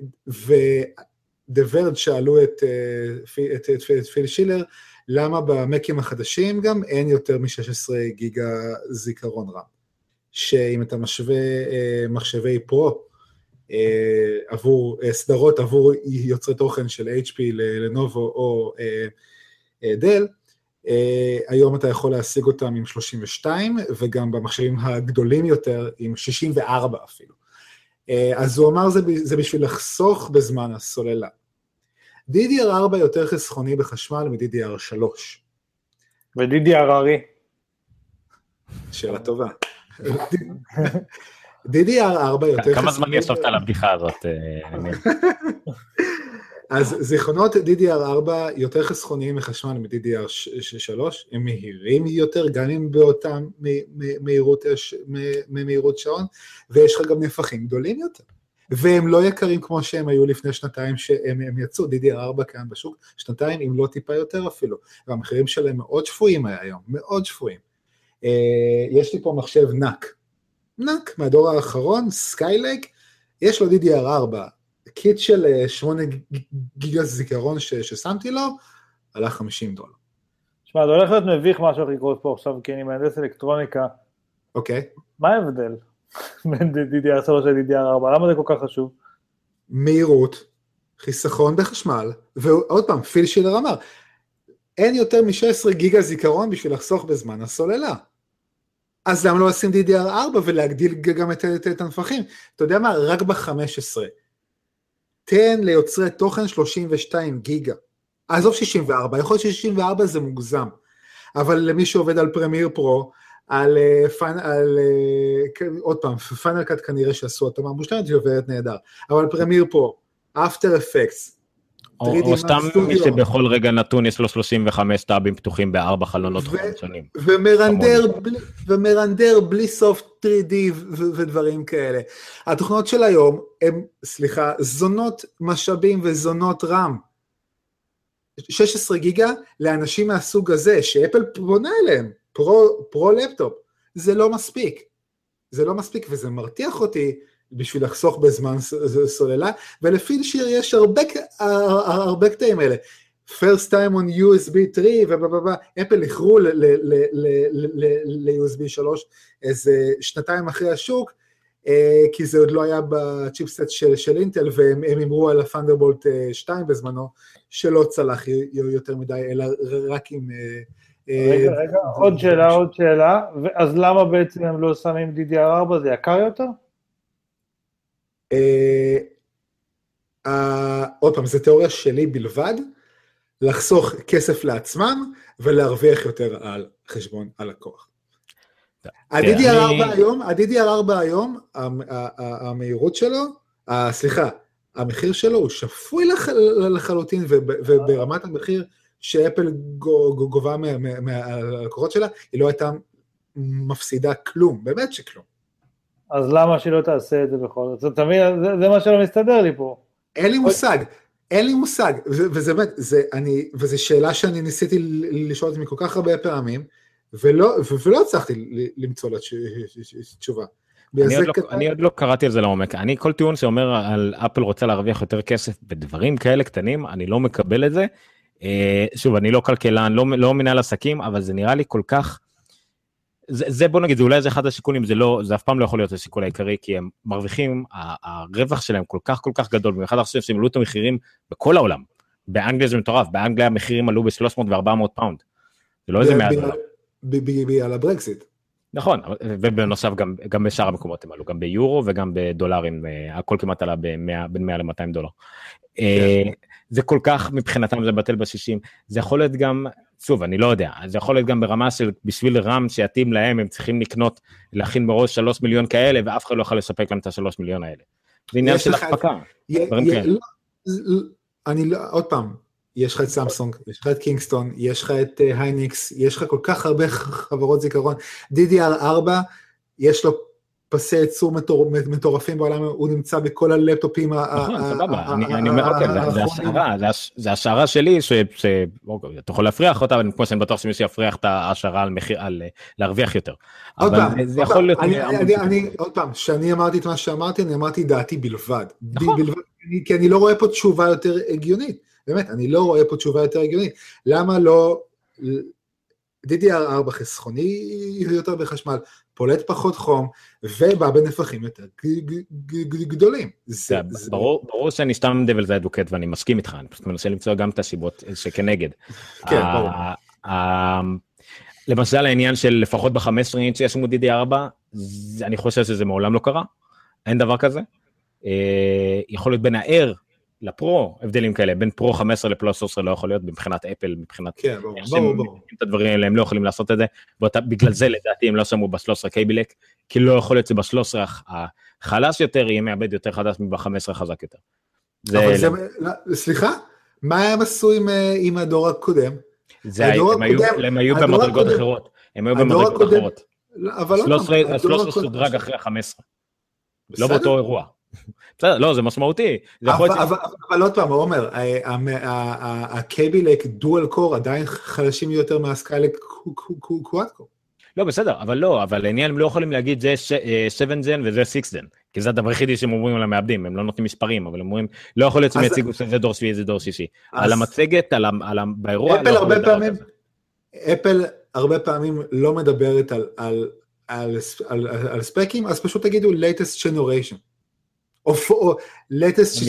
The Verge שאלו את פיל שילר, למה במקים החדשים גם אין יותר מ-16 גיגה זיכרון רם. שאם אתה משווה מחשבי פרו, עבור סדרות, עבור יוצרי תוכן של HP לנובו או דל, היום אתה יכול להשיג אותם עם 32, וגם במחשבים הגדולים יותר עם 64 אפילו. אז הוא אמר זה בשביל לחסוך בזמן הסוללה. DDR4 יותר חסכוני בחשמל מ-DDR3. ו-DDR4? שאלה טובה. DDR4 יותר חסכוני... כמה זמן ישבת על הבדיחה הזאת? אז זיכרונות DDR4 יותר חסכוניים מחשמל מ-DDR3, הם מהירים יותר, גם אם באותם מהירות שעון, ויש לך גם נפחים גדולים יותר. והם לא יקרים כמו שהם היו לפני שנתיים שהם יצאו, DDR4 כאן בשוק, שנתיים אם לא טיפה יותר אפילו, והמחירים שלהם מאוד שפויים היום, מאוד שפויים. יש לי פה מחשב נק מהדור האחרון, סקיילייק, יש לו DDR4, קיט של 8 גיגה זיכרון ששמתי לו, עלה $50. שמע, זה הולך להיות מביך מה שהולך לקרות פה עכשיו, כי אני מהנדס אלקטרוניקה. אוקיי. מה ההבדל בין DDR3 ל-DDR4? למה זה כל כך חשוב? מהירות, חיסכון בחשמל, ועוד פעם, פיל שילר אמר, אין יותר מ-16 גיגה זיכרון בשביל לחסוך בזמן הסוללה. אז למה לא עושים DDR4 ולהגדיל גם את הנפחים? אתה יודע מה? רק ב-15. תן ליוצרי תוכן 32 גיגה. עזוב 64, יכול להיות ש-64 זה מוגזם. אבל למי שעובד על פרמיר פרו, עוד פעם, פיינל קאט כנראה שעשו אותם מושלמת, היא עובדת נהדר. אבל פרמיר פרו, אפטר אפקטס, או סתם מי שבכל רגע נתון יש לו 35 טאבים פתוחים ב4 חלונות שונים. ומרנדר בלי סופט 3D ודברים כאלה. התוכנות של היום הם, זונות משאבים וזונות רם. 16 גיגה לאנשים מהסוג הזה, שאפל פונה אליהם, פרו לפטופ, זה לא מספיק. זה לא מספיק וזה מרתיח אותי, בשביל לחסוך בזמן סוללה, ולפיל שיר יש הרבה קטעים האלה. First time on USB 3, אפל איחרו ל-USB 3, איזה שנתיים אחרי השוק, כי זה עוד לא היה בצ'יפסט של אינטל, והם אמרו על הפנדרבולט 2 בזמנו, שלא צלח יותר מדי, אלא רק עם... רגע, עוד שאלה, אז למה בעצם הם לא שמים DDR4, זה יקר יותר? עוד פעם, זו תיאוריה שלי בלבד, לחסוך כסף לעצמם, ולהרוויח יותר על חשבון הלקוח. ה-DDR4 היום, המהירות שלו, המחיר שלו הוא שפוי לחלוטין, וברמת המחיר שאפל גובה מהלקוחות שלה, היא לא הייתה מפסידה כלום, באמת שכלום. אז למה שלא תעשה את זה בכל זאת? זה מה שלא מסתדר לי פה. אין לי מושג, וזה באמת, וזו שאלה שאני ניסיתי לשאול את עצמי כל כך הרבה פעמים, ולא הצלחתי למצוא לה תשובה. אני עוד לא קראתי על זה לעומק, כל טיעון שאומר על אפל רוצה להרוויח יותר כסף בדברים כאלה קטנים, אני לא מקבל את זה, שוב, אני לא כלכלן, לא מנהל עסקים, אבל זה נראה לי כל כך, זה בוא נגיד, זה אולי זה אחד השיקולים, זה אף פעם לא יכול להיות השיקול העיקרי, כי הם מרוויחים, הרווח שלהם כל כך גדול, במיוחד עכשיו שהם עלו את המחירים בכל העולם, באנגליה זה מטורף, באנגליה המחירים עלו ב-300 ו-400 פאונד, זה לא איזה מעט עולם. על הברקסיט. נכון, ובנוסף גם בשאר המקומות הם עלו, גם ביורו וגם בדולרים, הכל כמעט עלה בין 100 ל-200 דולר. זה כל כך מבחינתם זה בטל ב-60, זה יכול להיות גם, שוב, אני לא יודע, זה יכול להיות גם ברמה של בשביל רם שיתאים להם, הם צריכים להכין בראש 3 מיליון כאלה, ואף אחד לא יכול לספק להם את ה3 מיליון האלה. זה עניין של הפקה. עוד פעם, יש לך את סמסונג, יש לך את קינגסטון, יש לך את הייניקס, יש לך כל כך הרבה חברות זיכרון, DDR4, יש לו פסי ייצור מטורפים בעולם, הוא נמצא בכל הלפטופים. נכון, סבבה, אני אומר, אוקיי, זה השערה שלי, שאתה יכול להפריח אותה, אבל כמו שאני בטוח שמישהו יפריח את ההשערה על להרוויח יותר. עוד פעם, שאני אמרתי את מה שאמרתי, אני אמרתי דעתי בלבד. כי אני לא רואה פה תשובה יותר הגיונית. באמת, אני לא רואה פה תשובה יותר הגיונית. למה לא... DDR4 חסכוני יותר בחשמל, פולט פחות חום, ובא בנפחים יותר גדולים. ברור שאני סתם דבל זה אדוקט, ואני מסכים איתך, אני פשוט מנסה למצוא גם את הסיבות שכנגד. כן, ברור. למשל העניין של לפחות ב-15 אינץ' יש לנו DDR4, אני חושב שזה מעולם לא קרה, אין דבר כזה. יכול להיות בין הער לפרו, הבדלים כאלה, בין פרו 15 לפלוס 13 לא יכול להיות, מבחינת אפל, מבחינת... כן, ברור. את הדברים האלה, הם לא יכולים לעשות את זה, בגלל זה לדעתי הם לא שמו ב-13 קייבילק, כי לא יכול להיות שב-13 החלש יותר, יהיה מעבד יותר חדש מב-15 חזק יותר. אבל זה, סליחה? מה הם עשו עם הדור הקודם? הם היו במדרגות אחרות. הם היו במדרגות אחרות. אבל לא... 13 סודרג אחרי 15. לא באותו אירוע. בסדר, לא, זה משמעותי. אבל עוד פעם, עומר, הקייבילק דואל קור עדיין חלשים יותר מהסקיילק קוואד קור. לא, בסדר, אבל העניין הם לא יכולים להגיד זה 7 זן וזה 6 זן, כי זה הדבר היחידי שהם אומרים על המעבדים, הם לא נותנים מספרים, אבל הם אומרים, לא יכול להיות שהם יציגו שזה דור שביעי, זה דור שישי. על המצגת, באירוע, אפל הרבה פעמים לא מדברת על ספקים, אז פשוט תגידו latest generation. או latest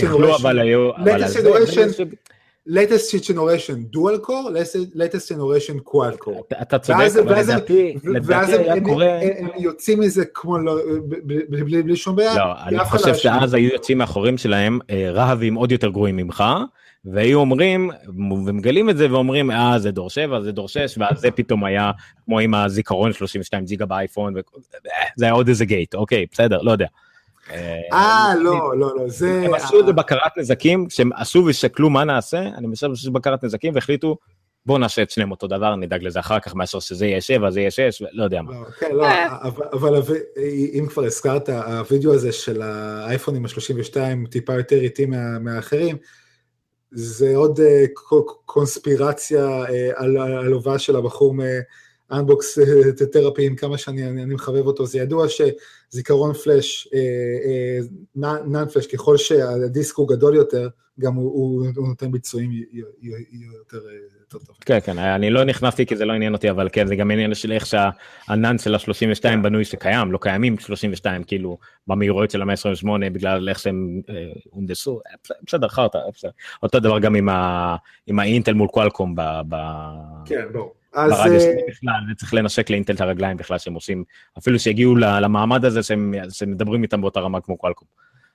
generation dual core, latest generation quad core. אתה צודק, אבל לדעתי היה קורה... הם יוצאים מזה כמו בלי שום בעיה. לא, אני חושב שאז היו יוצאים מאחורים שלהם רהבים עוד יותר גרועים ממך, והיו אומרים, ומגלים את זה ואומרים, זה דור 7, זה דור 6, ואז זה פתאום היה כמו עם הזיכרון 32 ג'יגה באייפון, זה היה עוד איזה גייט, אוקיי, בסדר, לא יודע. לא, זה... הם עשו את זה בקרת נזקים, שהם עשו ושקלו מה נעשה, אני חושב שזה בקרת נזקים, והחליטו, בואו נעשה את שניהם אותו דבר, נדאג לזה אחר כך, מאשר שזה יהיה 7, זה יהיה 6, לא יודע מה. כן, לא, אבל אם כבר הזכרת, הווידאו הזה של האייפונים ה-32, טיפה יותר איטי מהאחרים, זה עוד קונספירציה עלובה של הבחור אנבוקס תרפי, עם כמה שאני מחבב אותו, זה ידוע שזיכרון פלש, נאן פלש, ככל שהדיסק הוא גדול יותר, גם הוא נותן ביצועים יותר טוב. כן, כן, אני לא נכנסתי כי זה לא עניין אותי, אבל כן, זה גם עניין של איך שהנאן של ה-32 בנוי שקיים, לא קיימים 32, כאילו, במהירויות של ה-128, בגלל איך שהם הונדסו, בסדר, חרטה, אותו דבר גם עם האינטל מול קואלקום כן, ברור. ברדיוס בכלל, צריך לנשק לאינטל את הרגליים בכלל שהם עושים, אפילו שהגיעו למעמד הזה שהם מדברים איתם באותה רמה כמו קואלקום.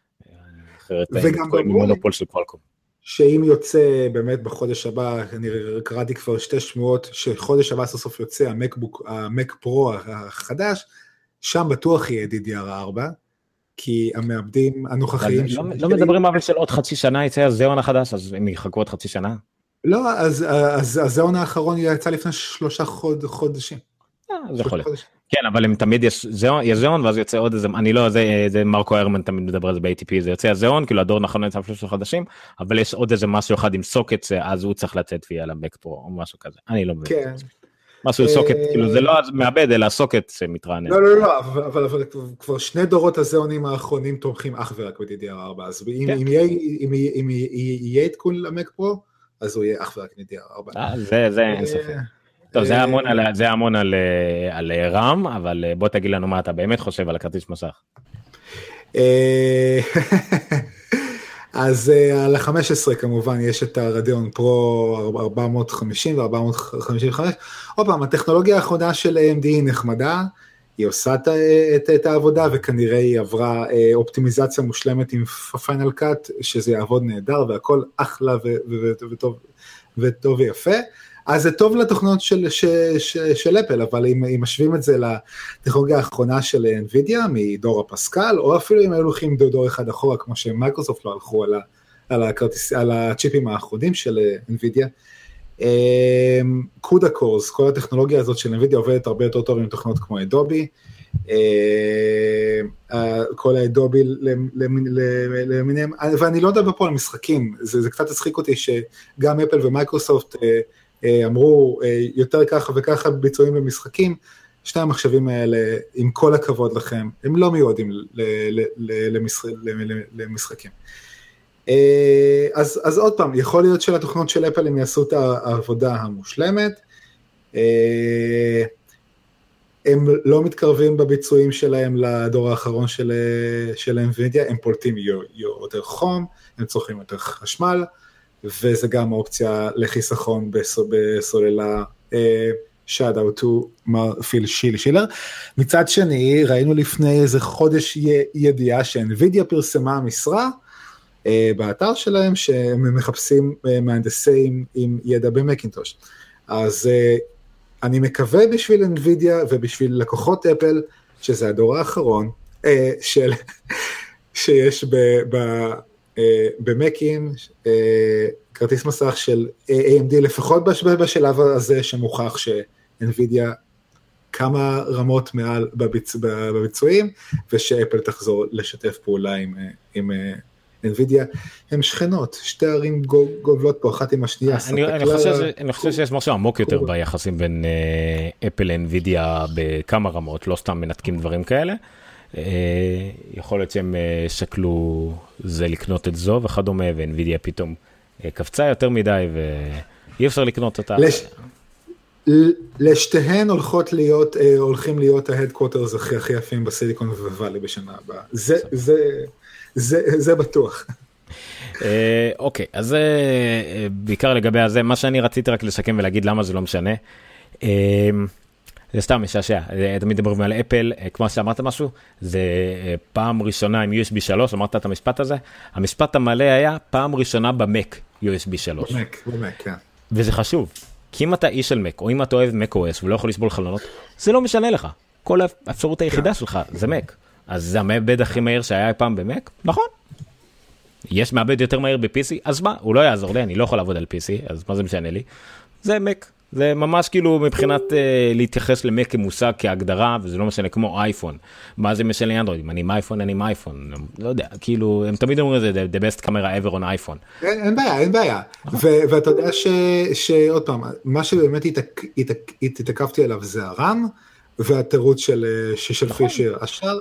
וגם מונופול של קואלקום. שאם יוצא באמת בחודש הבא, אני קראתי כבר 2 שמועות, שחודש הבא סוף סוף יוצא המק פרו החדש, שם בטוח יהיה DDR4, כי המעבדים הנוכחיים... לא מדברים אבל של עוד חצי שנה יצא הזיון החדש, אז הם יחכו עוד חצי שנה? לא, אז הזיון האחרון יצא לפני 3 חודשים. זה יכול להיות. כן, אבל הם תמיד יש זיון, ואז יוצא עוד איזה, אני לא, זה מרקו הרמן תמיד מדבר על זה ב-ATP, זה יוצא הזיון, כאילו הדור נכון יצא 3 חודשים, אבל יש עוד איזה משהו אחד עם סוקט, אז הוא צריך לצאת ויהיה למק פרו, או משהו כזה, אני לא מבין. כן. משהו סוקט, כאילו זה לא מעבד, אלא סוקט שמתרענן. לא, אבל כבר 2 דורות הזיונים האחרונים תומכים אך ורק ב-DDR4, אז אם יהיה עדכון למק פרו, אז הוא יהיה אך ורק DDR4. זה אין ספק. טוב, זה המון על רם, אבל בוא תגיד לנו מה אתה באמת חושב על הכרטיס מסך. אז על ה-15 כמובן יש את הרדיון פרו 450 ו-455. עוד פעם, הטכנולוגיה האחרונה של AMD היא נחמדה, היא עושה את העבודה, וכנראה היא עברה אופטימיזציה מושלמת עם פיינל קאט, שזה יעבוד נהדר, והכל אחלה וטוב ויפה. אז זה טוב לתוכנות של אפל, אבל אם משווים את זה לטכנולוגיה האחרונה של NVIDIA, מדור הפסקל, או אפילו אם היו הולכים דור אחד אחורה, כמו שמייקרוסופט לא הלכו על הצ'יפים האחרונים של NVIDIA. קודה קורס, כל הטכנולוגיה הזאת של NVIDIA עובדת הרבה יותר טוב עם תוכנות כמו אדובי, כל האדובי למיניהם, ואני לא יודע פה על משחקים, זה קצת הצחיק אותי שגם אפל ומייקרוסופט אמרו יותר ככה וככה ביצועים במשחקים, שני המחשבים האלה, עם כל הכבוד לכם, הם לא מיועדים למשחקים. אז עוד פעם, יכול להיות שלתוכנות של אפל הם יעשו את העבודה המושלמת, הם לא מתקרבים בביצועים שלהם לדור האחרון של NVIDIA, הם פולטים יותר חום, הם צורכים יותר חשמל, וזה גם אופציה לחיסכון בסוללה, shout out to מר פיל שילר. מצד שני, ראינו לפני איזה חודש ידיעה ש-NVIDIA פרסמה משרה, באתר שלהם, שהם מחפשים מהנדסים עם ידע במקינטוש. אז אני מקווה בשביל NVIDIA ובשביל לקוחות אפל, שזה הדור האחרון שיש במקים, כרטיס מסך של AMD, לפחות בשלב הזה שמוכח ש-NVIDIA כמה רמות מעל בביצועים, ושאפל תחזור לשתף פעולה עם NVIDIA, הם שכנות, שתי ערים גובלות פה, אחת עם השנייה. אני חושב שיש משהו עמוק יותר ביחסים בין אפל ל-NVIDIA בכמה רמות, לא סתם מנתקים דברים כאלה. יכול להיות שהם שקלו זה לקנות את זו וכדומה, ו-NVIDIA פתאום קפצה יותר מדי, ואי אפשר לקנות אותה. לשתיהן הולכים להיות ההדקווטרס הכי יפים בסיליקון וואלי בשנה הבאה. זה בטוח. אוקיי, אז בעיקר לגבי הזה, מה שאני רציתי רק לשקם ולהגיד למה זה לא משנה. זה סתם משעשע, תמיד מדברים על אפל, כמו שאמרת משהו, זה פעם ראשונה עם USB 3, אמרת את המשפט הזה, המשפט המלא היה פעם ראשונה במק USB 3. במק, כן. וזה חשוב, כי אם אתה איש של מק, או אם אתה אוהב מק OS ולא יכול לסבול חלונות, זה לא משנה לך, כל האפשרות היחידה שלך זה מק. אז זה המעבד הכי מהיר שהיה פעם במק? נכון. יש מעבד יותר מהיר ב-PC? אז מה? הוא לא יעזור לי, אני לא יכול לעבוד על PC, אז מה זה משנה לי? זה מק. זה ממש כאילו מבחינת להתייחס למק כמושג, כהגדרה, וזה לא משנה כמו אייפון. מה זה משנה לי אנדרואיד? אם אני עם אייפון, אני עם אייפון. לא יודע, כאילו, הם תמיד אומרים את זה, the best camera ever on iPhone. אין בעיה. ואתה יודע שעוד פעם, מה שבאמת התעכבתי עליו זה הרם, והתירוץ של פישר.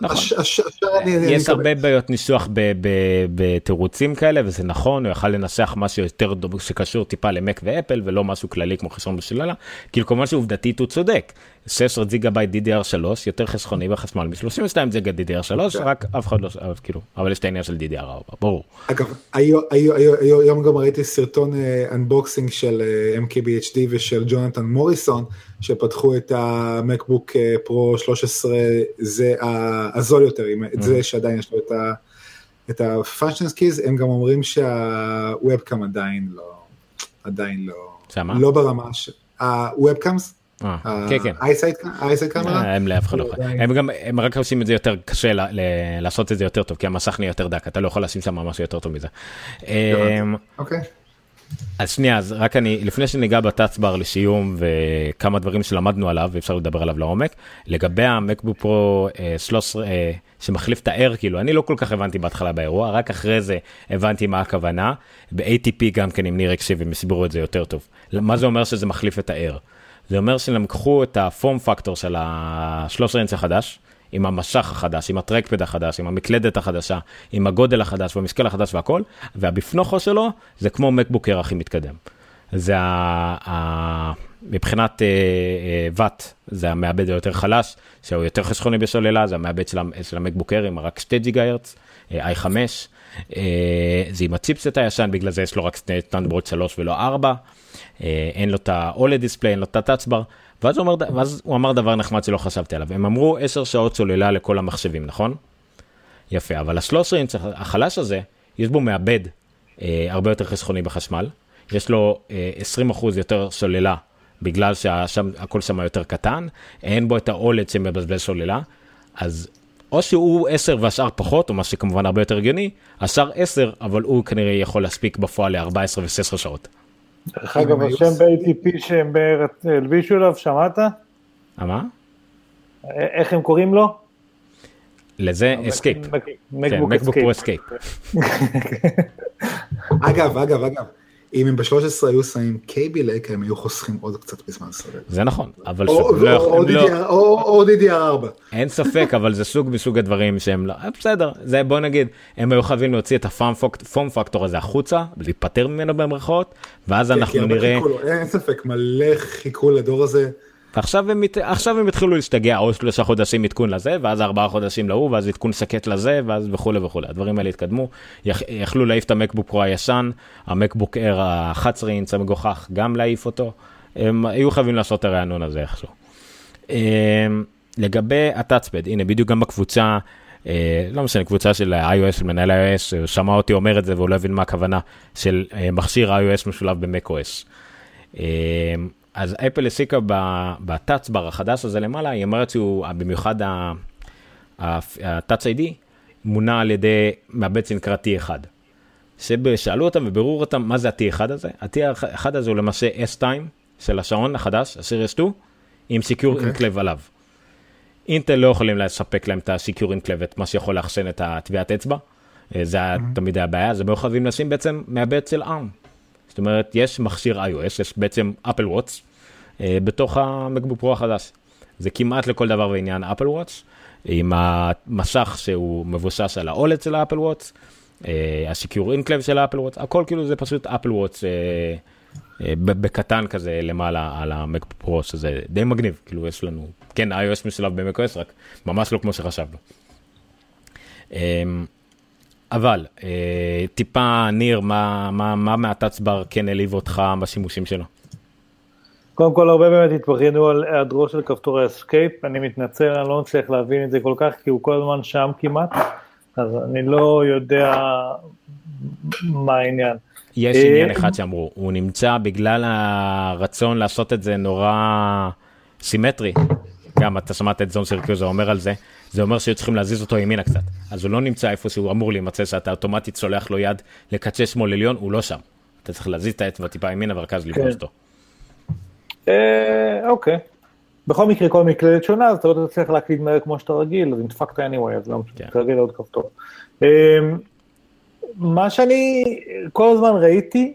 יש הרבה בעיות ניסוח בתירוצים כאלה, וזה נכון, הוא יכל לנסח משהו יותר שקשור טיפה למק ואפל, ולא משהו כללי כמו חסכון בשללה, כאילו כמובן שעובדתית הוא צודק. 16 ג'יגאבייט DDR3 יותר חסכוני בחשמל מ-32 ג'יגה DDR3, רק אף אחד לא, כאילו, אבל יש את העניין של DDR4, ברור. אגב, היום גם ראיתי סרטון אנבוקסינג של MKBHD ושל ג'ונתן מוריסון, שפתחו את המקבוק פרו 13, זה הזול יותר, זה שעדיין יש לו את ה-functions keys, הם גם אומרים שה-webcam עדיין לא ברמה, ה-webcams, ה-eyesight camera, הם לאף אחד לא יכול, הם רק עושים את זה יותר קשה, לעשות את זה יותר טוב, כי המסך נהיה יותר דק, אתה לא יכול לשים שם משהו יותר טוב מזה. אוקיי. אז שנייה, אז רק לפני שניגע בטאצבר לשיום וכמה דברים שלמדנו עליו, ואפשר לדבר עליו לעומק, לגבי המקבוק פרו 13 שמחליף את ה-Air, כאילו, אני לא כל כך הבנתי בהתחלה באירוע, רק אחרי זה הבנתי מה הכוונה, ב-ATP גם כן עם ניר הקשיב, הם הסבירו את זה יותר טוב. מה זה אומר שזה מחליף את ה-Air? זה אומר שהם לקחו את הפורם פקטור של ה-13 אינץ' החדש, עם המשך החדש, עם הטרקפד החדש, עם המקלדת החדשה, עם הגודל החדש והמשקל החדש והכל, והבפנוכו שלו זה כמו מקבוק אייר הכי מתקדם. זה מבחינת וואט, זה המעבד היותר חלש, שהוא יותר חסכוני בשוללה, זה המעבד של המקבוק אייר עם רק 2 גיגה הרץ, i5, זה עם הצ'יפסט הישן, בגלל זה יש לו רק סטנדרט 3 ולא 4, אין לו את ה-OLED דיספליי, אין לו את הטאצ'בר, ואז הוא אמר דבר נחמד שלא חשבתי עליו. הם אמרו 10 שעות סוללה לכל המחשבים, נכון? יפה, אבל ה-13 אינץ' החלש הזה, יש בו מעבד הרבה יותר חסכוני בחשמל, יש לו 20% יותר סוללה, בגלל שהכל שם יותר קטן, אין בו את ה-OLED שמבזבז סוללה, אז או שהוא 10 והשאר פחות, או מה שכמובן הרבה יותר הגיוני, השאר 10, אבל הוא כנראה יכול להספיק בפועל ל-14 ו-16 שעות. דרך אגב, השם ב-ATP שהם הלבישו אליו, שמעת? מה? איך הם קוראים לו? לזה אסקייפ. מקבוק פרו אסקייפ. אגב, אם הם ב-13 היו שמים קייבי לק, הם היו חוסכים עוד קצת בזמן סולד. זה נכון, אבל או DDR4. אין ספק, אבל זה מסוג הדברים שהם לא, בסדר, זה בוא נגיד, הם היו חייבים להוציא את הפורם פקטור הזה החוצה, להיפטר ממנו במרכאות, ואז אנחנו נראה... אין ספק, מלא חיכו לדור הזה. עכשיו הם התחילו להשתגע, או 3 חודשים עדכון לזה, ואז 4 חודשים להוא, ואז עדכון שקט לזה, ואז וכו' וכו'. הדברים האלה התקדמו, יכלו להעיף את המקבוק פרו הישן, המקבוק אר ה-11 אינץ המגוחך, גם להעיף אותו, הם היו חייבים לעשות את הרענון הזה איכשהו. לגבי הטאצפד, הנה בדיוק גם בקבוצה, לא משנה, קבוצה של iOS, של מנהל iOS, שמע אותי אומר את זה, והוא לא הבין מה הכוונה של מכשיר iOS משולב במקOS. אז אפל הסיקה בטאצבר החדש הזה למעלה, היא אומרת שהוא, במיוחד הטאצ איי-די, מונה על ידי מעבד שנקרא T1. שאלו אותם וביררו אותם, מה זה ה-T1 הזה? ה-T1 הזה הוא למעשה S2 של השעון החדש, ה-Series 2, עם Secure Enclave עליו. אינטל לא יכולים לספק להם את ה-Secure Enclave, את מה שיכול להחשן את הטביעת אצבע. זה תמיד הבעיה, זה לא חייבים לשים בעצם מעבד של ARM. זאת אומרת, יש מכשיר iOS, יש בעצם אפל וואטס, בתוך המקבוק פרו החדש. זה כמעט לכל דבר ועניין אפל וואטס, עם המסך שהוא מבושש על ה-OLED של האפל וואטס, ה-Secure Enclave של האפל וואטס, הכל כאילו זה פשוט אפל וואטס בקטן כזה למעלה על המקבוק פרו, שזה די מגניב, כאילו יש לנו, כן, iOS משלב ב-macOS, רק ממש לא כמו שחשבנו. אבל, טיפה, ניר, מה מהטאצבר כן העליב אותך בשימושים שלו? קודם כל, הרבה באמת התבחנו על היעדרו של כפתור האסקייפ, אני מתנצל, אני לא מצליח להבין את זה כל כך, כי הוא כל הזמן שם כמעט, אז אני לא יודע מה העניין. יש עניין אחד שאמרו, הוא נמצא בגלל הרצון לעשות את זה נורא סימטרי, גם אתה שמעת את זון סרקיוז אומר על זה, זה אומר שצריכים להזיז אותו ימינה קצת, אז הוא לא נמצא איפה שהוא אמור להימצא, שאתה אוטומטית סולח לו יד לקצ'ה שמאל עליון, הוא לא שם, אתה צריך להזיז את האצבע טיפה ימינה ורכז לבנות אותו. אוקיי, בכל מקרה כל מקלדת שונה, אז אתה לא תצליח להקליד מהר כמו שאתה רגיל, אז נדפקת anyway, אז לא תרגיל עוד כפתור. מה שאני כל הזמן ראיתי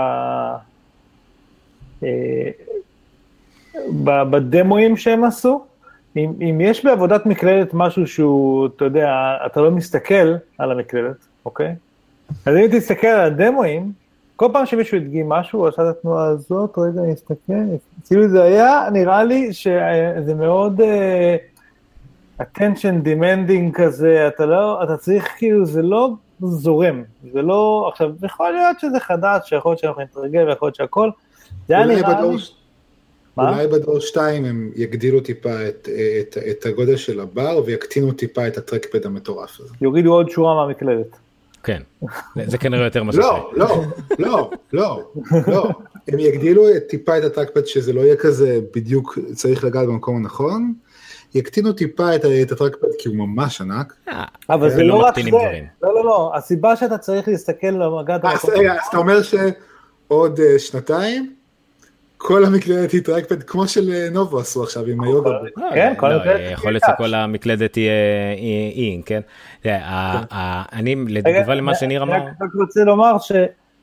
בדמוים שהם עשו, אם יש בעבודת מקלדת משהו שהוא, אתה יודע, אתה לא מסתכל על המקלדת, אוקיי? אז אם תסתכל על הדמוים, כל פעם שמישהו הדגים משהו, הוא עשה את התנועה הזאת, רגע, נסתכל, כאילו זה היה, נראה לי שזה מאוד attention demanding כזה, אתה צריך כאילו, זה לא זורם, זה לא, עכשיו, יכול להיות שזה חדש, שיכול להיות שאנחנו נתרגל, ויכול להיות שהכל, זה היה נראה לי... אולי בדור 2 הם יגדילו טיפה את הגודל של הבר, ויקטינו טיפה את הטרקפד המטורף הזה. יורידו עוד שורה מהמקלדת. כן, זה כנראה יותר משהו. לא. הם יגדילו טיפה את הטרקפד, שזה לא יהיה כזה בדיוק צריך לגעת במקום הנכון, יקטינו טיפה את הטרקפד, כי הוא ממש ענק. אבל זה לא רק זה. לא. הסיבה שאתה צריך להסתכל למגעת המקום. אז אתה אומר שעוד שנתיים, כל המקלדת היא טרקפד, כמו של נובו עשו עכשיו עם היוגה. כן, כל המקלדת. יכול להיות שכל המקלדת תהיה אי, כן? אני, לתגובה למה שניר אמר... אני רק רוצה לומר ש...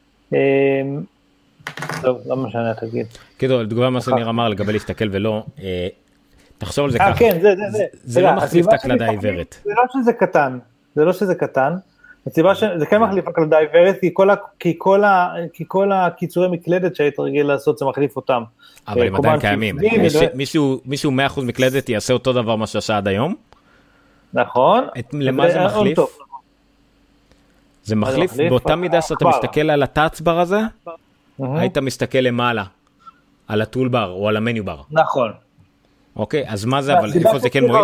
טוב, לא מה שאני תגיד. כאילו, לתגובה למה שניר אמר, לגבי להסתכל ולא... תחשוב על זה ככה. כן, זה לא מחליף את הקלדה העיוורת. זה לא שזה קטן. הסיבה שזה כן מחליף הקלדה העיוורת, כי כל הקיצורי מקלדת שהיית רגיל לעשות, זה מחליף אותם. אבל הם עדיין קיימים. מישהו 100% מקלדת יעשה אותו דבר מה שעשה עד היום? נכון. למה זה מחליף? זה מחליף באותה מידה שאתה מסתכל על הטאצבר הזה, היית מסתכל למעלה, על הטולבר או על המניובר. נכון. אוקיי, אז מה זה, אבל איפה זה כן מועיל?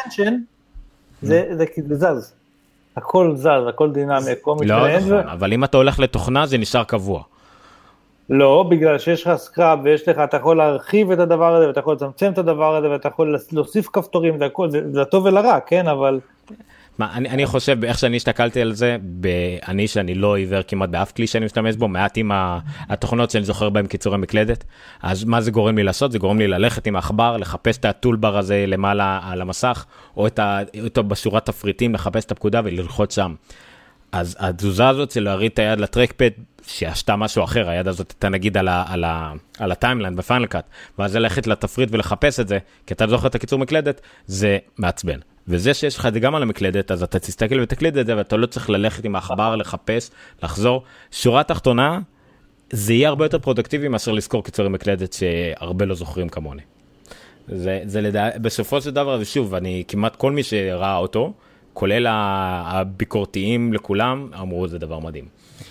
זה כי זה זז. הכל זז, הכל דינמי, הכל מתנהל. לא נכון, אבל אם אתה הולך לתוכנה זה נשאר קבוע. לא, בגלל שיש לך סקראב ויש לך, אתה יכול להרחיב את הדבר הזה, ואתה יכול לצמצם את הדבר הזה, ואתה יכול להוסיף כפתורים, זה הכל, זה הטוב ולרע, כן, אבל... אני חושב, איך שאני הסתכלתי על זה, שאני לא עיוור כמעט באף כלי שאני משתמש בו, מעט עם התוכנות שאני זוכר בהם קיצורי מקלדת, אז מה זה גורם לי לעשות? זה גורם לי ללכת עם העכבר, לחפש את הטולבר הזה למעלה על המסך, או בשורת תפריטים, לחפש את הפקודה וללחוץ שם. אז התזוזה הזאת של להריד את היד לטרקפד, שעשתה משהו אחר, היד הזאת הייתה נגיד על הטיימליין בפיינל קאט, ואז ללכת לתפריט ולחפש את זה, כי אתה זוכר את הקיצור מקלדת, זה מעצבן. וזה שיש לך את זה גם על המקלדת, אז אתה תסתכל ותקליד את זה, ואתה לא צריך ללכת עם העכבר, לחפש, לחזור. שורה תחתונה, זה יהיה הרבה יותר פרודקטיבי מאשר לזכור קיצורי מקלדת שהרבה לא זוכרים כמוני. בסופו של דבר, ושוב, כמעט כל מי שראה אותו, כולל הביקורתיים לכולם, אמרו זה דבר מדהים.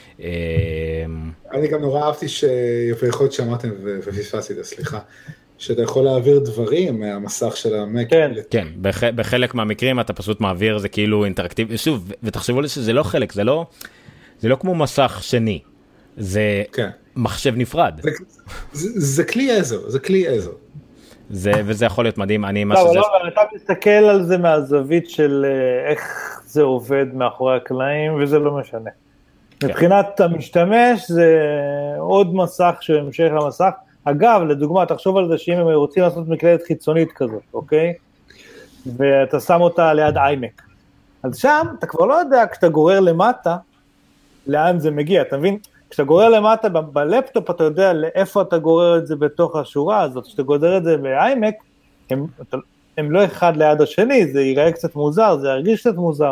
אני גם נורא אהבתי שיכול להיות שאמרתם ופספסתי, סליחה, שאתה יכול להעביר דברים מהמסך של המק. כן, בחלק מהמקרים אתה פשוט מעביר, זה כאילו אינטראקטיבי, שוב, ותחשבו לי שזה לא חלק, זה לא כמו מסך שני, זה מחשב נפרד. זה כלי עזר, זה כלי עזר. וזה יכול להיות מדהים, אתה מסתכל על זה מהזווית של איך זה עובד מאחורי הקלעים, וזה לא משנה. מבחינת המשתמש, זה עוד מסך שהמשך המסך. אגב, לדוגמה, תחשוב על זה שאם הם רוצים לעשות מקלדת חיצונית כזאת, אוקיי? ואתה שם אותה ליד איימק. אז שם, אתה כבר לא יודע, כשאתה גורר למטה, לאן זה מגיע, אתה מבין? כשאתה גורר למטה בלפטופ, אתה יודע לאיפה אתה גורר את זה בתוך השורה הזאת. כשאתה גורר את זה באיימק, הם לא אחד ליד השני, זה ייראה קצת מוזר, זה ירגיש קצת מוזר.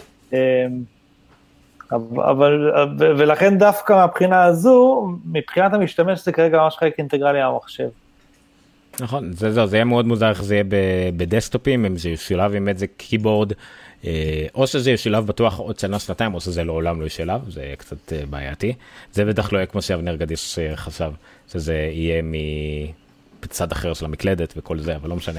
ולכן דווקא מהבחינה הזו, מבחינת המשתמש זה כרגע ממש חלק אינטגרלי מהמחשב. נכון, זה יהיה מאוד מוזר איך זה יהיה בדסקטופים, אם זה ישולב עם איזה קיבורד, או שזה ישולב בטוח עוד שנה, שנתיים, או שזה לעולם לא ישולב, זה קצת בעייתי. זה בטח לא יהיה כמו שאבנר גדיש חשב, שזה יהיה בצד אחר של המקלדת וכל זה, אבל לא משנה.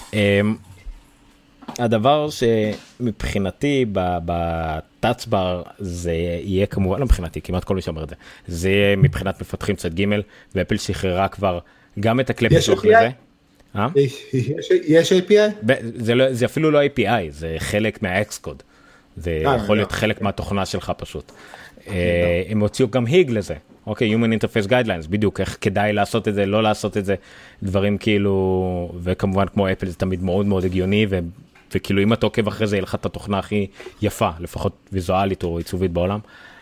הדבר שמבחינתי בטאצ'בר זה יהיה כמובן, לא מבחינתי, כמעט כל מי שאומר את זה, זה יהיה מבחינת מפתחים צד ג' ואפל שחררה כבר גם את הקלפ בתוך לזה. יש API? זה אפילו לא API, זה חלק מהאקסקוד. זה יכול להיות חלק מהתוכנה שלך פשוט. הם הוציאו גם היג לזה. אוקיי, Human Interface Guidelines, בדיוק, איך כדאי לעשות את זה, לא לעשות את זה, דברים כאילו, וכמובן כמו אפל זה תמיד מאוד מאוד הגיוני, וכאילו אם אתה עוקב אחרי זה, יהיה לך את התוכנה הכי יפה, לפחות ויזואלית או עיצובית בעולם.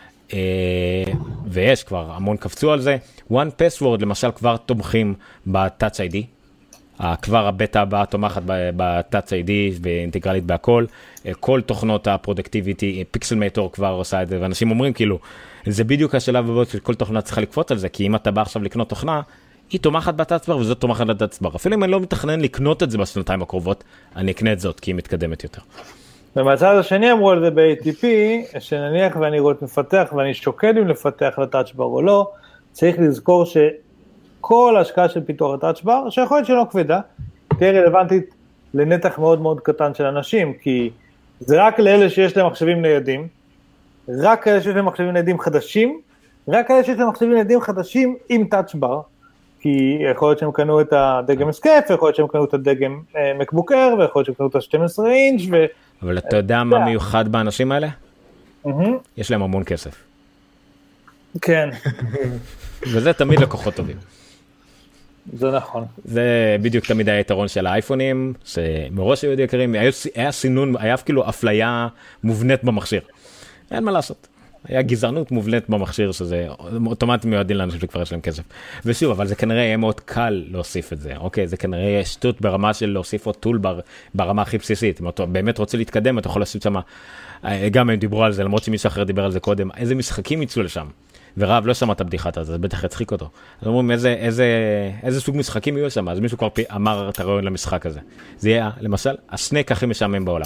ויש כבר, המון קפצו על זה. One Password למשל כבר תומכים ב-Touch ID, כבר הבטא הבאה תומכת ב-Touch ID ואינטגרלית בהכל, כל תוכנות הפרודקטיביטי, פיקסלמטור כבר עושה את זה, ואנשים אומרים כאילו, זה בדיוק השלב הבא שכל תוכנה צריכה לקפוץ על זה, כי אם אתה בא עכשיו לקנות תוכנה, היא תומכת בטאצ'בר וזאת תומכת בטאצ'בר. אפילו אם אני לא מתכנן לקנות את זה בשנתיים הקרובות, אני אקנה את זאת כי היא מתקדמת יותר. ומהצד השני אמרו על זה ב-ATP, שנניח ואני רוצה לפתח ואני שוקל אם לפתח לטאצ'בר או לא, צריך לזכור שכל ההשקעה של פיתוח לטאצ'בר, שיכול להיות שלא כבדה, תהיה רלוונטית לנתח מאוד מאוד קטן של אנשים, כי זה רק לאלה שיש להם מחשבים ניידים, רק כאלה שיש להם מחשבים ניידים חדשים, רק כאלה שיש להם מחשבים ניידים חדשים עם טאצ'בר, כי יכול להיות שהם קנו את הדגם אסקייפ, ויכול להיות שהם קנו את הדגם מקבוקר, ויכול להיות שהם קנו את ה-12 אינץ' אבל אתה יודע מה מיוחד באנשים האלה? יש להם המון כסף. כן. וזה תמיד לקוחות טובים. זה נכון. זה בדיוק תמיד היתרון של האייפונים, שמראש היו יקרים, היה סינון, היה כאילו אפליה מובנית במכשיר. אין מה לעשות. היה גזענות מובנית במכשיר, שזה אוטומטי מיועדים לאנשים שכבר יש להם כסף. ושוב, אבל זה כנראה יהיה מאוד קל להוסיף את זה, אוקיי? זה כנראה שטות ברמה של להוסיף עוד טולבר ברמה הכי בסיסית. אם אתה באמת רוצה להתקדם, אתה יכול לעשות שם, גם הם דיברו על זה, למרות שמישהו אחר דיבר על זה קודם, איזה משחקים יצאו לשם. ורב לא שמע את הבדיחת הזה, אז בטח יצחיק אותו. אז אומרים, איזה סוג משחקים יהיו שם? אז מישהו כבר אמר את הרעיון למשחק הזה. זה יהיה, למשל, הסנק הכי משעמם בעולם.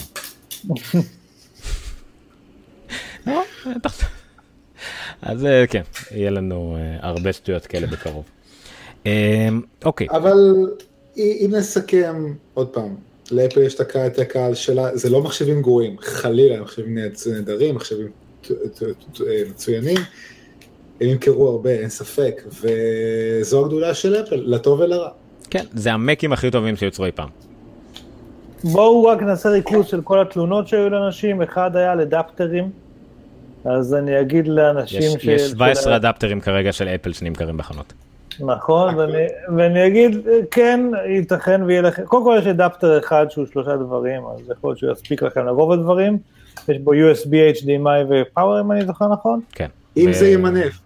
אז כן, יהיה לנו הרבה שטויות כאלה בקרוב. אוקיי. אבל אם נסכם עוד פעם, לאפל יש את הקהל שלה, זה לא מחשבים גרועים, חלילה, מחשבים נהדרים, מחשבים מצוינים, הם ימכרו הרבה, אין ספק, וזו הגדולה של אפל, לטוב ולרע. כן, זה המקים הכי טובים שיוצרו אי פעם. בואו רק נעשה ריכוז של כל התלונות שהיו לאנשים, אחד היה לדאפטרים, אז אני אגיד לאנשים יש 17 אדפטרים כרגע של אפל שנמכרים בחנות. נכון, ואני אגיד, כן, ייתכן ויהיה לכם, קודם כל יש אדפטר אחד שהוא 3 דברים, אז יכול להיות שהוא יספיק לכם לרוב הדברים, יש בו USB, HDMI ו-Power, אם אני זוכר נכון? כן. אם זה ימנף,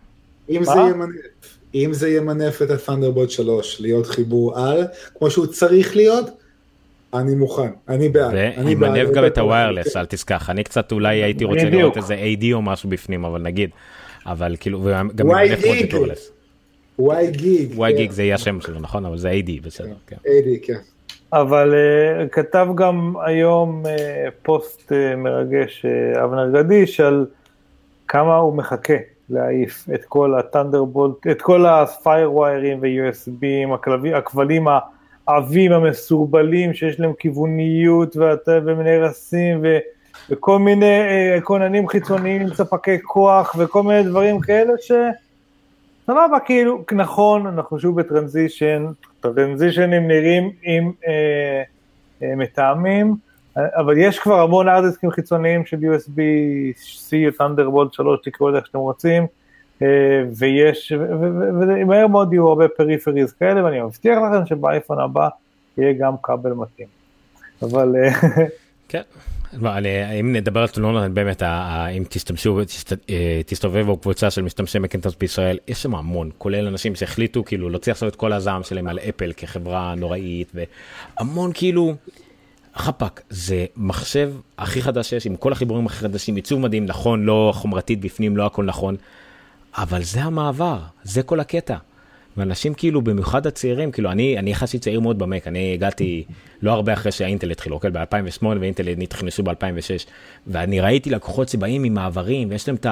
אם זה ימנף את ה-Thunderbolt 3, להיות חיבור על, כמו שהוא צריך להיות, אני מוכן, אני בעד. וימנף גם את הוויירלס, אל תשכח, אני קצת אולי הייתי רוצה לראות איזה AD או משהו בפנים, אבל נגיד, אבל כאילו, וגם ימנף וויירלס. Y-Gig זה יהיה השם שלו, נכון? אבל זה AD, בסדר. AD, כן. אבל כתב גם היום פוסט מרגש אבנר גדיש על כמה הוא מחכה להעיף את כל הטנדרבולט, את כל הפיירוויירים ו-USB, הכבלים העבים המסורבלים שיש להם כיווניות ומיני רסים וכל מיני כוננים חיצוניים עם ספקי כוח וכל מיני דברים כאלה סבבה, כאילו, נכון, אנחנו שוב בטרנזישן, טרנזישנים נראים עם מטעמים, אבל יש כבר המון ארדיסקים חיצוניים של USB-C או Thunderbolt 3, תקראו את איך שאתם רוצים, ויש, ומהר מאוד יהיו הרבה פריפריז כאלה, ואני מבטיח לכם שבאייפון הבא יהיה גם כבל מתאים. אבל... כן. אם נדבר על תלונות, באמת, אם תסתובבו קבוצה של משתמשי מקינטוש בישראל, יש שם המון, כולל אנשים שהחליטו כאילו להוציא עכשיו את כל הזעם שלהם על אפל כחברה נוראית, והמון כאילו, חפק, זה מחשב הכי חדש שיש, עם כל החיבורים הכי חדשים, עיצוב מדהים, נכון, לא חומרתית בפנים, לא הכל נכון, אבל זה המעבר, זה כל הקטע. ואנשים כאילו, במיוחד הצעירים, כאילו, אני יחסית צעיר מאוד במק, אני הגעתי לא הרבה אחרי שהאינטל התחילו, אוקיי, ב-2008, ואינטל נכנסו ב-2006, ואני ראיתי לקוחות שבאים עם מעברים, ויש להם את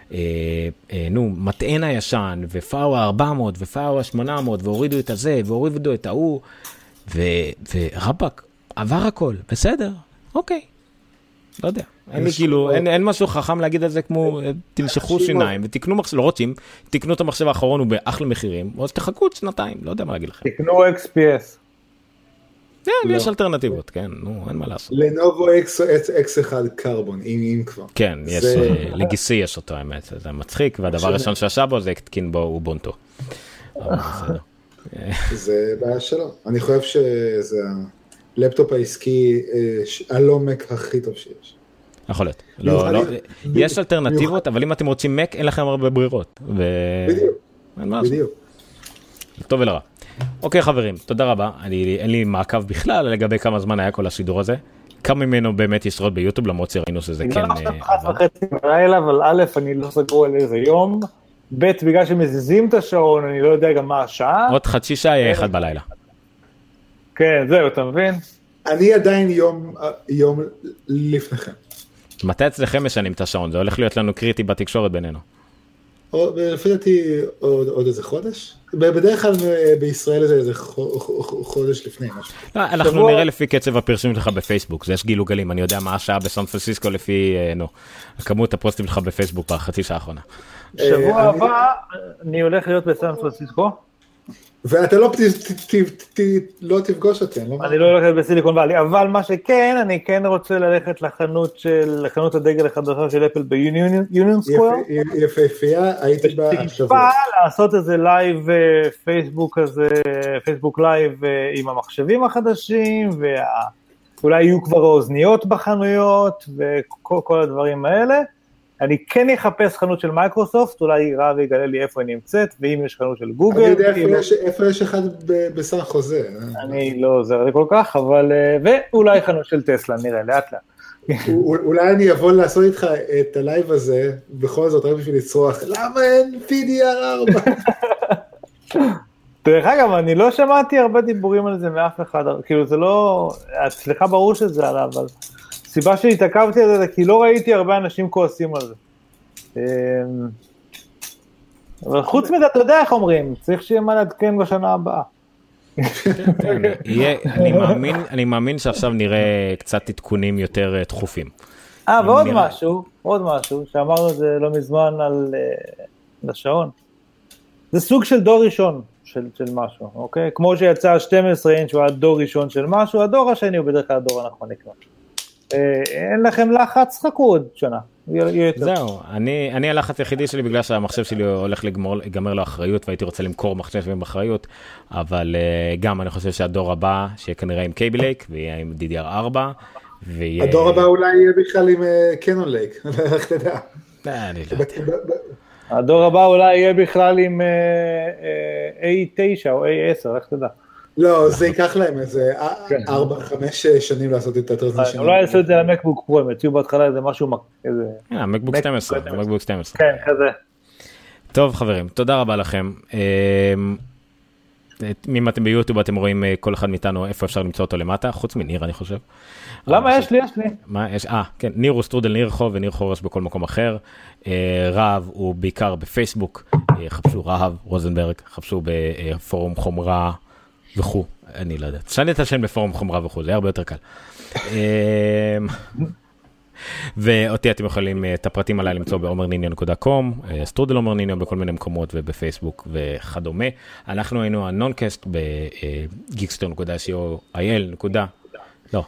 מטען הישן, ופאווה 400, ופאווה 800, והורידו את הזה, והורידו את ההוא, ורבק, עבר הכל, בסדר, אוקיי, לא יודע. אין משהו חכם להגיד על זה כמו תמשכו שיניים ותקנו מחשב, לא רוצים, תקנו את המחשב האחרון הוא באחלה מחירים, או אז תחכו עוד שנתיים, לא יודע מה להגיד לכם. תקנו XPS. כן, יש אלטרנטיבות, כן, נו, אין מה לעשות. לנובו X1 קרבון, אם כבר. כן, יש, לגיסי יש אותו האמת, זה מצחיק, והדבר הראשון שעשה בו זה תקין בו אובונטו. זה בעיה שלו, אני חושב שזה הלפטופ העסקי הלא-מק הכי טוב שיש. יכול להיות. יש אלטרנטיבות, אבל אם אתם רוצים מק, אין לכם הרבה ברירות. בדיוק. טוב ולרע. אוקיי חברים, תודה רבה. אין לי מעקב בכלל לגבי כמה זמן היה כל השידור הזה. כמה ממנו באמת ישרוד ביוטיוב, למרות שראינו שזה כן... אבל א', אני לא סגור על איזה יום. ב', בגלל שמזיזים את השעון, אני לא יודע גם מה השעה. עוד חצי שעה יהיה 1 בלילה. כן, זהו, אתה מבין? אני עדיין יום לפניכם. מתי אצלכם משנים את השעון? זה הולך להיות לנו קריטי בתקשורת בינינו. לפי דעתי עוד איזה חודש? בדרך כלל בישראל זה איזה חודש לפני משהו. אנחנו נראה לפי קצב הפרסום שלך בפייסבוק, זה יש גילו גלים, אני יודע מה השעה בסן פרנסיסקו לפי, כמות הפוסטים שלך בפייסבוק בחצי שעה האחרונה. שבוע הבא אני הולך להיות בסן פרנסיסקו. ואתה לא תפגוש אותי, אני לא הולכת בסיליקון ואלי, אבל מה שכן, אני כן רוצה ללכת לחנות הדגל החדשה של אפל ביוניון סקוואר. יפהפייה, הייתי בשבוע. לעשות איזה לייב פייסבוק כזה, פייסבוק לייב עם המחשבים החדשים, ואולי יהיו כבר האוזניות בחנויות, וכל הדברים האלה. אני כן אחפש חנות של מייקרוסופט, אולי רב יגלה לי איפה היא נמצאת, ואם יש חנות של גוגל. אני יודע איפה יש אחד בסן חוזה. אני לא עוזר לי כל כך, אבל... ואולי חנות של טסלה, נראה, לאט לאט. אולי אני אבוא לעשות איתך את הלייב הזה, בכל זאת, רק בשביל לצרוח, למה אין PDR4? דרך אגב, אני לא שמעתי הרבה דיבורים על זה מאף אחד, כאילו זה לא... סליחה ברור שזה עלה, אבל... הסיבה שהתעכבתי על זה, כי לא ראיתי הרבה אנשים כועסים על זה. אבל חוץ מזה, אתה יודע איך אומרים, צריך שיהיה מה לעדכן בשנה הבאה. אני מאמין שעכשיו נראה קצת עדכונים יותר דחופים. ועוד משהו, שאמרנו את זה לא מזמן על השעון. זה סוג של דור ראשון של משהו, אוקיי? כמו שיצא 12 אינץ' הוא הדור ראשון של משהו, הדור השני הוא בדרך כלל הדור הנכון נקרא. אין לכם לחץ, חכו עוד שנה. זהו, אני הלחץ היחידי שלי בגלל שהמחשב שלי הולך לגמר לו אחריות, והייתי רוצה למכור מחשב עם אחריות, אבל גם אני חושב שהדור הבא, שיהיה כנראה עם קייבי לייק, ויהיה עם DDR4, הדור הבא אולי יהיה בכלל עם קנון לייק, איך תדע. הדור הבא אולי יהיה בכלל עם A9 או A10, איך תדע. לא, זה ייקח להם איזה 4-5 שנים לעשות את הטרנזישן. אולי יעשו את זה למקבוק פרו, הם יציעו בהתחלה איזה משהו, מקבוק 12, מקבוק 12. כן, כזה. טוב חברים, תודה רבה לכם. אם אתם ביוטיוב אתם רואים כל אחד מאיתנו איפה אפשר למצוא אותו למטה, חוץ מניר אני חושב. למה? יש לי. מה יש? כן, ניר הוא סטרודל ניר חוב וניר חורש בכל מקום אחר. רהב הוא בעיקר בפייסבוק, חפשו רהב רוזנברג, חפשו בפורום חומרה וכו', אני לא יודע. תשנה את השם בפורום חומרה וכו', זה הרבה יותר קל. ואותי אתם יכולים את הפרטים עליי למצוא ב-omerninio.com, סטרודל אומרניניו בכל מיני מקומות ובפייסבוק וכדומה. אנחנו היינו הנונקאסט ב-geekster.co.il. לא,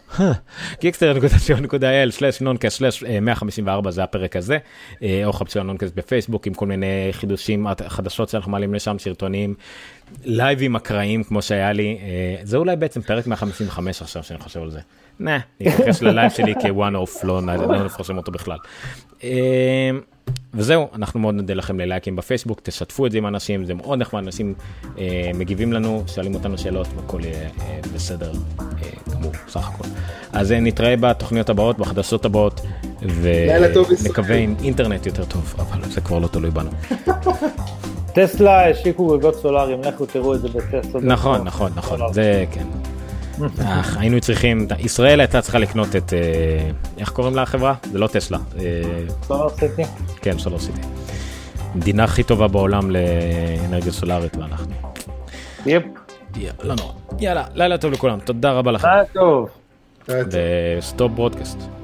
geekster.co.il/noncast/154 זה הפרק הזה, או חפשו הנונקאסט בפייסבוק עם כל מיני חידושים, חדשות שאנחנו מעלים לשם, סרטונים, לייבים אקראיים כמו שהיה לי, זה אולי בעצם פרק 155 עכשיו שאני חושב על זה. אני אתייחס ללייב שלי כ-one off, לא נפרסם אותו בכלל. וזהו, אנחנו מאוד נודה לכם ללייקים בפייסבוק, תשתפו את זה עם אנשים, זה מאוד נחמד, אנשים מגיבים לנו, שואלים אותנו שאלות, והכל יהיה בסדר גמור, סך הכל. אז נתראה בתוכניות הבאות, בחדשות הבאות, ונקווה עם אינטרנט יותר טוב, אבל זה כבר לא תלוי בנו. טסלה השיקו גגות סולאריים, לכו תראו את זה בטסלה. נכון, זה כן. היינו צריכים, ישראל הייתה צריכה לקנות את, איך קוראים לה החברה? זה לא טסלה. סולאר סיטי? כן, סולאר סיטי. מדינה הכי טובה בעולם לאנרגיה סולארית, ואנחנו. יפ. לא נורא. יאללה, לילה טוב לכולם. תודה רבה לכם. לילה טוב. וסטופ ברודקאסט.